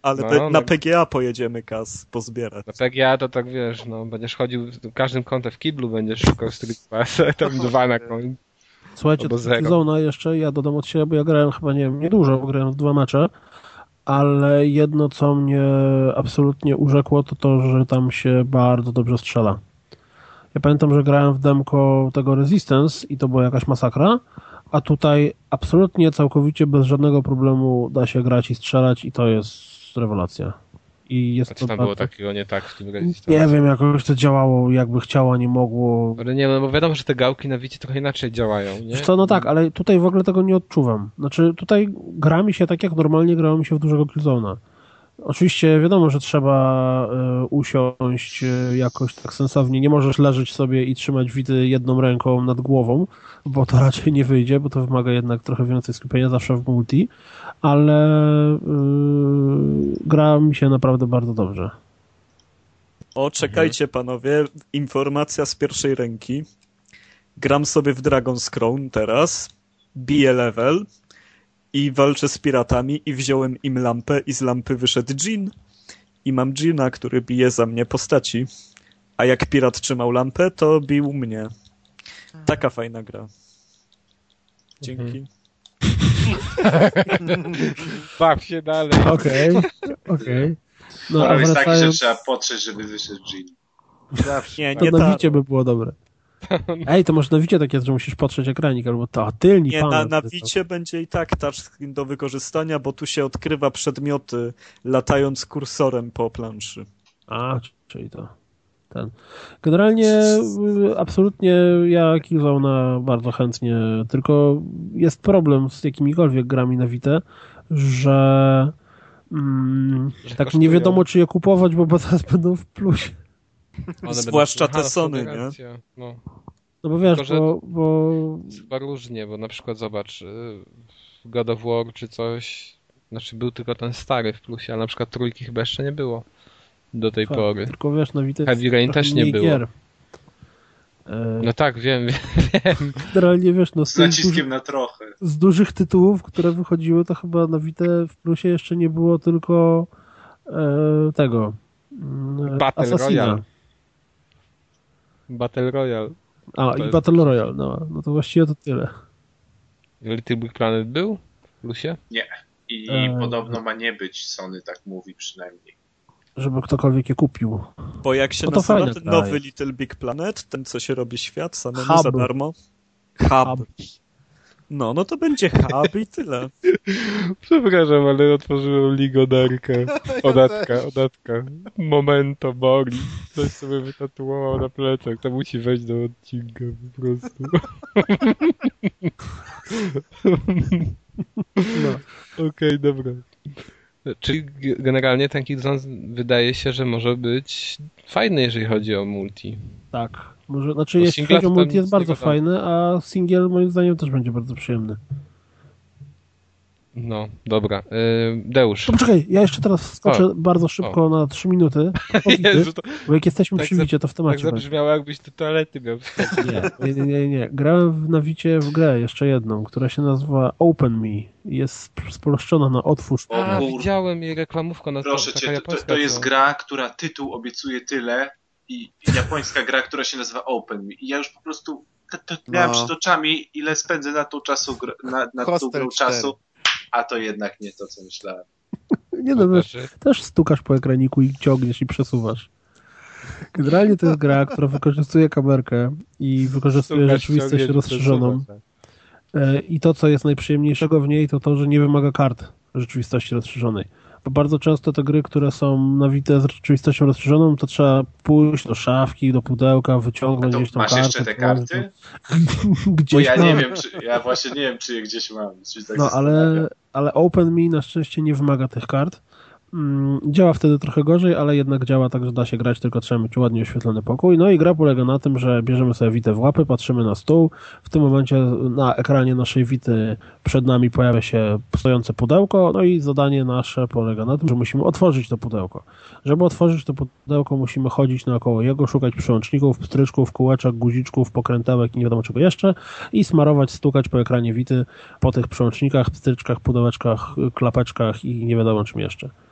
Ale na PGA pojedziemy, Kaz, pozbierać. Na PGA to tak, wiesz, będziesz chodził w każdym kątem w kiblu, będziesz szukał Street Passa, tam 2 na koń. Słuchajcie, do Killzone'a jeszcze ja dodam od siebie, bo ja grałem chyba, niedużo, bo grałem w 2 mecze, ale jedno, co mnie absolutnie urzekło, to, że tam się bardzo dobrze strzela. Ja pamiętam, że grałem w demko tego Resistance i to była jakaś masakra, a tutaj absolutnie, całkowicie bez żadnego problemu da się grać i strzelać i to jest rewelacja. I jest a co tam było takiego nie tak w tym Resistance? Nie wiem, jakoś to działało, jakby chciało, a nie mogło. Ale nie, bo wiadomo, że te gałki na Wicie trochę inaczej działają, nie? Co, no tak, ale tutaj w ogóle tego nie odczuwam. Znaczy, tutaj gra mi się tak, jak normalnie grało mi się w dużego Killzone'a. Oczywiście wiadomo, że trzeba usiąść jakoś tak sensownie. Nie możesz leżeć sobie i trzymać Wity jedną ręką nad głową, bo to raczej nie wyjdzie, bo to wymaga jednak trochę więcej skupienia, zawsze w multi, ale gra mi się naprawdę bardzo dobrze. O, czekajcie panowie, informacja z pierwszej ręki. Gram sobie w Dragon's Crown teraz, biję level i walczę z piratami i wziąłem im lampę i z lampy wyszedł dżin. I mam dżina, który bije za mnie postaci. A jak pirat trzymał lampę, to bił mnie. Taka fajna gra. Dzięki. Baw się dalej. Okej. No, ale jest taki, że trzeba potrzeć, żeby wyszedł dżin. Nie na Wicie by było dobre. Ej, to może na Wicie tak jest, że musisz patrzeć ekranik, albo to tylni nie, panel. Na Wicie będzie i tak touchscreen do wykorzystania, bo tu się odkrywa przedmioty latając kursorem po planszy. A, czyli to. Generalnie absolutnie ja Killzone'a bardzo chętnie, tylko jest problem z jakimikolwiek grami na Vita, że tak kosztują. Nie wiadomo, czy je kupować, bo zaraz będą w plusie. Zwłaszcza te Sony, nie? No bo wiesz, tylko, bo... Chyba różnie, bo na przykład zobacz, God of War czy coś, znaczy był tylko ten stary w plusie, ale na przykład 3 chyba jeszcze nie było do tej pory. Tylko wiesz, na Vita Heavy Rain też nie było. Gier. No tak, wiem. Generalnie wiesz, z naciskiem na trochę. Z dużych tytułów, które wychodziły, to chyba na Vita w plusie jeszcze nie było tylko tego Battle Assassina. Royale. Battle Royale. I Battle Royale, no to właściwie to tyle. Little Big Planet był w plusie? Nie. I podobno ma nie być, Sony tak mówi przynajmniej. Żeby ktokolwiek je kupił. Bo jak się nazywa ten nowy Little Big Planet, ten co się robi świat samemu za darmo? Hub. No to będzie hub i tyle. Przepraszam, ale otworzyłem ligodarkę. Odatka. Momento boli. Ktoś sobie wytatuował na plecach. To musi wejść do odcinka po prostu. Okej, dobra. Czyli generalnie ten Killzone wydaje się, że może być fajny, jeżeli chodzi o multi. Tak. Znaczy jeśli chodzi o multi jest bardzo fajny, a singiel moim zdaniem też będzie bardzo przyjemny. No, dobra. Deusz. No poczekaj, ja jeszcze teraz skoczę bardzo szybko na 3 minuty. Jezu, bo jak jesteśmy przy Wicie, to w temacie. Tak zabrzmiało, jakbyś do toalety miał. Nie. Grałem na Wicie w grę jeszcze jedną, która się nazywa Open Me. Jest spolszczona na otwórz. Widziałem jej reklamówkę na Proszę cię, to jest gra, która tytuł obiecuje tyle i japońska gra, która się nazywa Open Me. I ja już po prostu miałem przed oczami, ile spędzę na tą czasu na tą grą czasu. A to jednak nie to, co myślałem. Nie no, wiesz, też stukasz po ekraniku i ciągniesz i przesuwasz. Generalnie to jest gra, która wykorzystuje kamerkę i wykorzystuje rzeczywistość rozszerzoną. I to, co jest najprzyjemniejszego w niej, to, że nie wymaga kart rzeczywistości rozszerzonej. Bo bardzo często te gry, które są nawite z rzeczywistością rozszerzoną, to trzeba pójść do szafki, do pudełka, wyciągnąć gdzieś tam masz kartę. Masz jeszcze te karty? Gdzieś bo ja nie wiem, ja właśnie nie wiem, czy je gdzieś mam. Tak no, ale Open Me na szczęście nie wymaga tych kart. Działa wtedy trochę gorzej, ale jednak działa tak, że da się grać, tylko trzeba mieć ładnie oświetlony pokój. No i gra polega na tym, że bierzemy sobie Vitę w łapy, patrzymy na stół. W tym momencie na ekranie naszej Vity przed nami pojawia się stojące pudełko, no i zadanie nasze polega na tym, że musimy otworzyć to pudełko. Żeby otworzyć to pudełko, musimy chodzić naokoło jego, szukać przełączników, pstryczków, kółeczek, guziczków, pokrętełek i nie wiadomo czego jeszcze i smarować, stukać po ekranie Vity po tych przełącznikach, pstryczkach, pudełeczkach, klapeczkach i nie wiadomo czym jeszcze.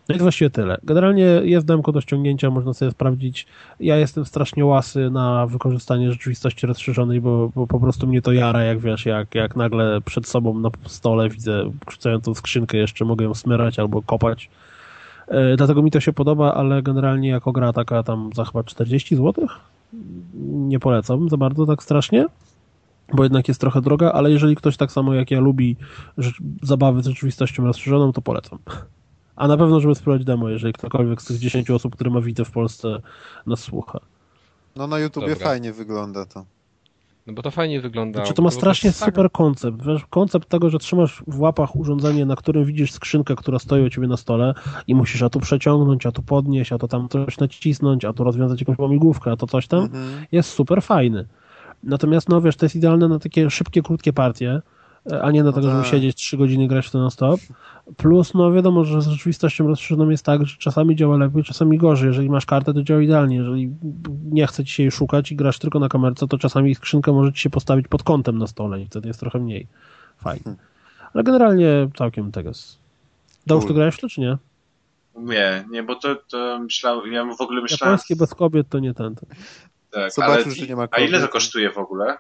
No i to właściwie tyle. Generalnie jest demko do ściągnięcia, można sobie sprawdzić. Ja jestem strasznie łasy na wykorzystanie rzeczywistości rozszerzonej, bo po prostu mnie to jara, jak wiesz, jak nagle przed sobą na stole widzę krzyczącą skrzynkę, jeszcze mogę ją smyrać albo kopać. Dlatego mi to się podoba, ale generalnie jako gra taka tam za chyba 40 zł nie polecam za bardzo tak strasznie, bo jednak jest trochę droga, ale jeżeli ktoś tak samo jak ja lubi zabawy z rzeczywistością rozszerzoną, to polecam. A na pewno, żeby spróbować demo, jeżeli ktokolwiek z tych 10 osób, które ma Vita w Polsce, nas słucha. No na YouTubie Dobra. fajnie wygląda to. No bo to fajnie wygląda. Znaczy to ma strasznie super koncept. Wiesz, koncept tego, że trzymasz w łapach urządzenie, na którym widzisz skrzynkę, która stoi u ciebie na stole i musisz a tu przeciągnąć, a tu podnieść, a to tam coś nacisnąć, a tu rozwiązać jakąś łamigłówkę, a to coś tam, jest super fajny. Natomiast, no wiesz, to jest idealne na takie szybkie, krótkie partie, a nie na tego, żeby siedzieć 3 godziny grać w to non-stop. Plus, no wiadomo, że z rzeczywistością rozszerzoną jest tak, że czasami działa lepiej, czasami gorzej. Jeżeli masz kartę, to działa idealnie. Jeżeli nie chce ci się jej szukać i grasz tylko na kamerce, to czasami skrzynkę może ci się postawić pod kątem na stole i wtedy jest trochę mniej fajnie. Ale generalnie całkiem tego jest. Dałeś to grałeś w to, czy nie? Nie, bo to myślałem, ja w ogóle myślałem... Japońskie bez kobiet to nie ten. Tak, Zobaczył, ale że nie ma a kobiet. ile to kosztuje w ogóle?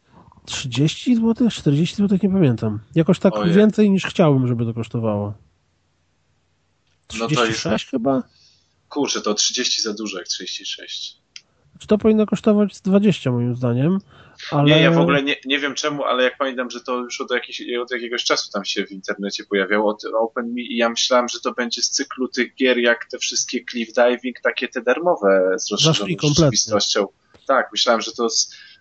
30 zł? 40 zł? Nie pamiętam. Jakoś tak Ojej. więcej niż chciałbym, żeby to kosztowało. No to 36 jest... chyba? Kurczę, to 30 za dużo jak 36. Czy to powinno kosztować z 20 moim zdaniem, ale... Nie, ja w ogóle nie wiem czemu, ale jak pamiętam, że to już od jakiegoś czasu tam się w internecie pojawiało od OpenMe i ja myślałem, że to będzie z cyklu tych gier jak te wszystkie Cliff Diving, takie te darmowe z rozszerzoną rzeczywistością. Tak, myślałem, że to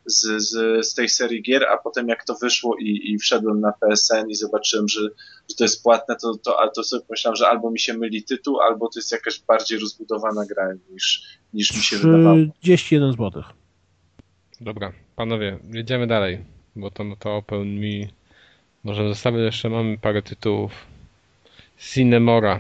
z tej serii gier, a potem jak to wyszło i wszedłem na PSN i zobaczyłem, że to jest płatne, to sobie pomyślałem, że albo mi się myli tytuł, albo to jest jakaś bardziej rozbudowana gra niż mi się wydawało. 31 zł. Dobra, panowie, jedziemy dalej, bo to OpenMe. Może zostawię jeszcze, mamy parę tytułów. Cinemora.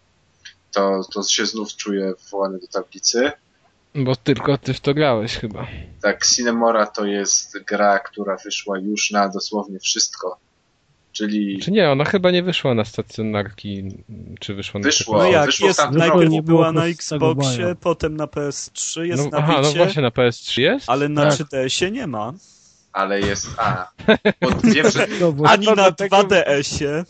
To się znów czuję wwołany do tablicy. Bo tylko ty w to grałeś chyba. Tak, Cinemora to jest gra, która wyszła już na dosłownie wszystko. Czyli... Czy nie, ona chyba nie wyszła na stacjonarki, czy wyszła na... Wyszło. No jak, wyszło w jest, tamtym najpierw roku. była na Było Xboxie, potem na PS3, jest na no Vicie, właśnie na PS3 jest? ale na Tak. 3DS-ie nie ma. Ale jest... Bo wiem, że... Ani to na dlatego- 2DS-ie.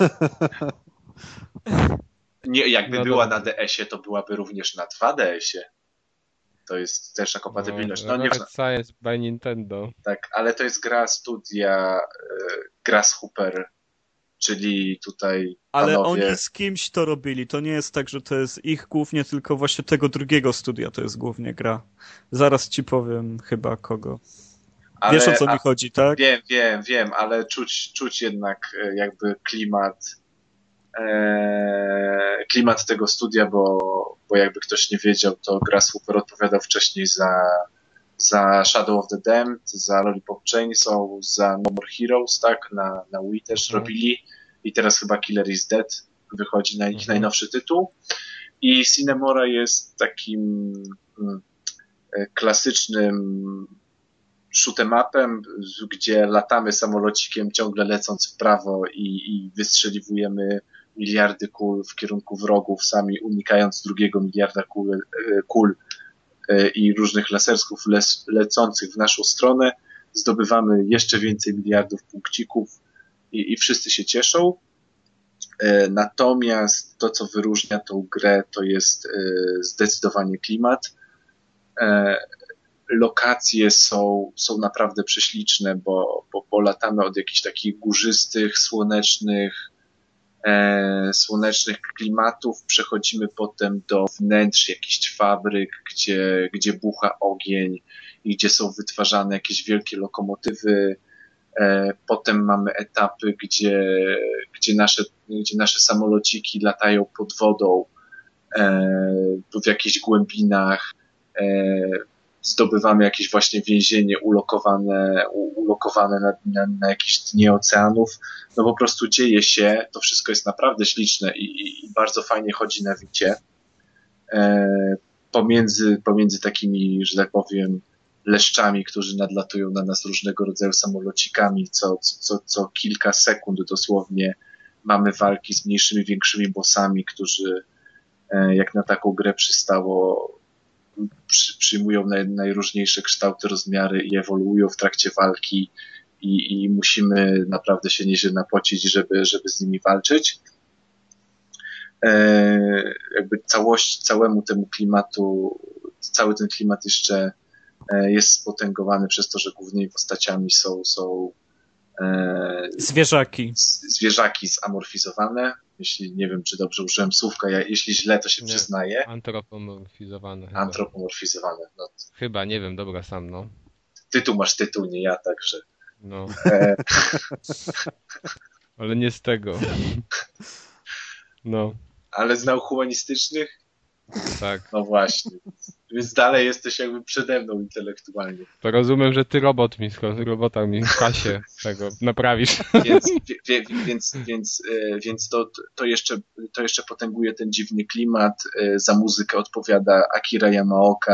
Nie, jakby No była dobra. na DS-ie, to byłaby również na 2DS-ie. To jest też na kompatybilność. No nie Rocket Science by Nintendo. tak, ale to jest gra studia Grasshopper, czyli tutaj Ale panowie... oni z kimś to robili. To nie jest tak, że to jest ich głównie, tylko właśnie tego drugiego studia to jest głównie gra. Zaraz ci powiem chyba kogo. Wiesz, o co mi chodzi, tak? Wiem, ale czuć jednak jakby klimat tego studia, bo jakby ktoś nie wiedział, to Grasshopper odpowiadał wcześniej za Shadow of the Damned, za Lollipop Chainsaw, za No More Heroes, tak? Na Wii też robili i teraz chyba Killer is Dead wychodzi na ich najnowszy tytuł. I Cinemora jest takim klasycznym shoot'em upem, gdzie latamy samolocikiem ciągle lecąc w prawo i wystrzeliwujemy miliardy kul w kierunku wrogów, sami unikając drugiego miliarda kul i różnych lasersków lecących w naszą stronę. Zdobywamy jeszcze więcej miliardów punkcików i wszyscy się cieszą. Natomiast to, co wyróżnia tą grę, to jest zdecydowanie klimat. Lokacje są naprawdę prześliczne, bo latamy od jakichś takich górzystych, słonecznych klimatów, przechodzimy potem do wnętrz jakichś fabryk, gdzie bucha ogień i gdzie są wytwarzane jakieś wielkie lokomotywy. Potem mamy etapy, gdzie nasze samolociki latają pod wodą, w jakichś głębinach, zdobywamy jakieś właśnie więzienie ulokowane na jakieś dnie oceanów. No po prostu dzieje się, to wszystko jest naprawdę śliczne i bardzo fajnie chodzi na Vicie. Pomiędzy takimi, że tak powiem, leszczami, którzy nadlatują na nas różnego rodzaju samolocikami, co kilka sekund dosłownie mamy walki z mniejszymi, większymi bossami, jak na taką grę przystało, przyjmują najróżniejsze kształty, rozmiary i ewoluują w trakcie walki i musimy naprawdę się nieźle napocić, żeby z nimi walczyć. Jakby całemu temu klimatu, cały ten klimat jeszcze jest spotęgowany przez to, że głównymi postaciami są zwierzaki zamorfizowane. Jeśli nie wiem, czy dobrze użyłem słówka, jeśli źle, to się przyznaję. Antropomorfizowane. Antropomorfizowane. No. Chyba, nie wiem, dobra, sam, no. Tytuł masz tytuł, nie ja, także. No. Ale nie z tego. No. Ale z nauk humanistycznych? Tak. No właśnie. Więc dalej jesteś jakby przede mną intelektualnie. To rozumiem, że ty robota mi w kasie tego naprawisz. Więc to jeszcze potęguje ten dziwny klimat. Za muzykę odpowiada Akira Yamaoka,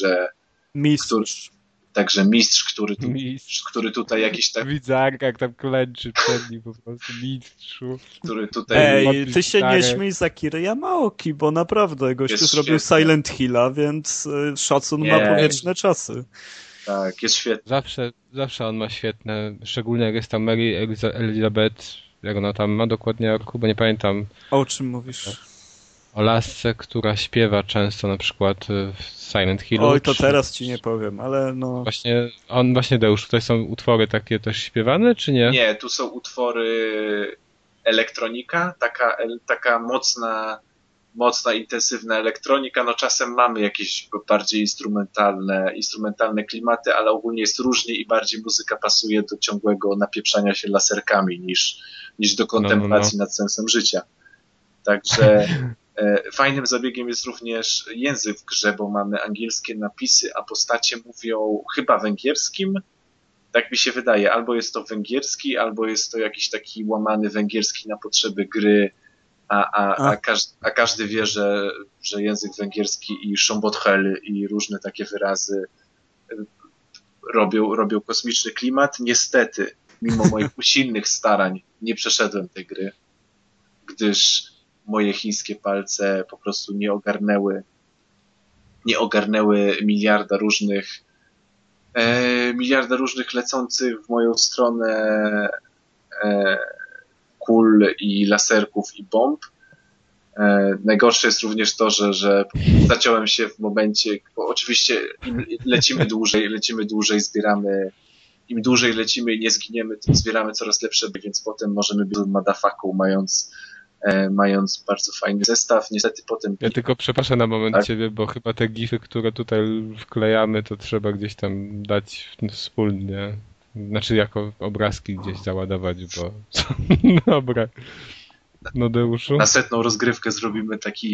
mistrz, który tutaj jakiś tak... Widzę Arka, jak tam klęczy przed nim po prostu, mistrzu. Który tutaj... ty się nie śmiej z Akiry Yamaoki, bo naprawdę gościu zrobił Silent Hilla, więc szacun ma po wieczne czasy. Tak, jest świetny. Zawsze on ma świetne, szczególnie jak jest tam Mary Elizabeth, jak ona tam ma dokładnie, Arku, bo nie pamiętam. O czym mówisz? O lasce, która śpiewa często na przykład w Silent Hillu. Oj, to teraz ci nie powiem, ale no... Właśnie Deusz, tutaj są utwory takie też śpiewane, czy nie? Nie, tu są utwory elektronika, taka mocna, intensywna elektronika. No czasem mamy jakieś bardziej instrumentalne klimaty, ale ogólnie jest różnie i bardziej muzyka pasuje do ciągłego napieprzania się laserkami niż do kontemplacji nad sensem życia. Także fajnym zabiegiem jest również język w grze, bo mamy angielskie napisy, a postacie mówią chyba węgierskim. Tak mi się wydaje. Albo jest to węgierski, albo jest to jakiś taki łamany węgierski na potrzeby gry, a każdy wie, że język węgierski i szombothel i różne takie wyrazy robią kosmiczny klimat. Niestety, mimo moich usilnych starań, nie przeszedłem tej gry, gdyż moje chińskie palce po prostu nie ogarnęły miliarda różnych lecących w moją stronę kul i laserków i bomb. Najgorsze jest również to, że zaciąłem się w momencie, bo oczywiście im lecimy dłużej, zbieramy, im dłużej lecimy i nie zginiemy, tym zbieramy coraz lepsze, więc potem możemy być madafaką, mając bardzo fajny zestaw. Niestety potem... Ja tylko przepraszam na moment ciebie, bo chyba te gify, które tutaj wklejamy, to trzeba gdzieś tam dać wspólnie. Znaczy jako obrazki gdzieś załadować, bo... Dobra. No Deuszu? Na 100. rozgrywkę zrobimy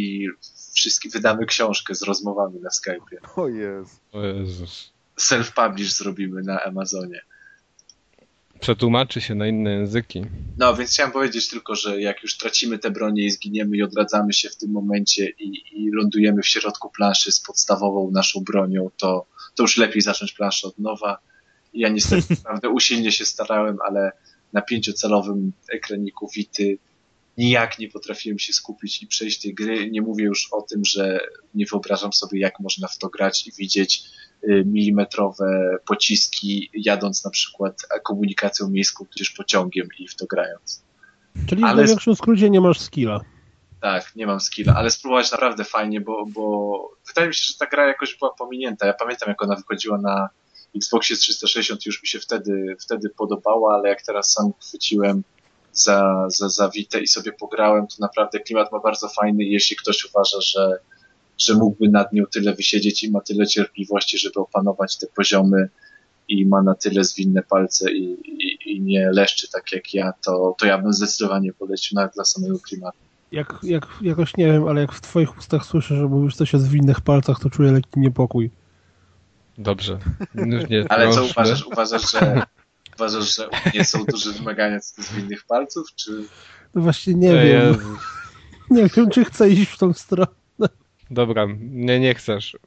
wydamy książkę z rozmowami na Skype'ie. O Jezus. Self-publish zrobimy na Amazonie. Przetłumaczy się na inne języki. No, więc chciałem powiedzieć tylko, że jak już tracimy te bronie i zginiemy i odradzamy się w tym momencie i lądujemy w środku planszy z podstawową naszą bronią, to już lepiej zacząć planszę od nowa. Ja niestety naprawdę usilnie się starałem, ale na 5-calowym ekraniku Vity nijak nie potrafiłem się skupić i przejść tej gry. Nie mówię już o tym, że nie wyobrażam sobie, jak można w to grać i widzieć milimetrowe pociski, jadąc na przykład komunikacją miejską, tudzież pociągiem i w to grając. Czyli w największym skrócie nie masz skilla. Tak, nie mam skilla, ale spróbować naprawdę fajnie, bo wydaje mi się, że ta gra jakoś była pominięta. Ja pamiętam, jak ona wychodziła na Xboxie 360, już mi się wtedy podobała, ale jak teraz sam chwyciłem za Vitę i sobie pograłem, to naprawdę klimat ma bardzo fajny i jeśli ktoś uważa, że mógłby nad nią tyle wysiedzieć i ma tyle cierpliwości, żeby opanować te poziomy i ma na tyle zwinne palce i nie leszczy tak jak ja, to ja bym zdecydowanie polecił nawet dla samego klimatu. Jakoś nie wiem, ale jak w twoich ustach słyszę, że mówisz coś o zwinnych palcach, to czuję lekki niepokój. Dobrze. Nie, ale co uważasz, że nie są duże wymagania co do zwinnych palców, czy... No właśnie nie wiem. Jezus. Nie wiem, czy chcę iść w tą stronę. Dobra, nie chcesz.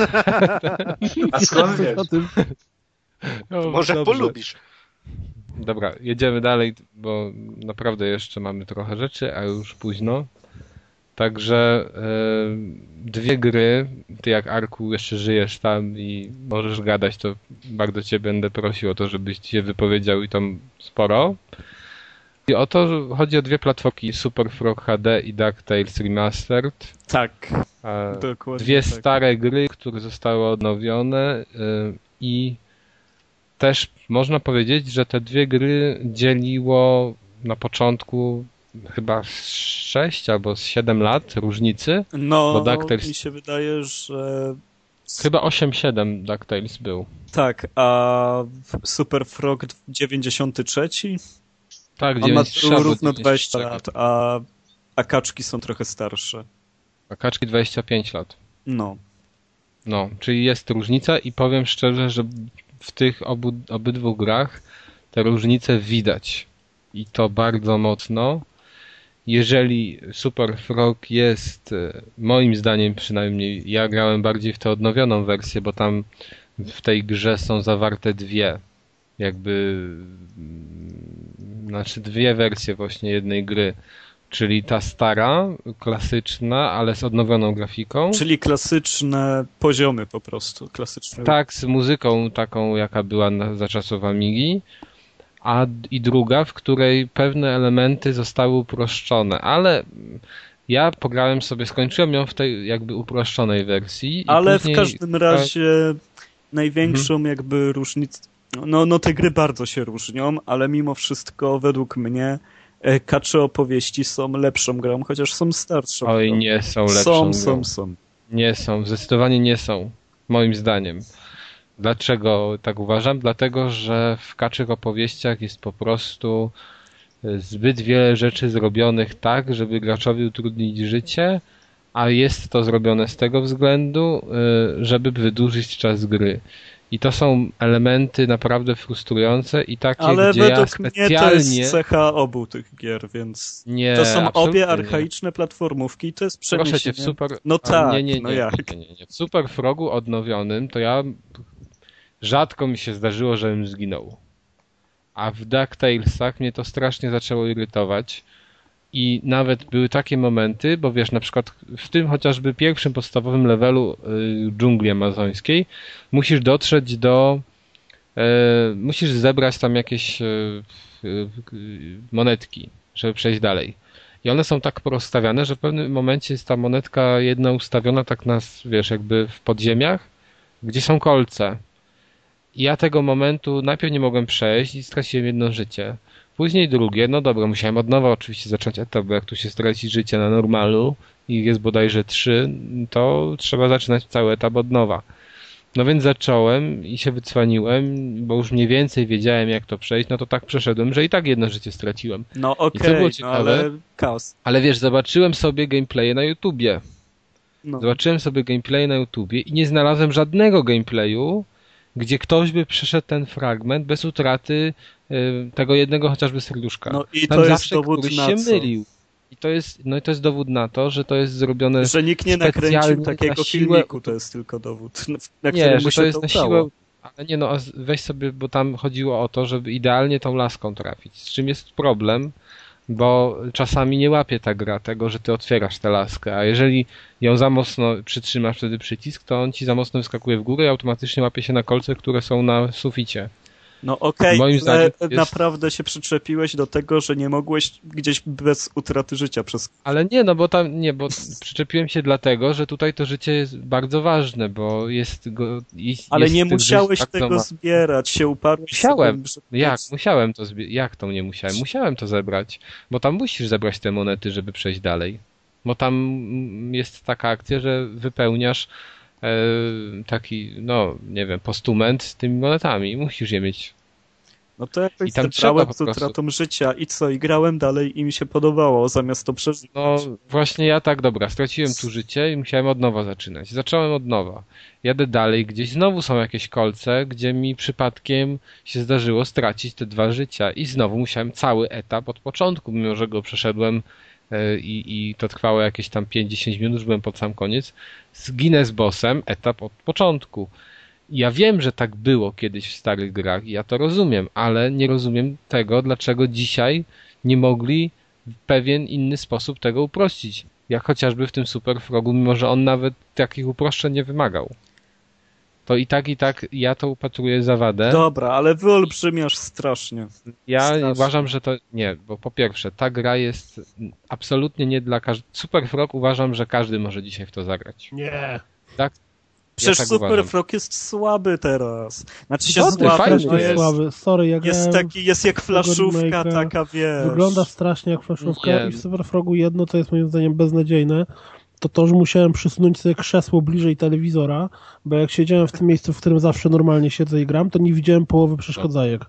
A skąd wiesz? No, może dobrze. Polubisz. Dobra, jedziemy dalej, bo naprawdę jeszcze mamy trochę rzeczy, a już późno. Także dwie gry, ty jak Arku jeszcze żyjesz tam i możesz gadać, to bardzo cię będę prosił o to, żebyś się wypowiedział i tam sporo. I o to chodzi o dwie platformki, Super Frog HD i DuckTales Remastered. Tak, dokładnie. Dwie tak. stare gry, które zostały odnowione i też można powiedzieć, że te dwie gry dzieliło na początku chyba 6 albo 7 lat różnicy. No, bo DuckTales... mi się wydaje, że... Chyba 8-7 DuckTales był. Tak, a Super Frog 93? Tak, On ma 93 albo równo 20 94. lat, a kaczki są trochę starsze. A kaczki 25 lat. No. No, czyli jest różnica i powiem szczerze, że w tych obydwu grach te różnice widać. I to bardzo mocno. Jeżeli Super Frog jest, moim zdaniem przynajmniej, ja grałem bardziej w tę odnowioną wersję, bo tam w tej grze są zawarte dwie wersje właśnie jednej gry. Czyli ta stara, klasyczna, ale z odnowioną grafiką. Czyli klasyczne poziomy po prostu. Klasyczne. Tak, z muzyką taką, jaka była za czasów Amigi. I druga, w której pewne elementy zostały uproszczone, ale ja pograłem sobie, skończyłem ją w tej jakby uproszczonej wersji. Ale później... w każdym razie największą jakby różnicą, no te gry bardzo się różnią, ale mimo wszystko według mnie Kacze opowieści są lepszą grą, chociaż są starszą. Oj, grą. nie są lepszą grą. Są. Nie są, zdecydowanie nie są, moim zdaniem. Dlaczego tak uważam? Dlatego, że w Kaczych opowieściach jest po prostu zbyt wiele rzeczy zrobionych tak, żeby graczowi utrudnić życie, a jest to zrobione z tego względu, żeby wydłużyć czas gry. I to są elementy naprawdę frustrujące i takie, ale gdzie ja według specjalnie... mnie to jest cecha obu tych gier, więc nie, to są obie absolutnie archaiczne platformówki i to jest przeniesienie. Proszę cię, w Super... No tak, nie, jak? Nie. W Super Frogu odnowionym to ja... Rzadko mi się zdarzyło, żebym zginął. A w DuckTalesach mnie to strasznie zaczęło irytować. I nawet były takie momenty, bo wiesz, na przykład w tym chociażby pierwszym podstawowym levelu dżungli amazońskiej musisz dotrzeć musisz zebrać tam jakieś monetki, żeby przejść dalej. I one są tak porozstawiane, że w pewnym momencie jest ta monetka jedna ustawiona tak wiesz, jakby w podziemiach, gdzie są kolce. I ja tego momentu najpierw nie mogłem przejść i straciłem jedno życie. Później drugie, no dobra, musiałem od nowa oczywiście zacząć etap, bo jak tu się straci życie na normalu i jest bodajże 3, to trzeba zaczynać cały etap od nowa. No więc zacząłem i się wycwaniłem, bo już mniej więcej wiedziałem jak to przejść, no to tak przeszedłem, że i tak jedno życie straciłem. No okej, ale chaos. Ale wiesz, zobaczyłem sobie gameplaye na YouTubie. No. Zobaczyłem sobie gameplay na YouTubie i nie znalazłem żadnego gameplayu, gdzie ktoś by przeszedł ten fragment bez utraty tego jednego chociażby serduszka. No i tam to jest zawsze dowód któryś na się co? mylił. I to jest dowód na to, że to jest zrobione że nikt nie nakręcił specjalnie takiego na siłę. filmiku, to jest tylko dowód, na Nie, którym że mu to się jest na udało. siłę. Ale nie no, weź sobie, bo tam chodziło o to, żeby idealnie tą laską trafić. Z czym jest problem, bo czasami nie łapie ta gra tego, że ty otwierasz tę laskę, a jeżeli ją za mocno przytrzymasz wtedy przycisk, to on ci za mocno wyskakuje w górę i automatycznie łapie się na kolce, które są na suficie. No okej, Moim zdaniem ale naprawdę się przyczepiłeś do tego, że nie mogłeś gdzieś bez utraty życia przez... Ale nie, no bo bo przyczepiłem się dlatego, że tutaj to życie jest bardzo ważne, bo jest Ale nie musiałeś tego zbierać, się uparłeś. Musiałem. Sobie, Jak? Musiałem to zbierać. Jak to nie musiałem? Musiałem to zebrać, bo tam musisz zebrać te monety, żeby przejść dalej. Bo tam jest taka akcja, że wypełniasz taki, no nie wiem, postument z tymi monetami. Musisz je mieć. No to jakoś I tam zebrałem z trzeba po prostu. utratą życia i co? I grałem dalej i mi się podobało, zamiast to przeżyć. No właśnie ja tak, dobra, straciłem tu życie i musiałem od nowa zaczynać. Zacząłem od nowa. Jadę dalej, gdzieś znowu są jakieś kolce, gdzie mi przypadkiem się zdarzyło stracić te 2 życia i znowu musiałem cały etap od początku, mimo że go przeszedłem i to trwało jakieś tam 5-10 minut, już byłem pod sam koniec. Zginę z bossem, etap od początku. Ja wiem, że tak było kiedyś w starych grach i ja to rozumiem, ale nie rozumiem tego, dlaczego dzisiaj nie mogli w pewien inny sposób tego uprościć. jak chociażby w tym Super Frogu, mimo że on nawet takich uproszczeń nie wymagał. To i tak ja to upatruję za wadę. Dobra, ale wyolbrzymiasz strasznie. Ja uważam, że to nie, bo po pierwsze, ta gra jest absolutnie nie dla każdego. Super Frog uważam, że każdy może dzisiaj w to zagrać. Nie. Tak? Przecież tak Super uważam. Frog jest słaby teraz. Znaczy się Dobry, słaby, fajny no jest. Słaby. Sorry, jak jest jak flaszówka remake'a. taka, wiesz. Wygląda strasznie jak flaszówka Nie. i w Super Frogu jedno, co jest moim zdaniem beznadziejne, to, że musiałem przysunąć sobie krzesło bliżej telewizora, bo jak siedziałem w tym miejscu, w którym zawsze normalnie siedzę i gram, to nie widziałem połowy przeszkodzajek.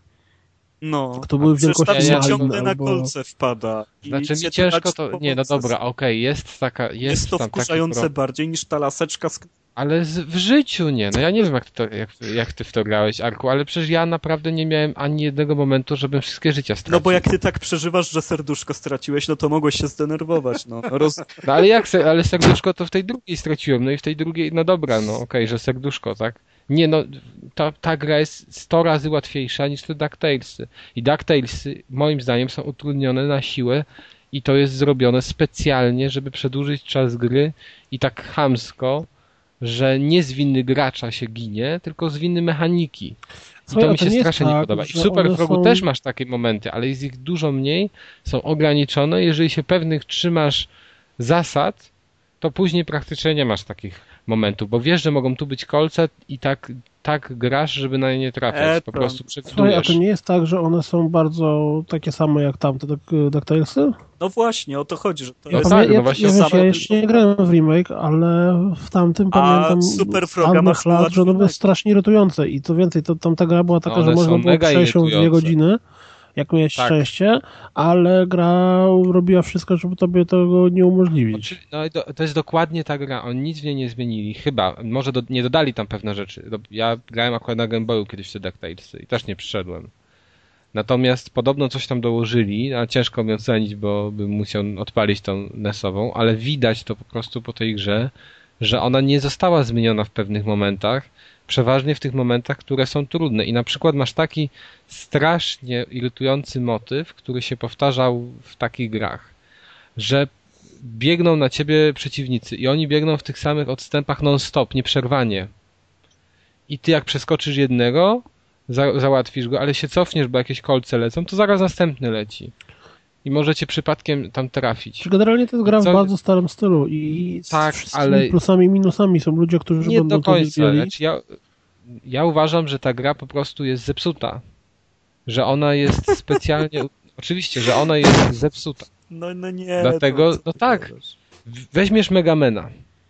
No, To były przecież tam wielkości się malin ciągle na albo- kolce wpada. I Znaczy mi cię ciężko trać to... po Nie, no kolce. dobra, okej, jest taka... Jest to tam taki wkurzające bardziej niż ta laseczka z... Ale w życiu nie. No ja nie wiem, jak ty w to grałeś, Arku, ale przecież ja naprawdę nie miałem ani jednego momentu, żebym wszystkie życia stracił. No bo jak ty tak przeżywasz, że serduszko straciłeś, no to mogłeś się zdenerwować, no. No ale ale serduszko to w tej drugiej straciłem, no i w tej drugiej, no dobra, no okej, że serduszko, tak? Nie, no ta gra jest 100 razy łatwiejsza niż te DuckTalesy. I DuckTalesy moim zdaniem są utrudnione na siłę i to jest zrobione specjalnie, żeby przedłużyć czas gry i tak chamsko, że nie z winy gracza się ginie, tylko z winy mechaniki. I Słuchaj, to mi to się nie jest strasznie nie tak, podoba. I w że Super one Frogu są- też masz takie momenty, ale jest ich dużo mniej, są ograniczone. Jeżeli się pewnych trzymasz zasad, to później praktycznie nie masz takich momentów, bo wiesz, że mogą tu być kolce i tak grasz, żeby na nie nie trafiać. Po prostu Słuchaj, a przewidujesz. to nie jest tak, że one są bardzo takie same jak tamte DuckTalesy? No właśnie, o to chodzi, że to No jest... tak, ja, no właśnie ja, wiesz, samo- ja jeszcze nie grałem w remake, ale w tamtym pamiętam Super z Froga dawnych masz lat, że one były ułatwione. strasznie irytujące i co więcej, to tamta gra była taka, No, że one można są było mega przejść ją w 2 irytujące. godziny, jak miałeś Tak. szczęście, ale gra robiła wszystko, żeby tobie tego nie umożliwić. No i to jest dokładnie ta gra. Oni nic w niej nie zmienili. Chyba. Może nie dodali tam pewne rzeczy. Ja grałem akurat na Game Boyu kiedyś w te DuckTalesy i też nie przyszedłem. Natomiast podobno coś tam dołożyli, a ciężko mi ocenić, bo bym musiał odpalić tą NES-ową, ale widać to po prostu po tej grze, że ona nie została zmieniona w pewnych momentach, przeważnie w tych momentach, które są trudne. I na przykład masz taki strasznie irytujący motyw, który się powtarzał w takich grach, że biegną na ciebie przeciwnicy i oni biegną w tych samych odstępach non-stop, nieprzerwanie. I ty jak przeskoczysz jednego, załatwisz go, ale się cofniesz, bo jakieś kolce lecą, to zaraz następny leci. I możecie przypadkiem tam trafić. Generalnie to jest gra w Co- bardzo starym stylu i z Tak, wszystkimi ale- plusami i minusami są ludzie, którzy Nie będą do to końca. widzieli. Znaczy ja uważam, że ta gra po prostu jest zepsuta. Że ona jest specjalnie... Oczywiście, że ona jest zepsuta. No nie. Dlatego, to- no tak. Weźmiesz Megamena.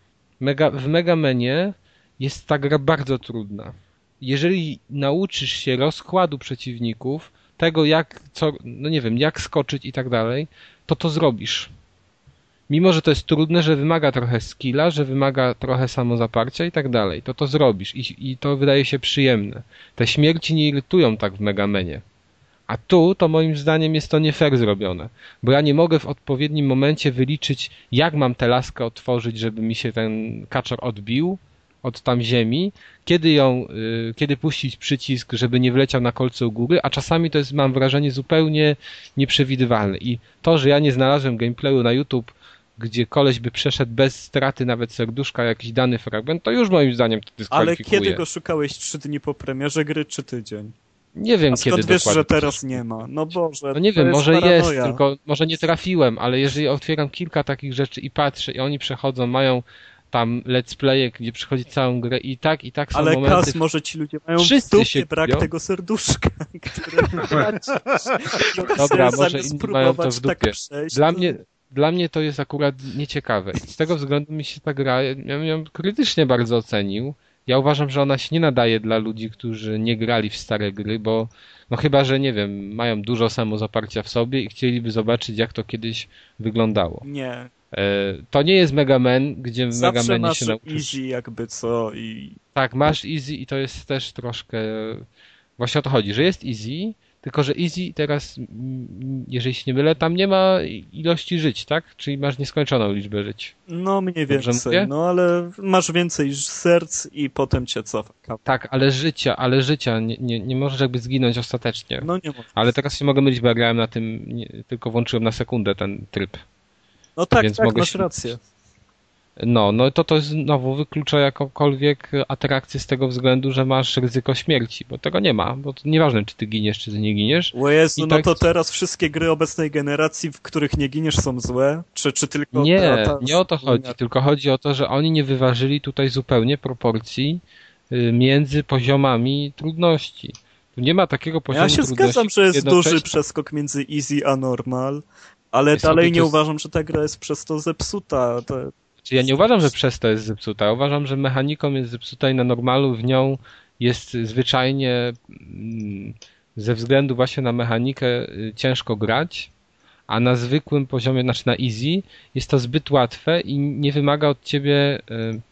W Megamenie jest ta gra bardzo trudna. Jeżeli nauczysz się rozkładu przeciwników, tego no nie wiem, jak skoczyć i tak dalej, to zrobisz. Mimo, że to jest trudne, że wymaga trochę skilla, że wymaga trochę samozaparcia i tak dalej, to zrobisz i to wydaje się przyjemne. Te śmierci nie irytują tak w Megamenie. A tu to moim zdaniem jest to nie fair zrobione, bo ja nie mogę w odpowiednim momencie wyliczyć, jak mam tę laskę otworzyć, żeby mi się ten kaczor odbił od tam ziemi, kiedy puścić przycisk, żeby nie wleciał na kolce u góry, a czasami to jest, mam wrażenie, zupełnie nieprzewidywalne. I to, że ja nie znalazłem gameplayu na YouTube, gdzie koleś by przeszedł bez straty nawet serduszka jakiś dany fragment, to już moim zdaniem to Ale dyskwalifikuje. kiedy go szukałeś 3 dni po premierze gry, czy tydzień? Nie wiem, A skąd kiedy wiesz, dokładnie. że teraz nie ma? No Boże, No nie to wiem, jest może jest, paranoja. tylko może nie trafiłem, ale jeżeli otwieram kilka takich rzeczy i patrzę i oni przechodzą, mają tam let's playe, gdzie przychodzi całą grę i tak są Ale momenty... Kas, może ci ludzie mają Wszyscy w dupie się brak gubią. tego serduszka, które Dobra, może zamiast inni mają to w spróbować tak dupie. przejść, Dla mnie to jest akurat nieciekawe. I z tego względu mi się ta gra, ja bym ją krytycznie bardzo ocenił. Ja uważam, że ona się nie nadaje dla ludzi, którzy nie grali w stare gry, bo no chyba, że nie wiem, mają dużo samozaparcia w sobie i chcieliby zobaczyć, jak to kiedyś wyglądało. Nie. To nie jest Mega Man, gdzie w Mega Zawsze Manie masz się nauczysz. easy jakby co i... Tak, masz easy i to jest też troszkę... Właśnie o to chodzi, że jest easy, tylko że easy teraz, jeżeli się nie mylę, tam nie ma ilości żyć, tak? Czyli masz nieskończoną liczbę żyć. No mniej Dobrze więcej, mówię? no ale masz więcej serc i potem cię cofa. Tak, ale życia nie możesz jakby zginąć ostatecznie. No nie możesz. Ale teraz się mogę mylić, bo ja grałem na tym, tylko włączyłem na sekundę ten tryb. No tak, więc tak, masz rację. No to znowu wyklucza jakąkolwiek atrakcję z tego względu, że masz ryzyko śmierci, bo tego nie ma, bo to nieważne, czy ty giniesz, czy ty nie giniesz. O Jezu, no to teraz wszystkie gry obecnej generacji, w których nie giniesz, są złe? Czy tylko... Nie o to chodzi, tylko chodzi o to, że oni nie wyważyli tutaj zupełnie proporcji między poziomami trudności. Tu nie ma takiego poziomu trudności. Ja się zgadzam, że jest duży przeskok między easy a normal, ale dalej nie uważam, że ta gra jest przez to zepsuta. Ja nie uważam, że przez to jest zepsuta. Ja uważam, że mechaniką jest zepsuta i na normalu w nią jest zwyczajnie ze względu właśnie na mechanikę ciężko grać, a na zwykłym poziomie, znaczy na easy, jest to zbyt łatwe i nie wymaga od ciebie,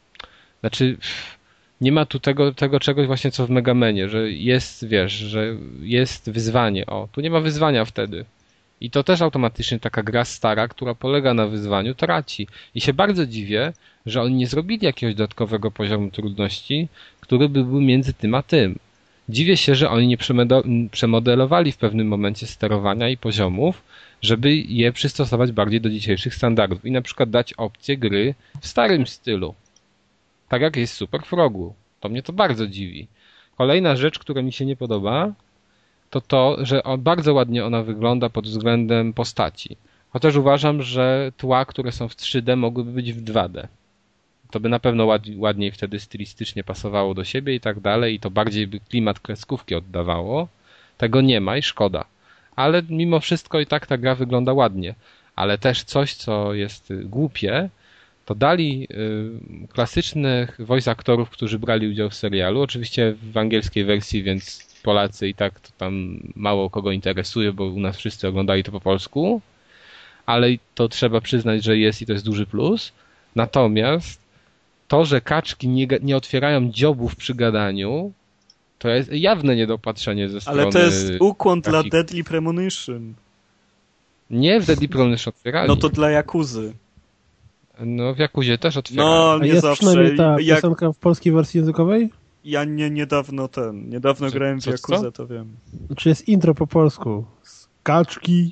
nie ma tu tego czegoś właśnie co w Megamenie, że jest, wiesz, że jest wyzwanie. O, tu nie ma wyzwania wtedy. I to też automatycznie taka gra stara, która polega na wyzwaniu, traci. I się bardzo dziwię, że oni nie zrobili jakiegoś dodatkowego poziomu trudności, który by był między tym a tym. Dziwię się, że oni nie przemodelowali w pewnym momencie sterowania i poziomów, żeby je przystosować bardziej do dzisiejszych standardów i na przykład dać opcję gry w starym stylu. Tak jak jest w Super Frogu. To mnie to bardzo dziwi. Kolejna rzecz, która mi się nie podoba, to, że bardzo ładnie ona wygląda pod względem postaci. Chociaż uważam, że tła, które są w 3D, mogłyby być w 2D. To by na pewno ładniej wtedy stylistycznie pasowało do siebie i tak dalej, i to bardziej by klimat kreskówki oddawało. Tego nie ma i szkoda. Ale mimo wszystko i tak ta gra wygląda ładnie. Ale też coś, co jest głupie, to dali klasycznych voice aktorów, którzy brali udział w serialu. Oczywiście w angielskiej wersji, więc Polacy i tak to tam mało kogo interesuje, bo u nas wszyscy oglądali to po polsku, ale to trzeba przyznać, że jest i to jest duży plus. Natomiast to, że kaczki nie otwierają dziobów przy gadaniu, to jest jawne niedopatrzenie ze strony... Ale to jest ukłon dla Deadly Premonition. Nie, w Deadly Premonition otwierali. No to dla Jakuzy. No w Jakuzie też otwierali. No, nie jest zawsze. Przynajmniej ta piosenka w polskiej wersji językowej? Ja niedawno grałem w Jakuzę, to wiem. Czy jest intro po polsku? Kaczki.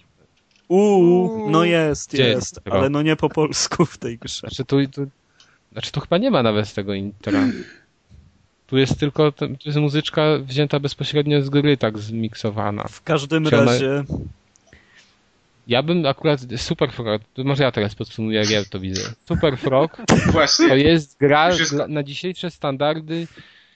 No jest, ale no nie po polsku w tej grze. Znaczy tu chyba nie ma nawet tego intra. Tu jest tylko, tu jest muzyczka wzięta bezpośrednio z gry, tak zmiksowana. W każdym razie... Ja bym akurat Super Frog, może ja teraz podsumuję, jak ja to widzę. Super Frog Właśnie. To jest gra na dzisiejsze standardy.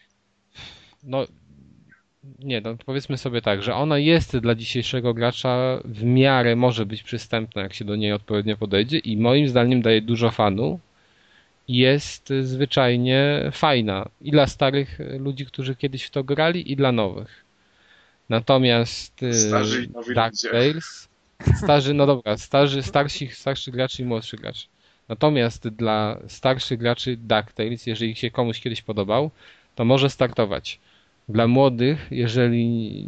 No powiedzmy sobie tak, że ona jest dla dzisiejszego gracza w miarę może być przystępna, jak się do niej odpowiednio podejdzie i moim zdaniem daje dużo fanu i jest zwyczajnie fajna i dla starych ludzi, którzy kiedyś w to grali i dla nowych. Natomiast Starzy i nowi DuckTales, starszych graczy i młodszych graczy. Natomiast dla starszych graczy DuckTales, jeżeli się komuś kiedyś podobał, to może startować. Dla młodych, jeżeli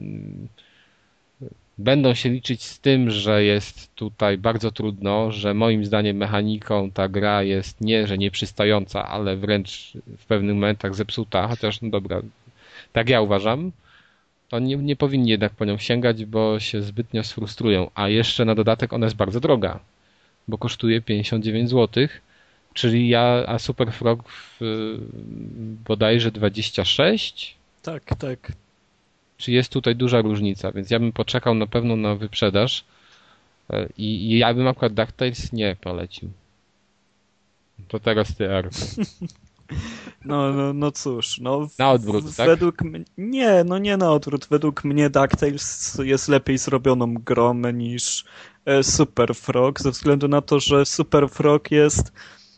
będą się liczyć z tym, że jest tutaj bardzo trudno, że moim zdaniem mechaniką ta gra jest nie, że nieprzystająca, ale wręcz w pewnych momentach zepsuta, chociaż no dobra, tak ja uważam, to nie powinni jednak po nią sięgać, bo się zbytnio sfrustrują. A jeszcze na dodatek ona jest bardzo droga, bo kosztuje 59 zł, czyli a Super Frog bodajże 26? Tak. Czy jest tutaj duża różnica, więc ja bym poczekał na pewno na wyprzedaż i ja bym akurat DuckTales nie polecił. To teraz ty, Arku. No cóż, na odwrót, tak? Według mnie, nie na odwrót. Według mnie DuckTales jest lepiej zrobioną grą niż Super Frog, ze względu na to, że Super Frog jest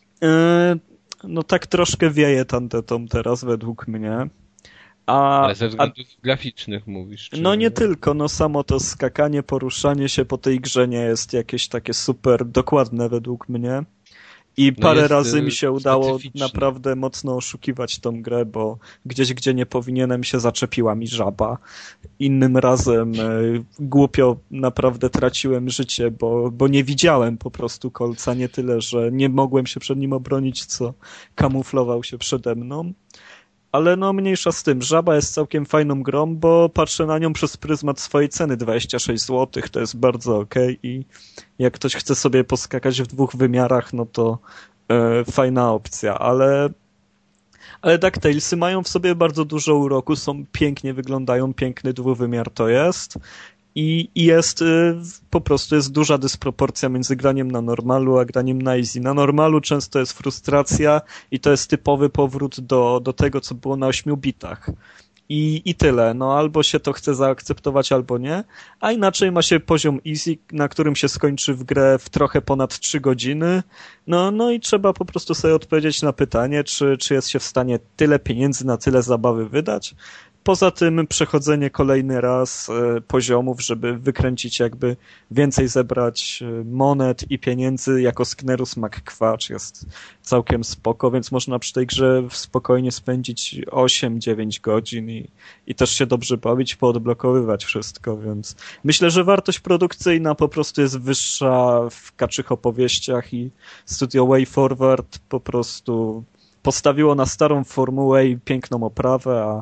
tak troszkę wieje tandetą teraz według mnie. Ale ze względów graficznych mówisz? Czy... No nie tylko, samo to skakanie, poruszanie się po tej grze nie jest jakieś takie super dokładne według mnie. I parę razy mi się udało naprawdę mocno oszukiwać tą grę, bo gdzieś, gdzie nie powinienem, się zaczepiła mi żaba. Innym razem głupio naprawdę traciłem życie, bo nie widziałem po prostu kolca, nie tyle, że nie mogłem się przed nim obronić, co kamuflował się przede mną. Ale no mniejsza z tym. Żaba jest całkiem fajną grą, bo patrzę na nią przez pryzmat swojej ceny 26 zł. To jest bardzo okej i jak ktoś chce sobie poskakać w 2 wymiarach, no to fajna opcja, ale DuckTalesy mają w sobie bardzo dużo uroku, pięknie wyglądają, piękny 2-wymiar to jest. I jest po prostu jest duża dysproporcja między graniem na normalu a graniem na easy. Na normalu często jest frustracja i to jest typowy powrót do tego, co było na 8 bitach. I tyle. No albo się to chce zaakceptować, albo nie. A inaczej ma się poziom easy, na którym się skończy w grę w trochę ponad 3 godziny. No i trzeba po prostu sobie odpowiedzieć na pytanie, czy jest się w stanie tyle pieniędzy na tyle zabawy wydać. Poza tym przechodzenie kolejny raz poziomów, żeby wykręcić jakby więcej zebrać monet i pieniędzy jako Sknerus McQuatch jest całkiem spoko, więc można przy tej grze spokojnie spędzić 8-9 godzin i też się dobrze bawić, poodblokowywać wszystko, więc myślę, że wartość produkcyjna po prostu jest wyższa w kaczych opowieściach i Studio Way Forward po prostu postawiło na starą formułę i piękną oprawę, a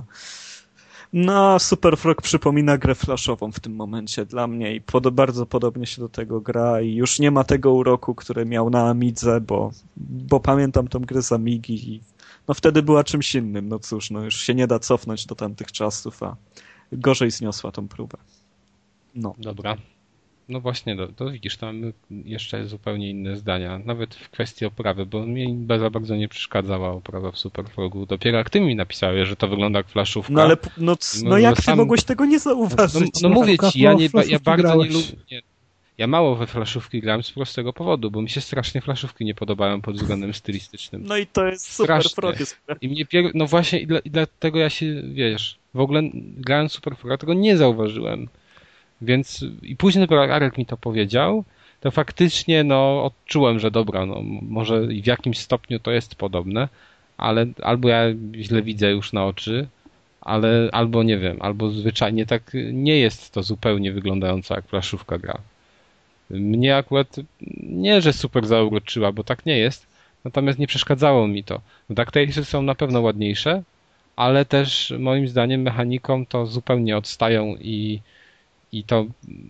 Super Frog przypomina grę flashową w tym momencie dla mnie i bardzo podobnie się do tego gra i już nie ma tego uroku, który miał na Amidze, bo pamiętam tą grę z Amigi i wtedy była czymś innym. No cóż, już się nie da cofnąć do tamtych czasów, a gorzej zniosła tą próbę. No. Dobra. No właśnie, to widzisz, tam mamy jeszcze zupełnie inne zdania, nawet w kwestii oprawy, bo mnie za bardzo nie przeszkadzała oprawa w Super Frogu. Dopiero jak ty mi napisałeś, że to wygląda jak flaszówka. No ale jak ty mogłeś tego nie zauważyć? No mówię ci, ja bardzo nie lubię. Ja mało we flaszówki grałem z prostego powodu, bo mi się strasznie flaszówki nie podobają pod względem stylistycznym. No i to jest Super Frog. I mnie no właśnie i dlatego ja się, w ogóle grając Super Froga tego nie zauważyłem. Więc i później dopiero Arek mi to powiedział, to faktycznie odczułem, że dobra, może i w jakimś stopniu to jest podobne, ale albo ja źle widzę już na oczy, ale albo nie wiem, albo zwyczajnie tak nie jest to zupełnie wyglądająca jak flaszówka gra. Mnie akurat nie, że super zauroczyła, bo tak nie jest, natomiast nie przeszkadzało mi to. DuckTalesy są na pewno ładniejsze, ale też moim zdaniem mechaniką to zupełnie odstają i to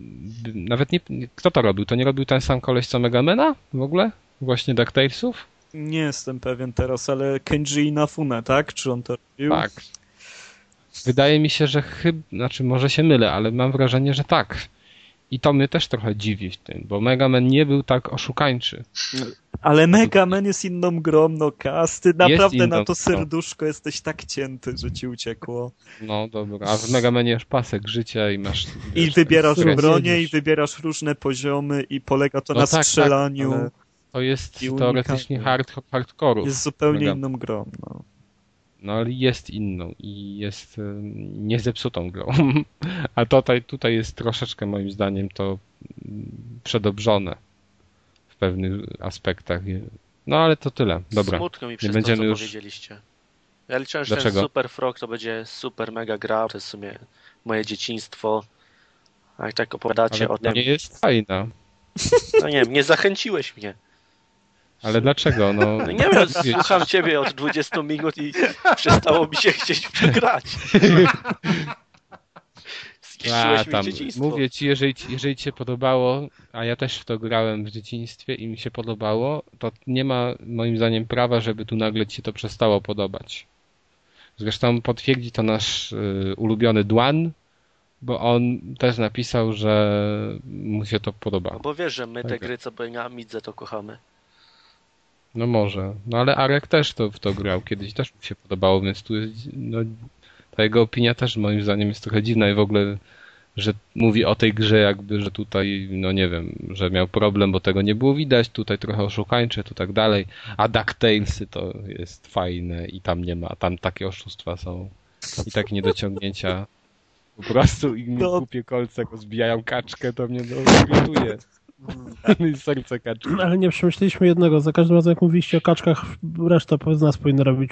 nawet nie... Kto to robił? To nie robił ten sam koleś co Megamena w ogóle? Właśnie DuckTalesów? Nie jestem pewien teraz, ale Kenji Inafune, tak? Czy on to robił? Tak. Wydaje mi się, że może się mylę, ale mam wrażenie, że tak. I to mnie też trochę dziwi w tym, bo Mega Man nie był tak oszukańczy. Ale Mega Man jest inną grą, Kasty. Naprawdę na to serduszko jesteś tak cięty, że ci uciekło. No dobra, a w Mega Manie masz pasek życia i masz... I wybierasz bronię, i wybierasz różne poziomy i polega to na strzelaniu. Tak, to jest teoretycznie hardcore. Jest zupełnie inną grą, No ale jest inną i jest niezepsutą grą. A tutaj jest troszeczkę moim zdaniem to przedobrzone w pewnych aspektach. No ale to tyle. Dobra. Smutno mi przez to, co powiedzieliście. Ja liczyłem, że ten Super Frog to będzie super mega gra, to jest w sumie moje dzieciństwo. A jak tak opowiadacie ale o tym... nie jest fajna. No nie wiem, nie zachęciłeś mnie. Ale dlaczego? No nie wiem, słucham ciebie od 20 minut i przestało mi się chcieć grać. Mówię ci, jeżeli ci się podobało, a ja też w to grałem w dzieciństwie i mi się podobało, to nie ma moim zdaniem prawa, żeby tu nagle ci to przestało podobać. Zresztą potwierdzi to nasz ulubiony Dwan, bo on też napisał, że mu się to podoba. No bo wiesz, że my te gry, co były na Amidze, to kochamy. No może. No ale Arek też w to grał kiedyś, też mu się podobało, więc tu jest, ta jego opinia też moim zdaniem jest trochę dziwna i w ogóle, że mówi o tej grze jakby, że tutaj, nie wiem, że miał problem, bo tego nie było widać, tutaj trochę oszukańcze, tu tak dalej, a DuckTalesy to jest fajne i tam nie ma, tam takie oszustwa są i takie niedociągnięcia. Po prostu i mi głupie kolce zbijają kaczkę, to mnie irytuje. I serce kaczki. Ale nie przemyśleliśmy jednego. Za każdym razem jak mówiliście o kaczkach, reszta z nas powinna robić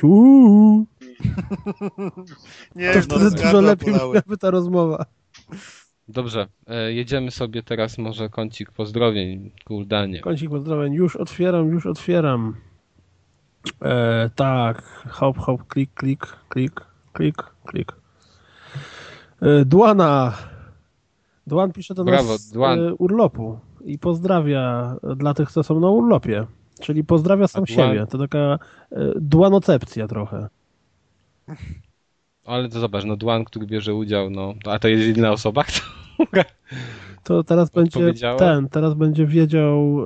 Nie, to wtedy dużo lepiej byłaby ta rozmowa. Dobrze, jedziemy sobie teraz może kącik pozdrowień, Kuldanie. Kącik pozdrowień, już otwieram. Tak, hop, hop, klik, klik, klik, klik, klik. Dłana. Dłan pisze do Brawo, nas z Dłan. urlopu i pozdrawia dla tych, co są na urlopie. Czyli pozdrawia sam siebie. To taka dłanocepcja trochę. Ale to zobacz, no Dłan, który bierze udział, no, a to jest jedyna osoba, kto To teraz będzie teraz będzie wiedział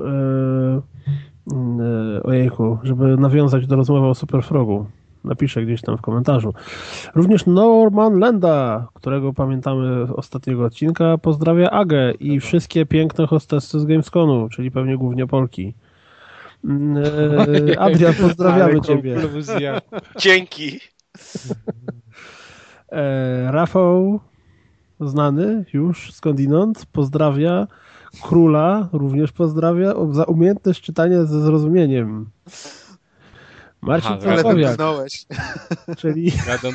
ojejku, żeby nawiązać do rozmowy o Superfrogu. Napiszę gdzieś tam w komentarzu. Również Norman Lenda, którego pamiętamy z ostatniego odcinka, pozdrawia Agę i wszystkie piękne hostessy z Gamesconu, czyli pewnie głównie Polki. Adrian, pozdrawiamy Ciebie. Dzięki. Rafał, znany już skądinąd, pozdrawia Króla, również pozdrawia za umiejętność czytania ze zrozumieniem. Marcin Tomkowiak, czyli...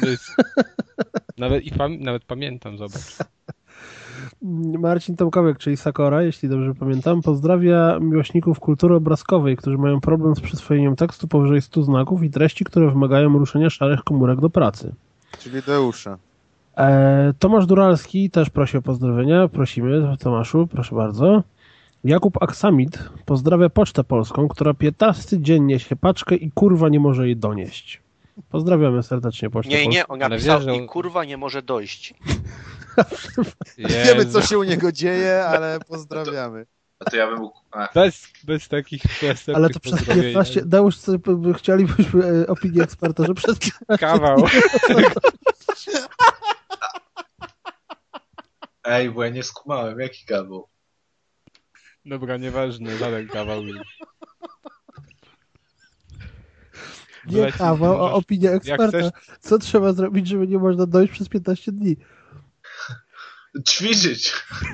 Nawet pamiętam, zobacz. Marcin Tomkowiak, czyli Sakora, jeśli dobrze pamiętam, pozdrawia miłośników kultury obrazkowej, którzy mają problem z przyswojeniem tekstu powyżej 100 znaków i treści, które wymagają ruszenia szarych komórek do pracy. Czyli Deusza. Tomasz Duralski też prosi o pozdrowienia. Prosimy, Tomaszu, proszę bardzo. Jakub Aksamit pozdrawia Pocztę Polską, która 15 dziennie się paczkę i kurwa nie może jej donieść. Pozdrawiamy serdecznie Pocztę Polską. Nie, on napisał i kurwa nie może dojść. Wiemy, co się u niego dzieje, ale pozdrawiamy. A to ja bym mógł... Bez takich ale to przez 15... Deusz, chcielibyśmy opinię eksperta, że przez 15 kawał. Ej, bo ja nie skumałem. Jaki kawał? Dobra, nieważne, żaden kawał. Nie kawał, a opinia eksperta. Co trzeba zrobić, żeby nie można dojść przez 15 dni? Ćwiczyć.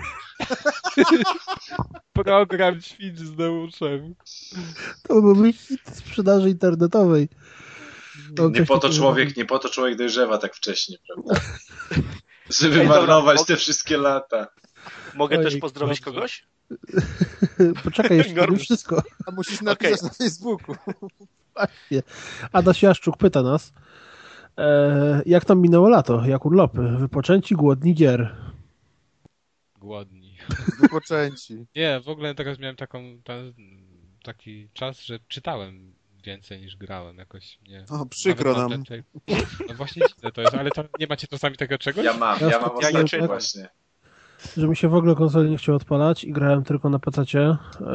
Program ćwicz z Deuszem. To byłby hit sprzedaży internetowej. Nie po to człowiek dojrzewa tak wcześnie, prawda? Żeby marnować te wszystkie lata. Mogę też pozdrowić kogoś? Poczekaj, jeszcze nie wszystko. A musisz napisać na Facebooku. Właśnie. Adaś Jaszczuk pyta nas, jak tam minęło lato, jak urlopy, wypoczęci, głodni gier. Głodni. Wypoczęci. Nie, w ogóle teraz miałem taki czas, że czytałem więcej niż grałem jakoś. Nie. O, przykro nam. No właśnie dziwne to jest, ale to nie macie czasami tego czegoś? Ja mam ostatnio właśnie. Że mi się w ogóle konsoli nie chciało odpalać i grałem tylko na PC-cie.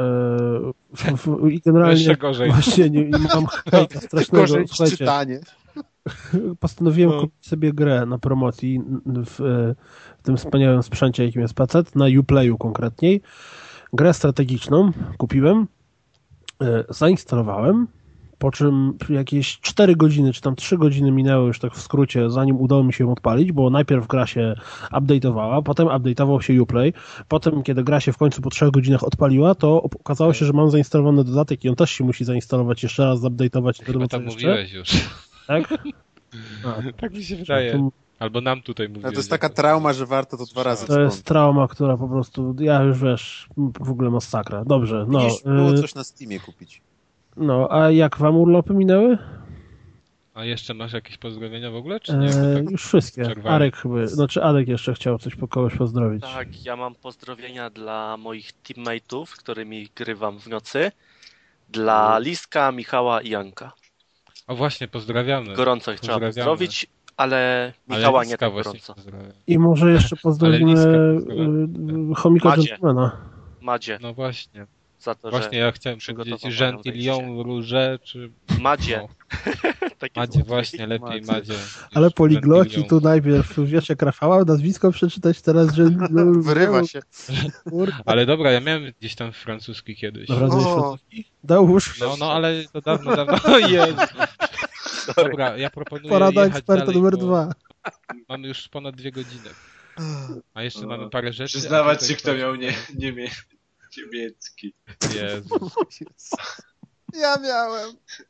I generalnie jeszcze gorzej. Właśnie nie mam hejta strasznego. Gorzej niż czytanie. Postanowiłem kupić sobie grę na promocji w tym wspaniałym sprzęcie, jakim jest PC, na Uplayu konkretniej. Grę strategiczną kupiłem, zainstalowałem, po czym jakieś 4 godziny, czy tam 3 godziny minęły już tak w skrócie, zanim udało mi się ją odpalić, bo najpierw gra się update'owała, potem update'ował się Uplay, potem kiedy gra się w końcu po 3 godzinach odpaliła, to okazało się, że mam zainstalowany dodatek i on też się musi zainstalować jeszcze raz, zupdate'ować. Chyba tam mówiłeś już. Tak? Tak mi się wydaje. Albo nam tutaj mówiłeś. To jest taka trauma, że warto to 2 razy To jest trauma, która po prostu, ja już wiesz, w ogóle masakra. Dobrze, no. Widzisz, było coś na Steamie kupić. No, a jak wam urlopy minęły? A jeszcze masz jakieś pozdrowienia w ogóle, czy nie? Tak już wszystkie. Arek chyba, znaczy Adek jeszcze chciał coś kogoś pozdrowić. Tak, ja mam pozdrowienia dla moich teammateów, z którymi grywam w nocy. Dla Liska, Michała i Janka. O właśnie, pozdrawiamy. Gorąco ich trzeba pozdrowić, ale Michała nie tak gorąco. I może jeszcze pozdrowimy chomika Gentlemana. Madzie. No właśnie. Za to, właśnie ja chciałem powiedzieć Gentilion, Róże, czy... Madzie. Madzie, właśnie, lepiej Madzie. Ale poligloci tu najpierw, wiesz jak Rafała, nazwisko przeczytać teraz, że... Wyrywa się. Ale dobra, ja miałem gdzieś tam francuski kiedyś. Dobra, francuski? Dałóż. No, ale to dawno. O Jezu. Dobra, ja proponuję Porada jechać eksperta dalej, numer 2. Mamy już ponad 2 godziny. A jeszcze mamy parę rzeczy. Przyznawać się, kto miał niemiecki. Jezu. Ja miałem.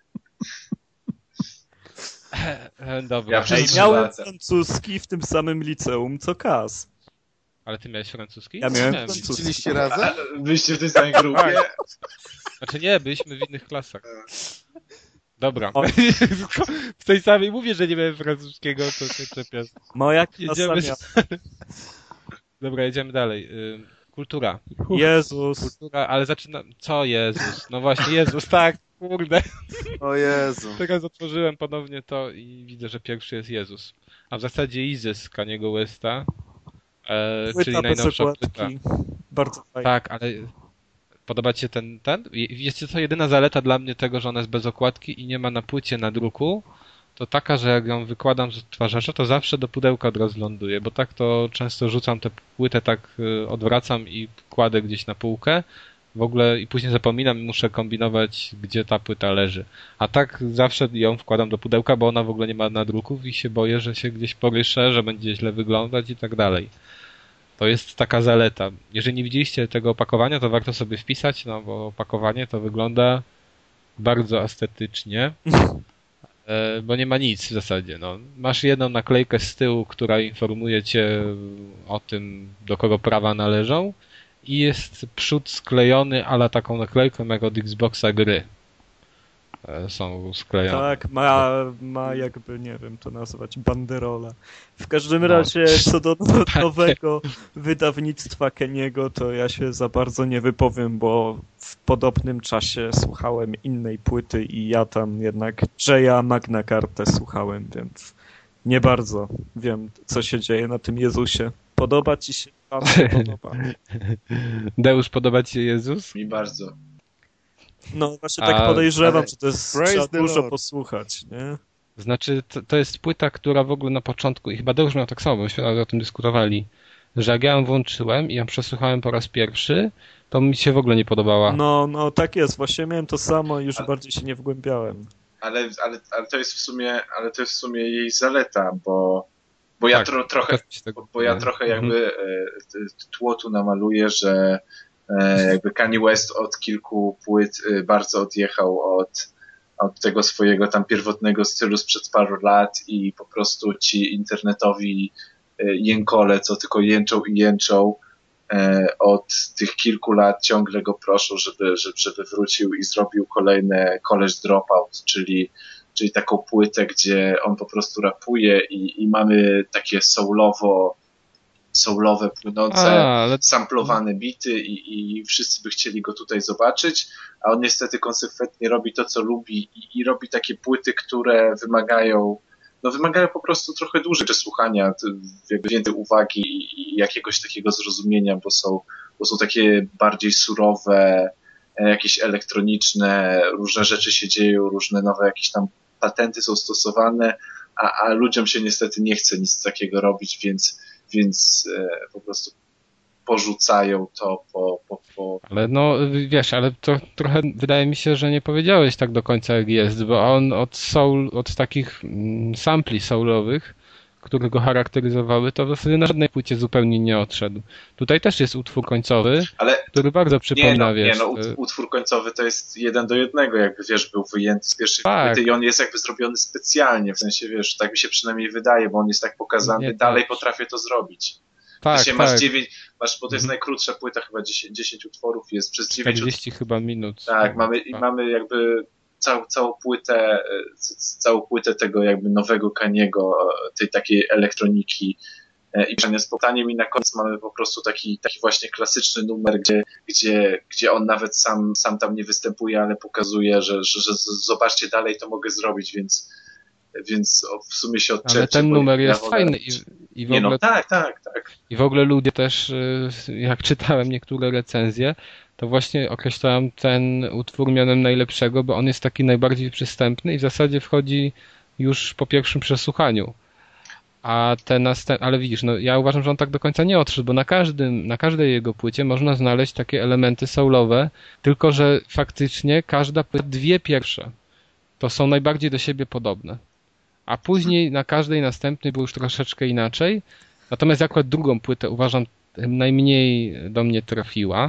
Dobra. Miałem francuski w tym samym liceum co Kas. Ale ty miałeś francuski? Ja miałem francuski. Ćwiczyliście razem? Byliście w tej samej grupie? Znaczy nie, byliśmy w innych klasach. Dobra. W tej samej mówię, że nie miałem francuskiego, to się czepiasz. Moja Jedziemy. klasa Dobra, jedziemy dalej. Kultura. Jezus. Kultura, ale zaczyna... Co Jezus? No właśnie, Jezus, tak, kurde. O Jezu. Teraz otworzyłem ponownie to i widzę, że pierwszy jest Jezus. A w zasadzie Isis Kaniego Westa, czyli najnowsza płyta. Bardzo fajnie. Tak, ale podoba ci się ten? Wiecie co, jedyna zaleta dla mnie tego, że ona jest bez okładki i nie ma na płycie na druku, to taka, że jak ją wykładam z odtwarzacza, to zawsze do pudełka od razu ląduje, bo tak to często rzucam tę płytę, tak odwracam i kładę gdzieś na półkę w ogóle i później zapominam i muszę kombinować, gdzie ta płyta leży. A tak zawsze ją wkładam do pudełka, bo ona w ogóle nie ma nadruków i się boję, że się gdzieś poryszę, że będzie źle wyglądać i tak dalej. To jest taka zaleta. Jeżeli nie widzieliście tego opakowania, to warto sobie wpisać, no bo opakowanie to wygląda bardzo estetycznie, bo nie ma nic w zasadzie. No. Masz jedną naklejkę z tyłu, która informuje cię o tym, do kogo prawa należą i jest przód sklejony, ale taką naklejką jak od Xboxa gry są sklejone. Tak, ma jakby, nie wiem, to nazwać banderola. W każdym razie, co do nowego wydawnictwa Keniego, to ja się za bardzo nie wypowiem, bo w podobnym czasie słuchałem innej płyty i ja tam jednak Jaya Magna Cartę słuchałem, więc nie bardzo wiem, co się dzieje na tym Jezusie. Podoba ci się? Podoba. Deusz, podoba ci się Jezus? Mi bardzo. No właśnie tak podejrzewam, że to jest trzeba dużo Lord. posłuchać, nie? Znaczy, to jest płyta, która w ogóle na początku, i chyba Deusz miał tak samo, myśmy o tym dyskutowali, że jak ja ją włączyłem i ją przesłuchałem po raz pierwszy, to mi się w ogóle nie podobała. No tak jest, właśnie miałem to samo i już bardziej się nie wgłębiałem. Ale to jest w sumie jej zaleta, bo ja trochę jakby tło tu namaluję, że jakby Kanye West od kilku płyt bardzo odjechał od tego swojego tam pierwotnego stylu sprzed paru lat i po prostu ci internetowi jękole, co tylko jęczą i jęczą, od tych kilku lat ciągle go proszą, żeby wrócił i zrobił kolejne College Dropout, czyli taką płytę, gdzie on po prostu rapuje i mamy takie soulowe, płynące, samplowane bity i wszyscy by chcieli go tutaj zobaczyć, a on niestety konsekwentnie robi to, co lubi i robi takie płyty, które wymagają po prostu trochę dłużej słuchania, jakby więcej uwagi i jakiegoś takiego zrozumienia, bo są takie bardziej surowe, jakieś elektroniczne, różne rzeczy się dzieją, różne nowe jakieś tam patenty są stosowane, a ludziom się niestety nie chce nic takiego robić, więc po prostu porzucają to po... Ale no, wiesz, ale to trochę wydaje mi się, że nie powiedziałeś tak do końca jak jest, bo on od takich sampli soulowych, które go charakteryzowały, to w zasadzie na żadnej płycie zupełnie nie odszedł. Tutaj też jest utwór końcowy, który bardzo przypomina, utwór końcowy to jest 1:1, jakby wiesz, był wyjęty z pierwszej płyty i on jest jakby zrobiony specjalnie, w sensie wiesz, tak mi się przynajmniej wydaje, bo on jest tak pokazany, dalej potrafię to zrobić. Tak, masz 9, bo to jest najkrótsza płyta, chyba 10 utworów jest przez 9 40 chyba minut. Tak, mamy jakby całą płytę tego jakby nowego Kaniego, tej takiej elektroniki i spotkanie i na koniec mamy po prostu taki właśnie klasyczny numer, gdzie on nawet sam tam nie występuje, ale pokazuje, że zobaczcie, dalej to mogę zrobić, więc w sumie się odczepcie. Ale ten numer jest fajny i w ogóle... No, tak. I w ogóle ludzie też, jak czytałem niektóre recenzje, to właśnie określałem ten utwór mianem najlepszego, bo on jest taki najbardziej przystępny i w zasadzie wchodzi już po pierwszym przesłuchaniu. A ale widzisz, no ja uważam, że on tak do końca nie odszedł, bo na każdej jego płycie można znaleźć takie elementy soulowe, tylko że faktycznie każda płyta, dwie pierwsze, to są najbardziej do siebie podobne. A później na każdej następnej było już troszeczkę inaczej. Natomiast akurat drugą płytę uważam najmniej do mnie trafiła.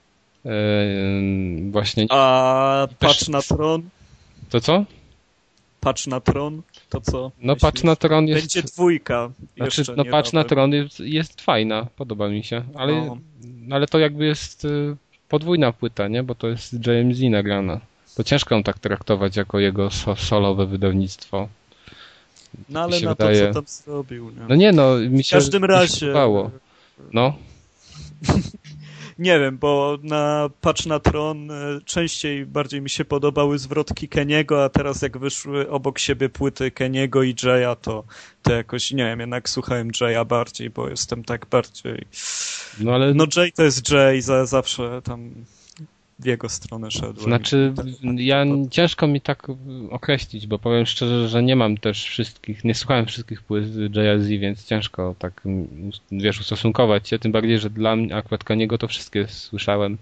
Właśnie. A Patrz na Tron? To co? Patrz na Tron? To co? No Patrz na Tron jest... Będzie dwójka. Znaczy, no Patrz na Tron jest fajna, podoba mi się. Ale to jakby jest podwójna płyta, nie? Bo to jest JMZ nagrana. to ciężko ją tak traktować jako jego solowe wydawnictwo. No ale się na wydaje... to, co tam zrobił. Nie? No nie, no mi się w każdym razie podobało. No. Nie wiem, bo na Patrz na Tron bardziej mi się podobały zwrotki Keniego, a teraz jak wyszły obok siebie płyty Keniego i Jaya, to jakoś, nie wiem, jednak słuchałem Jaya bardziej, bo jestem tak bardziej... No ale... No Jay to jest Jay, zawsze tam w jego stronę szedłem. Znaczy, ciężko mi tak określić, bo powiem szczerze, że nie mam też nie słuchałem wszystkich płyt Jay-Z, więc ciężko tak, wiesz, ustosunkować się, tym bardziej, że dla mnie akurat Kaniego to wszystkie słyszałem.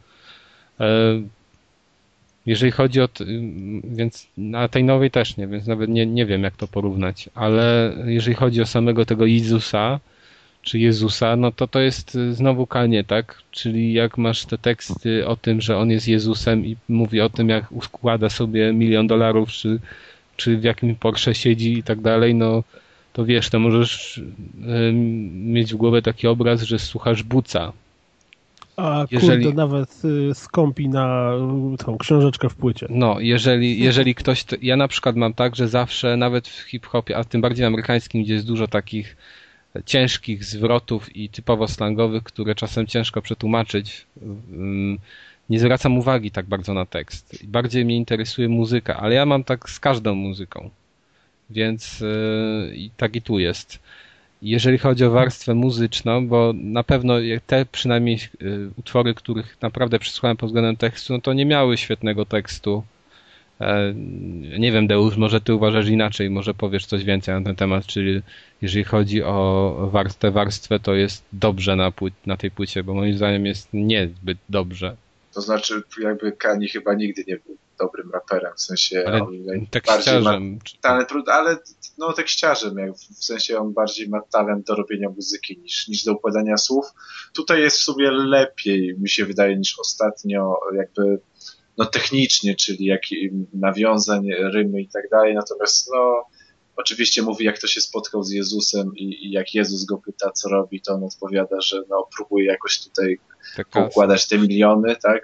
Jeżeli chodzi o... więc na tej nowej też nie, więc nawet nie wiem, jak to porównać, ale jeżeli chodzi o samego tego Jezusa, czy Jezusa, no to jest znowu Kanie, tak? Czyli jak masz te teksty o tym, że on jest Jezusem i mówi o tym, jak układa sobie $1 milion, czy w jakim Porsche siedzi i tak dalej, no to wiesz, to możesz mieć w głowie taki obraz, że słuchasz Buca. A kurde, nawet skąpi na tą książeczkę w płycie. No, jeżeli ktoś... Ja na przykład mam tak, że zawsze, nawet w hip-hopie, a tym bardziej amerykańskim, gdzie jest dużo takich ciężkich zwrotów i typowo slangowych, które czasem ciężko przetłumaczyć, nie zwracam uwagi tak bardzo na tekst. Bardziej mnie interesuje muzyka, ale ja mam tak z każdą muzyką. Więc tak i tu jest. Jeżeli chodzi o warstwę muzyczną, bo na pewno te przynajmniej utwory, których naprawdę przesłuchałem pod względem tekstu, no to nie miały świetnego tekstu. Nie wiem, Deusz, może ty uważasz inaczej, może powiesz coś więcej na ten temat, czyli jeżeli chodzi o tę warstwę, to jest dobrze na tej płycie, bo moim zdaniem jest niezbyt dobrze. To znaczy, jakby Kanye chyba nigdy nie był dobrym raperem, w sensie ale on tekściarzem. Talent, ale no tekściarzem, w sensie on bardziej ma talent do robienia muzyki niż do układania słów. Tutaj jest w sumie lepiej, mi się wydaje, niż ostatnio, jakby no technicznie, czyli jak nawiązań, rymy i tak dalej, natomiast no oczywiście mówi, jak to się spotkał z Jezusem i jak Jezus go pyta, co robi, to on odpowiada, że no próbuje jakoś tutaj poukładać te miliony, tak?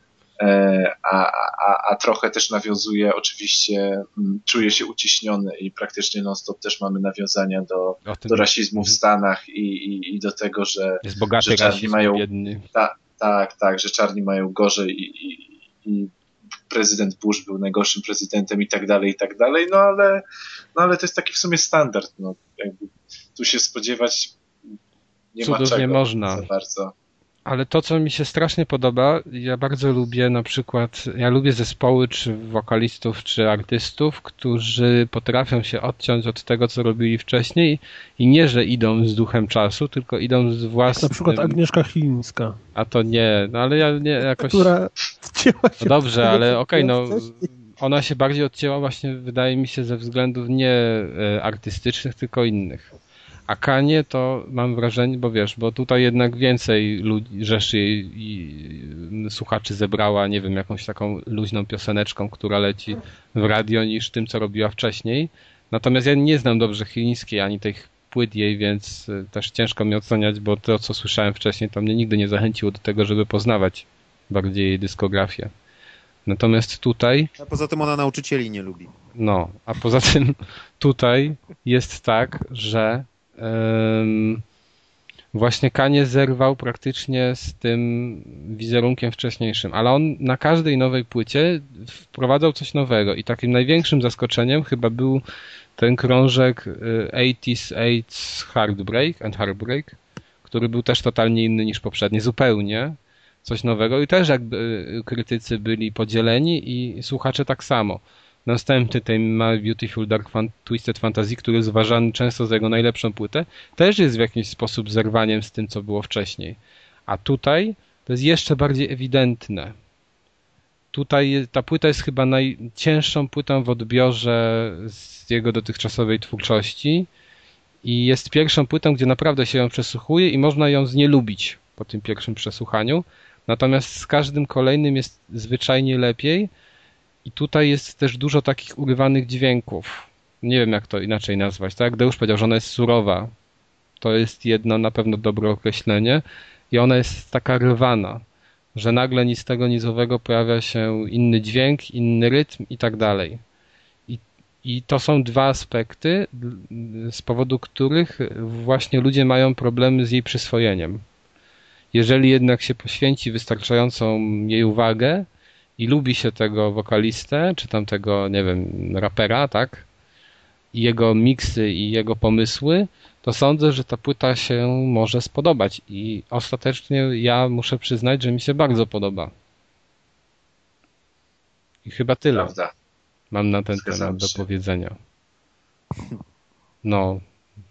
A trochę też nawiązuje, oczywiście czuje się uciśniony i praktycznie non-stop też mamy nawiązania do rasizmu w Stanach i do tego, że czarni mają tak, że czarni mają gorzej i prezydent Bush był najgorszym prezydentem i tak dalej, no ale to jest taki w sumie standard, no jakby tu się spodziewać nie cudów ma czego nie można. za bardzo. Ale to, co mi się strasznie podoba, ja bardzo lubię na przykład, ja lubię zespoły, czy wokalistów, czy artystów, którzy potrafią się odciąć od tego, co robili wcześniej i nie, że idą z duchem czasu, tylko idą z własnym... Na przykład Agnieszka Chylińska. A to nie, no ale ja nie jakoś... Która odcięła się... No dobrze, ale okej, no ona się bardziej odcięła właśnie, wydaje mi się, ze względów nie artystycznych, tylko innych. A Kanie to mam wrażenie, bo tutaj jednak więcej ludzi, rzeszy i słuchaczy zebrała, nie wiem, jakąś taką luźną pioseneczką, która leci w radio, niż tym, co robiła wcześniej. Natomiast ja nie znam dobrze Chylińskiej, ani tych płyt jej, więc też ciężko mi oceniać, bo to, co słyszałem wcześniej, to mnie nigdy nie zachęciło do tego, żeby poznawać bardziej jej dyskografię. Natomiast tutaj... A poza tym ona nauczycieli nie lubi. No, a poza tym tutaj jest tak, że właśnie Kanye zerwał praktycznie z tym wizerunkiem wcześniejszym, ale on na każdej nowej płycie wprowadzał coś nowego i takim największym zaskoczeniem chyba był ten krążek 80's Heartbreak, który był też totalnie inny niż poprzedni, zupełnie coś nowego i też jakby krytycy byli podzieleni i słuchacze tak samo. Następny ten My Beautiful Dark Twisted Fantasy, który jest uważany często za jego najlepszą płytę, też jest w jakiś sposób zerwaniem z tym, co było wcześniej. A tutaj to jest jeszcze bardziej ewidentne. Tutaj ta płyta jest chyba najcięższą płytą w odbiorze z jego dotychczasowej twórczości i jest pierwszą płytą, gdzie naprawdę się ją przesłuchuje i można ją znielubić po tym pierwszym przesłuchaniu. Natomiast z każdym kolejnym jest zwyczajnie lepiej. I tutaj jest też dużo takich urywanych dźwięków. Nie wiem, jak to inaczej nazwać, tak? Deusz powiedział, że ona jest surowa. To jest jedno na pewno dobre określenie. I ona jest taka rwana. Że nagle nic z tego nizowego pojawia się inny dźwięk, inny rytm i tak dalej. I to są dwa aspekty, z powodu których właśnie ludzie mają problemy z jej przyswojeniem. Jeżeli jednak się poświęci wystarczającą jej uwagę i lubi się tego wokalistę, czy tam tego, nie wiem, rapera, tak? I jego miksy i jego pomysły, to sądzę, że ta płyta się może spodobać. I ostatecznie ja muszę przyznać, że mi się bardzo podoba. I chyba tyle. Prawda. Mam na ten Zgadzam temat do się. powiedzenia. No.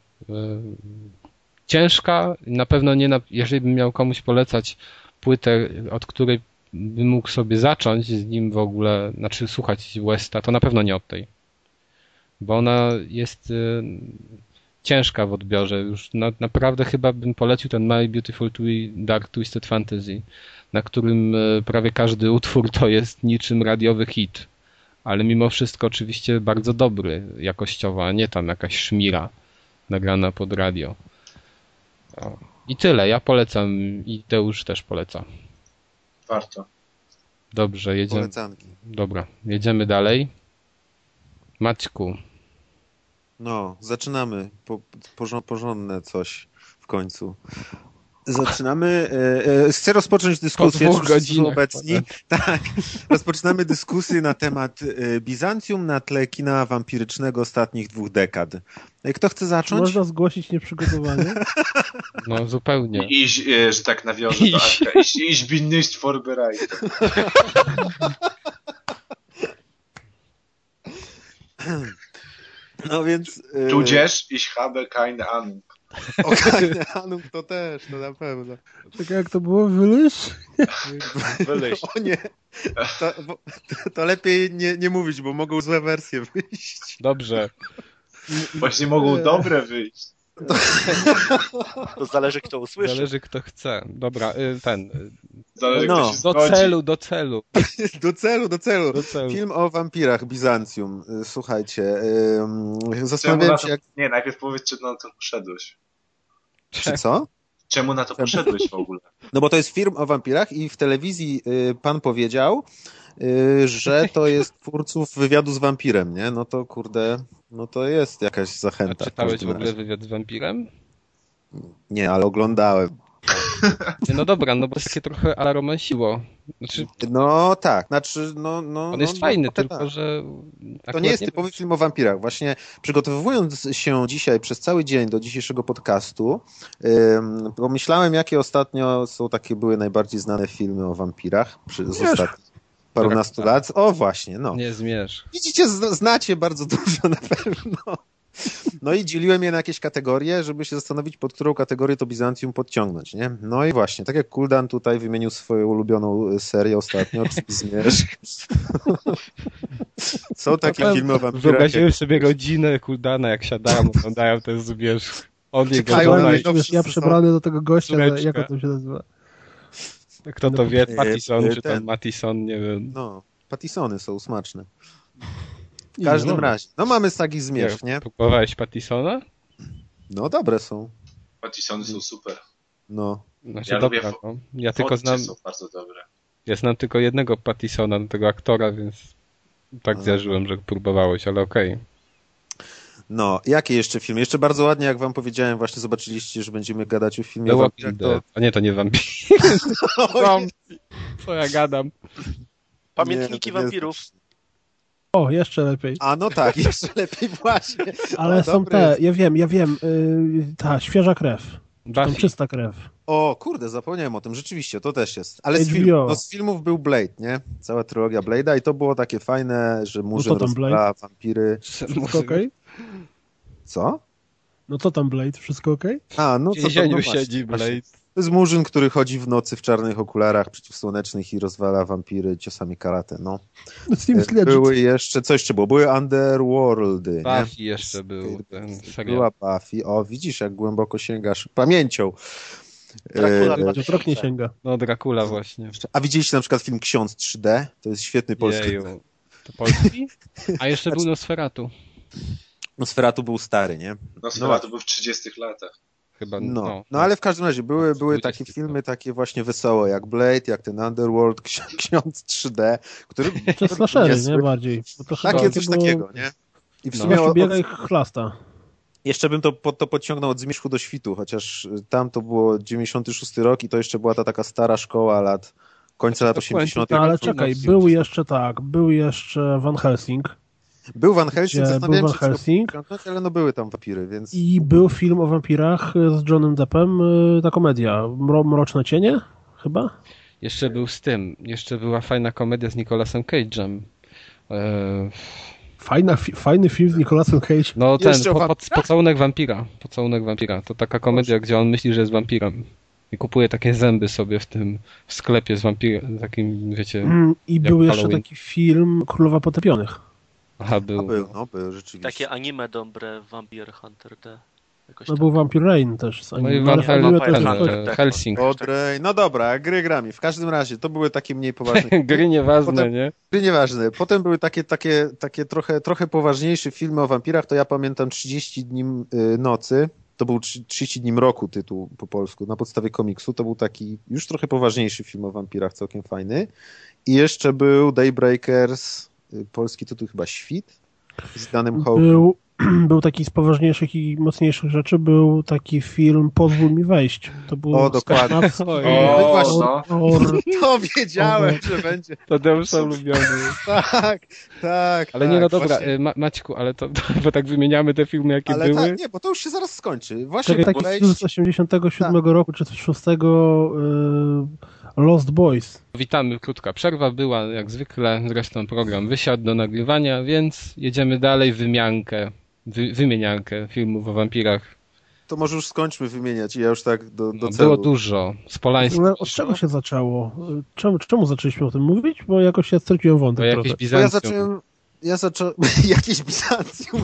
Ciężka, na pewno nie, jeżeli bym miał komuś polecać płytę, od której bym mógł sobie zacząć z nim w ogóle, znaczy słuchać Westa, to na pewno nie od tej. Bo ona jest ciężka w odbiorze. Już naprawdę chyba bym polecił ten My Beautiful Dark Twisted Fantasy, na którym prawie każdy utwór to jest niczym radiowy hit. Ale mimo wszystko oczywiście bardzo dobry jakościowo, a nie tam jakaś szmira nagrana pod radio. I tyle. Ja polecam i Deusz też poleca. Warto. Dobrze, jedziemy. Polecanki. Dobra, jedziemy dalej. Maćku. No, zaczynamy. Porządne coś w końcu. Zaczynamy. Chcę rozpocząć dyskusję. Po 2 godzinach. Obecni. Tak. Rozpoczynamy dyskusję na temat Bizancjum na tle kina wampirycznego ostatnich 2 dekad. Kto chce zacząć? Można zgłosić nieprzygotowanie? No zupełnie. Iść, że tak nawiążę do Arka. Ich bin nicht vorbereitet. No więc... Tudzież ich habe keine Ahnung. O, keine Ahnung to też, to na pewno. Tak jak to było? Wylysz? Wyleźć. O nie. To lepiej nie mówić, bo mogą złe wersje wyjść. Dobrze. Właśnie mogą dobre wyjść. To zależy, kto usłyszy. Zależy kto chce. Dobra, Zależy, No. kto się do zgodzi. celu. Do celu. Do celu. Film o wampirach, Bizancjum. Słuchajcie, Czemu zastanawiałem na się, to... jak... Nie, najpierw powiedz, czy na to poszedłeś. Czy co? Czemu na to poszedłeś w ogóle? No bo to jest film o wampirach i w telewizji pan powiedział, że to jest twórców wywiadu z wampirem, nie? No to kurde, no to jest jakaś A zachęta. czytałeś w ogóle wywiad z wampirem? Nie, ale oglądałem. No dobra, no bo się trochę alarmansiło. Znaczy, No tak, znaczy no on jest fajny, trochę tylko tak. że... To nie jest typowy film o wampirach. Właśnie przygotowując się dzisiaj przez cały dzień do dzisiejszego podcastu, pomyślałem, jakie ostatnio były najbardziej znane filmy o wampirach z ostatnich parunastu lat. O właśnie, no. Nie zmierz. Widzicie, znacie bardzo dużo na pewno. No i dzieliłem je na jakieś kategorie, żeby się zastanowić, pod którą kategorię to Bizancjum podciągnąć, nie? No i właśnie, tak jak Kuldan tutaj wymienił swoją ulubioną serię ostatnio, czyli Zmierzch. Są takie filmy o wampirach. Wyobraziłem sobie rodzinę Kuldana, jak siadają, oglądają ten Zmierzch. On jego Czekają żona na i... niego. Ja przebrany do tego gościa, Córeczka. jak on tam się nazywa? Kto to wie? Pattison czy ten. tam Mattison, nie wiem. No, patisony są smaczne. W Nie, każdym no. razie. No mamy taki Zmierzch, nie? Próbowałeś Pattisona? No dobre są. Pattisony są super. No. Znaczy Ja dobra, lubię no. Ja tylko Fotcie znam... są bardzo dobre. Ja znam tylko jednego Pattisona, tego aktora, więc tak zjarzyłem, że próbowałeś, ale okej. No, jakie jeszcze filmy? Jeszcze bardzo ładnie, jak wam powiedziałem, właśnie zobaczyliście, że będziemy gadać o filmie The o Walking wampirach, Dead. A nie, to nie wampir. Co ja gadam? Pamiętniki Nie, to nie wampirów. jest- O, jeszcze lepiej. A no tak, jeszcze lepiej właśnie. Ale O, są dobre te, jest. ja wiem, ta świeża krew. Tam Buffy. czysta krew. O, kurde, zapomniałem o tym, rzeczywiście, to też jest. Ale HBO. z filmów był Blade, nie? Cała trylogia Blade'a i to było takie fajne, że Murzyn tam rozwala wampiry. Wszystko okej? Co? No co tam, Blade? Wszystko okej? A, no W co to no więzieniu właśnie, siedzi właśnie. Blade. To jest Murzyn, który chodzi w nocy w czarnych okularach przeciwsłonecznych i rozwala wampiry ciosami karate, no. Seems legit. Były jeszcze, co jeszcze było? Były Underworldy, nie? Buffy jeszcze był ten serial. Była Buffy. O, widzisz, jak głęboko sięgasz pamięcią. Dracula E, 2000. To rok nie sięga. No Dracula właśnie. A widzieliście na przykład film Ksiądz 3D? To jest świetny polski. Jeju. To polski? A jeszcze był Nosferatu. Nosferatu był stary, nie? Nosferatu był w 30 latach. chyba. No, ale w każdym razie były takie filmy takie właśnie wesołe, jak Blade, jak ten Underworld, Ksiądz 3D, który... To slashery, nie? Bardziej. Takie coś takiego, nie? I w sumie biega i chlasta. Jeszcze bym to podciągnął od Zmierzchu do świtu, chociaż tam to było 96 rok i to jeszcze była ta taka stara szkoła końca lat 80. No, ale czekaj, był jeszcze Van Helsing. Był Van Helsing, zastanawiałem się, Helsing, ale no były tam wampiry, więc... I był film o wampirach z Johnem Deppem, ta komedia, Mroczne Cienie, chyba? Jeszcze była fajna komedia z Nicolasem Cage'em. Fajny film z Nicolasem Cage. No ten, Pocałunek wampira. Pocałunek wampira. To taka komedia, gdzie on myśli, że jest wampirem. I kupuje takie zęby sobie w sklepie z wampirem, takim, wiecie... I był jeszcze taki film Królowa Potopionych. Aha, był rzeczywiście. Takie anime dobre, Vampire Hunter D. No był Vampire Rain też. No i Helsing. No dobra, gry grami. W każdym razie, to były takie mniej poważne. Gry nieważne, nie? Gry nieważne. Potem były takie trochę poważniejsze filmy o wampirach, to ja pamiętam 30 dni nocy. To był 30 dni mroku tytuł po polsku, na podstawie komiksu. To był taki już trochę poważniejszy film o wampirach, całkiem fajny. I jeszcze był Daybreakers, polski tytuł chyba Świt, z Danem Hawkiem. Był taki z poważniejszych i mocniejszych rzeczy, był taki film Pozwól mi wejść. To był dokładnie. To wiedziałem, że będzie. Tadeusza ulubiony. Tak. Ale nie, no dobra, Maćku, ale to bo tak wymieniamy te filmy, jakie były. Tak, nie, bo to już się zaraz skończy. Właśnie taki film z 87 roku, czy z 6 Lost Boys. Witamy, krótka przerwa była, jak zwykle, zresztą program wysiadł do nagrywania, więc jedziemy dalej, wymieniankę filmów o wampirach. To może już skończmy wymieniać i ja już tak do celu. Było dużo. Z Polańskim. Od czego się zaczęło? Czemu zaczęliśmy o tym mówić? Bo jakoś ja straciłem wątek trochę. Ja zacząłem... Jakieś Bizancjum.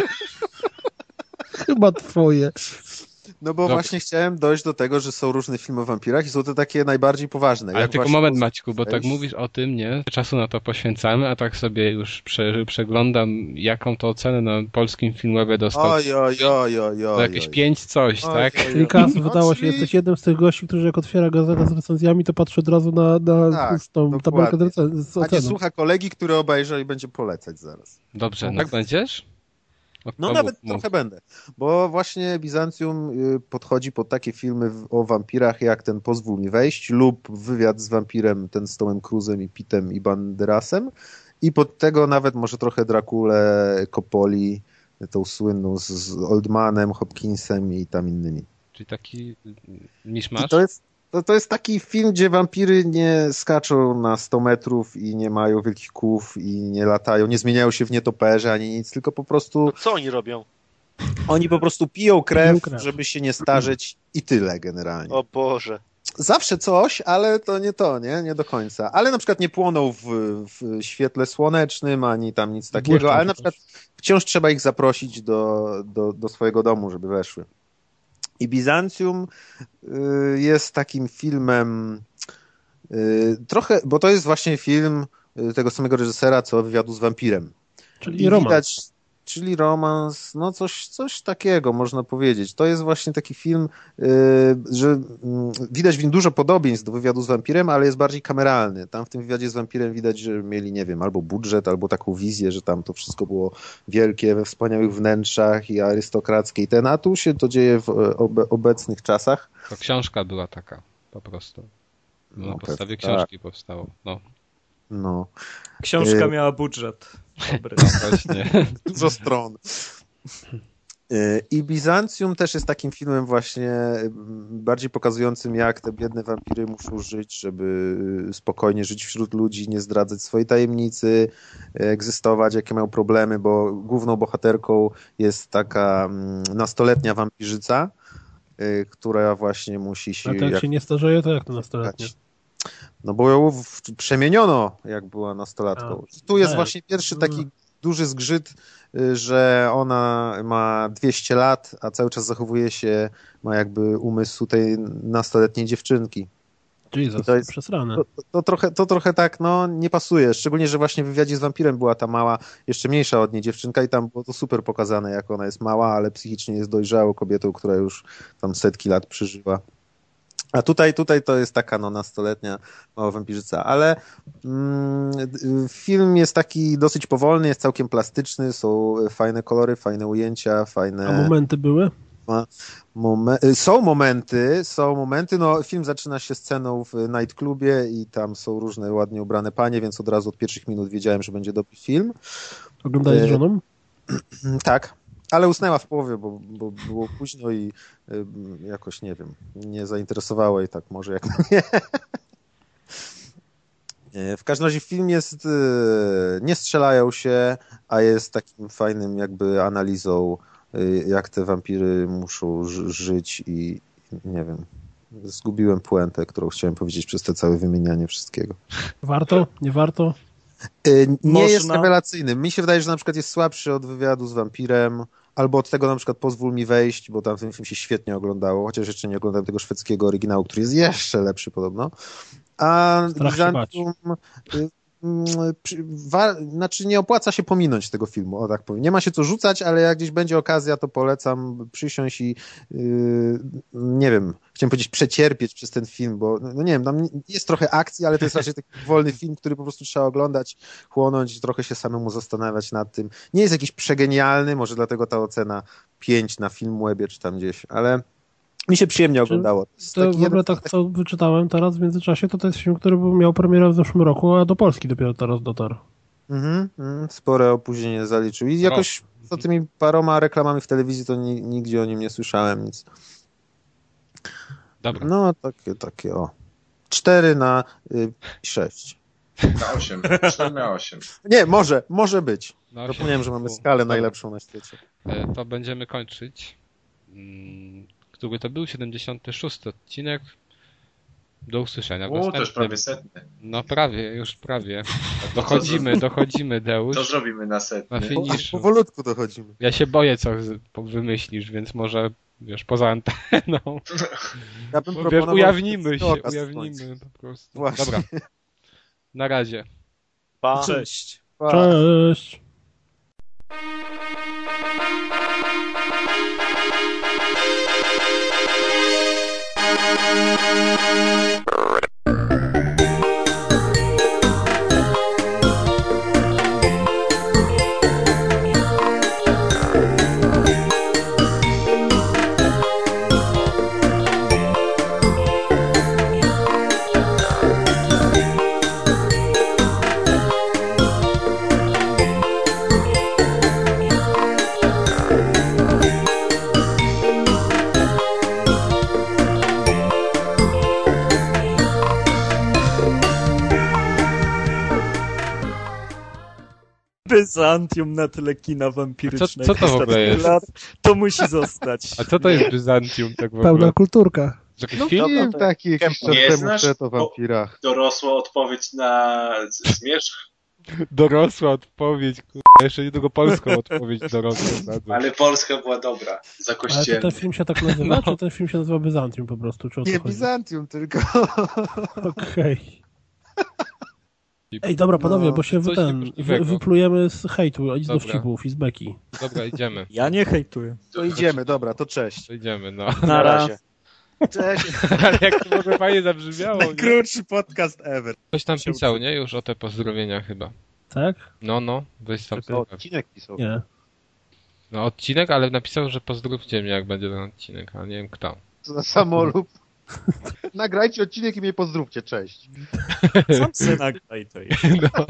Chyba twoje. No bo właśnie chciałem dojść do tego, że są różne filmy o wampirach i są to takie najbardziej poważne. Ale tylko moment, Maćku, bo tak mówisz o tym, nie? Czasu na to poświęcamy, a tak sobie już przeglądam, jaką to ocenę na polskim Filmwebie dostał. To jakieś 5 coś, tak? Likas, wydało się, jesteś jednym z tych gości, którzy jak otwiera gazetę z recenzjami, to patrzy od razu na tą tabelkę z oceną. A nie słucha kolegi, który obejrzy i będzie polecać zaraz. Dobrze, no będziesz? No nawet trochę będę, bo właśnie Bizancjum podchodzi pod takie filmy o wampirach jak ten Pozwól mi wejść lub Wywiad z wampirem, ten z Tomem Cruzem i Pittem i Banderasem i pod tego nawet może trochę Drakulę, Coppoli, tą słynną z Oldmanem, Hopkinsem i tam innymi. Czyli taki miszmasz? To jest taki film, gdzie wampiry nie skaczą na 100 metrów i nie mają wielkich kłów i nie latają, nie zmieniają się w nietoperze ani nic, tylko po prostu... No co oni robią? Oni po prostu piją krew, żeby się nie starzeć i tyle generalnie. O Boże. Zawsze coś, ale to nie do końca. Ale na przykład nie płoną w świetle słonecznym, ani tam nic takiego, ale na przykład wciąż trzeba ich zaprosić do swojego domu, żeby weszły. I Bizancjum jest takim filmem trochę, bo to jest właśnie film tego samego reżysera, co Wywiadu z wampirem. Czyli romans. Czyli romans, no coś takiego można powiedzieć. To jest właśnie taki film, że widać w nim dużo podobieństw do Wywiadu z wampirem, ale jest bardziej kameralny. Tam w tym Wywiadzie z wampirem widać, że mieli, nie wiem, albo budżet, albo taką wizję, że tam to wszystko było wielkie, we wspaniałych wnętrzach i arystokrackie. A tu się to dzieje w obecnych czasach. To książka była taka, po prostu. Na podstawie książki powstało. No. Książka miała budżet. Dobry. No właśnie. Dużo stron. I Bizancjum też jest takim filmem właśnie bardziej pokazującym, jak te biedne wampiry muszą żyć, żeby spokojnie żyć wśród ludzi, nie zdradzać swojej tajemnicy, egzystować, jakie mają problemy, bo główną bohaterką jest taka nastoletnia wampirzyca, która właśnie musi się... A jak się nie starzeje, to jak to nastoletnia? No bo ją przemieniono, jak była nastolatką. Tu jest właśnie pierwszy taki duży zgrzyt, że ona ma 200 lat, a cały czas zachowuje się, ma jakby umysł tej nastoletniej dziewczynki. Jesus, To jest- przesrane. To trochę tak, no, nie pasuje. Szczególnie, że właśnie w wywiadzie z wampirem była ta mała, jeszcze mniejsza od niej dziewczynka i tam było to super pokazane, jak ona jest mała, ale psychicznie jest dojrzałą kobietą, która już tam setki lat przeżywa. A tutaj to jest taka no, nastoletnia mała wampirzyca, ale film jest taki dosyć powolny, jest całkiem plastyczny, są fajne kolory, fajne ujęcia, fajne... A momenty były? Są momenty, no film zaczyna się sceną w nightclubie i tam są różne ładnie ubrane panie, więc od razu od pierwszych minut wiedziałem, że będzie dobry film. Oglądałeś z żoną? Tak, ale usnęła w połowie, bo było późno i jakoś, nie wiem, nie zainteresowało jej tak może jak mnie. W każdym razie film jest, nie strzelają się, a jest takim fajnym jakby analizą, jak te wampiry muszą żyć i nie wiem, zgubiłem puentę, którą chciałem powiedzieć przez te całe wymienianie wszystkiego. Warto? Nie warto? Nie jest rewelacyjny. Mi się wydaje, że na przykład jest słabszy od wywiadu z wampirem, albo od tego na przykład Pozwól mi wejść, bo tam ten film się świetnie oglądało, chociaż jeszcze nie oglądałem tego szwedzkiego oryginału, który jest jeszcze lepszy podobno. A Bizantium, znaczy nie opłaca się pominąć tego filmu, o tak powiem. Nie ma się co rzucać, ale jak gdzieś będzie okazja, to polecam przysiąść i nie wiem, chciałem powiedzieć przecierpieć przez ten film, bo no nie wiem, tam jest trochę akcji, ale to jest raczej taki wolny film, który po prostu trzeba oglądać, chłonąć, trochę się samemu zastanawiać nad tym. Nie jest jakiś przegenialny, może dlatego ta ocena 5 na Filmwebie czy tam gdzieś, ale mi się przyjemnie oglądało. To w ogóle tak, co wyczytałem teraz w międzyczasie, to jest film, który miał premierę w zeszłym roku, a do Polski dopiero teraz dotarł. Spore opóźnienie zaliczył. I jakoś za tymi paroma reklamami w telewizji to nigdzie o nim nie słyszałem nic. Dobra. No, takie o. 4 na 6. Na 8. 4 na 8. Nie, może być. No, Zapomniałem, że mamy skalę najlepszą na świecie. To będziemy kończyć. Który to był? 76 odcinek. Do usłyszenia. To już prawie setny. No już prawie. Dochodzimy, Deusz. To zrobimy na setny. Na finiszu. Powolutku dochodzimy. Ja się boję, co wymyślisz, więc może, wiesz, poza anteną. Ja bym Wiesz, ujawnimy po prostu. Właśnie. Dobra. Na razie. Pa. Cześć. Cześć! Byzantium na tle kina wampirycznego. Co to w ogóle jest? To musi zostać. A co to jest Byzantium tak w ogóle? Pełna kulturka. Jakiś film? Film taki jakiś czas Nie temu znasz przed o wampirach. Dorosła odpowiedź na zmierzch, Dorosła odpowiedź, jeszcze niedługo polską odpowiedź dorosła. ale Polska była dobra. Ale czy Zakościelna. ten film się tak nazywa, czy ten film się nazywa Byzantium po prostu? Czy o co Nie chodzi? Bizantium, tylko... Okej. Ej, dobra, panowie, bo się coś niemożliwego. wyplujemy z hejtu, i z Dobra. dowcipów, i z beki. Dobra, idziemy. Ja nie hejtuję. To idziemy, dobra, to cześć. Idziemy, no. Na razie. Cześć. Ale jak to może fajnie zabrzmiało, nie? Najkrótszy podcast ever. Ktoś tam pisał, nie? Już o te pozdrowienia chyba. Tak? No, weź tam. Odcinek pisał. Nie. No odcinek, ale napisał, że pozdrówcie mnie, jak będzie ten odcinek, ale nie wiem kto. Co za samolub. Nagrajcie odcinek i mnie pozdrówcie, cześć. Sam se nagraj to jest. No.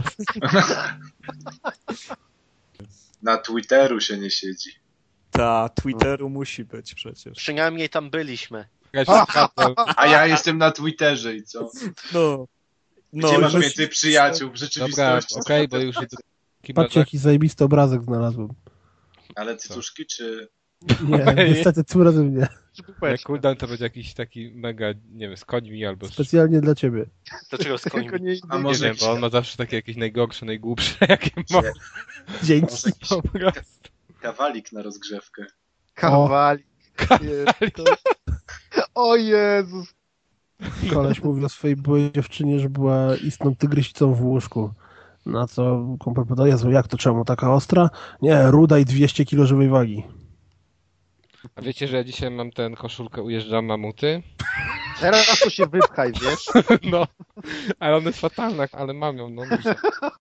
Na Twitteru się nie siedzi. Ta, Twitteru musi być przecież. Przynajmniej tam byliśmy. A ja jestem na Twitterze i co? No. Gdzie masz już- więcej przyjaciół w Dobra, rzeczywistości? okej, bo już jest... Patrzcie, jaki zajebisty obrazek znalazłem. Ale cytuszki czy... Nie, niestety tym razem nie. Jak cooldown to będzie jakiś taki mega, nie wiem, z końmi albo z... Specjalnie dla ciebie. Dlaczego z końmi? Tylko nie A Nie może wiem, bo on ma zawsze takie jakieś najgorsze, najgłupsze, jakie ma. Dzięki. Może jakiś Po prostu. kawalik na rozgrzewkę. Kawalik. O Jezus. Koleś mówi o swojej byłej dziewczynie, że była istną tygrysicą w łóżku. Na co kumpel pyta, Jezu, jak to, czemu taka ostra? Nie, ruda i 200 kg żywej wagi. A wiecie, że ja dzisiaj mam koszulkę Ujeżdżam mamuty? Teraz to się wypchaj, wiesz? No, ale ona jest fatalna, ale mam ją, no muszę.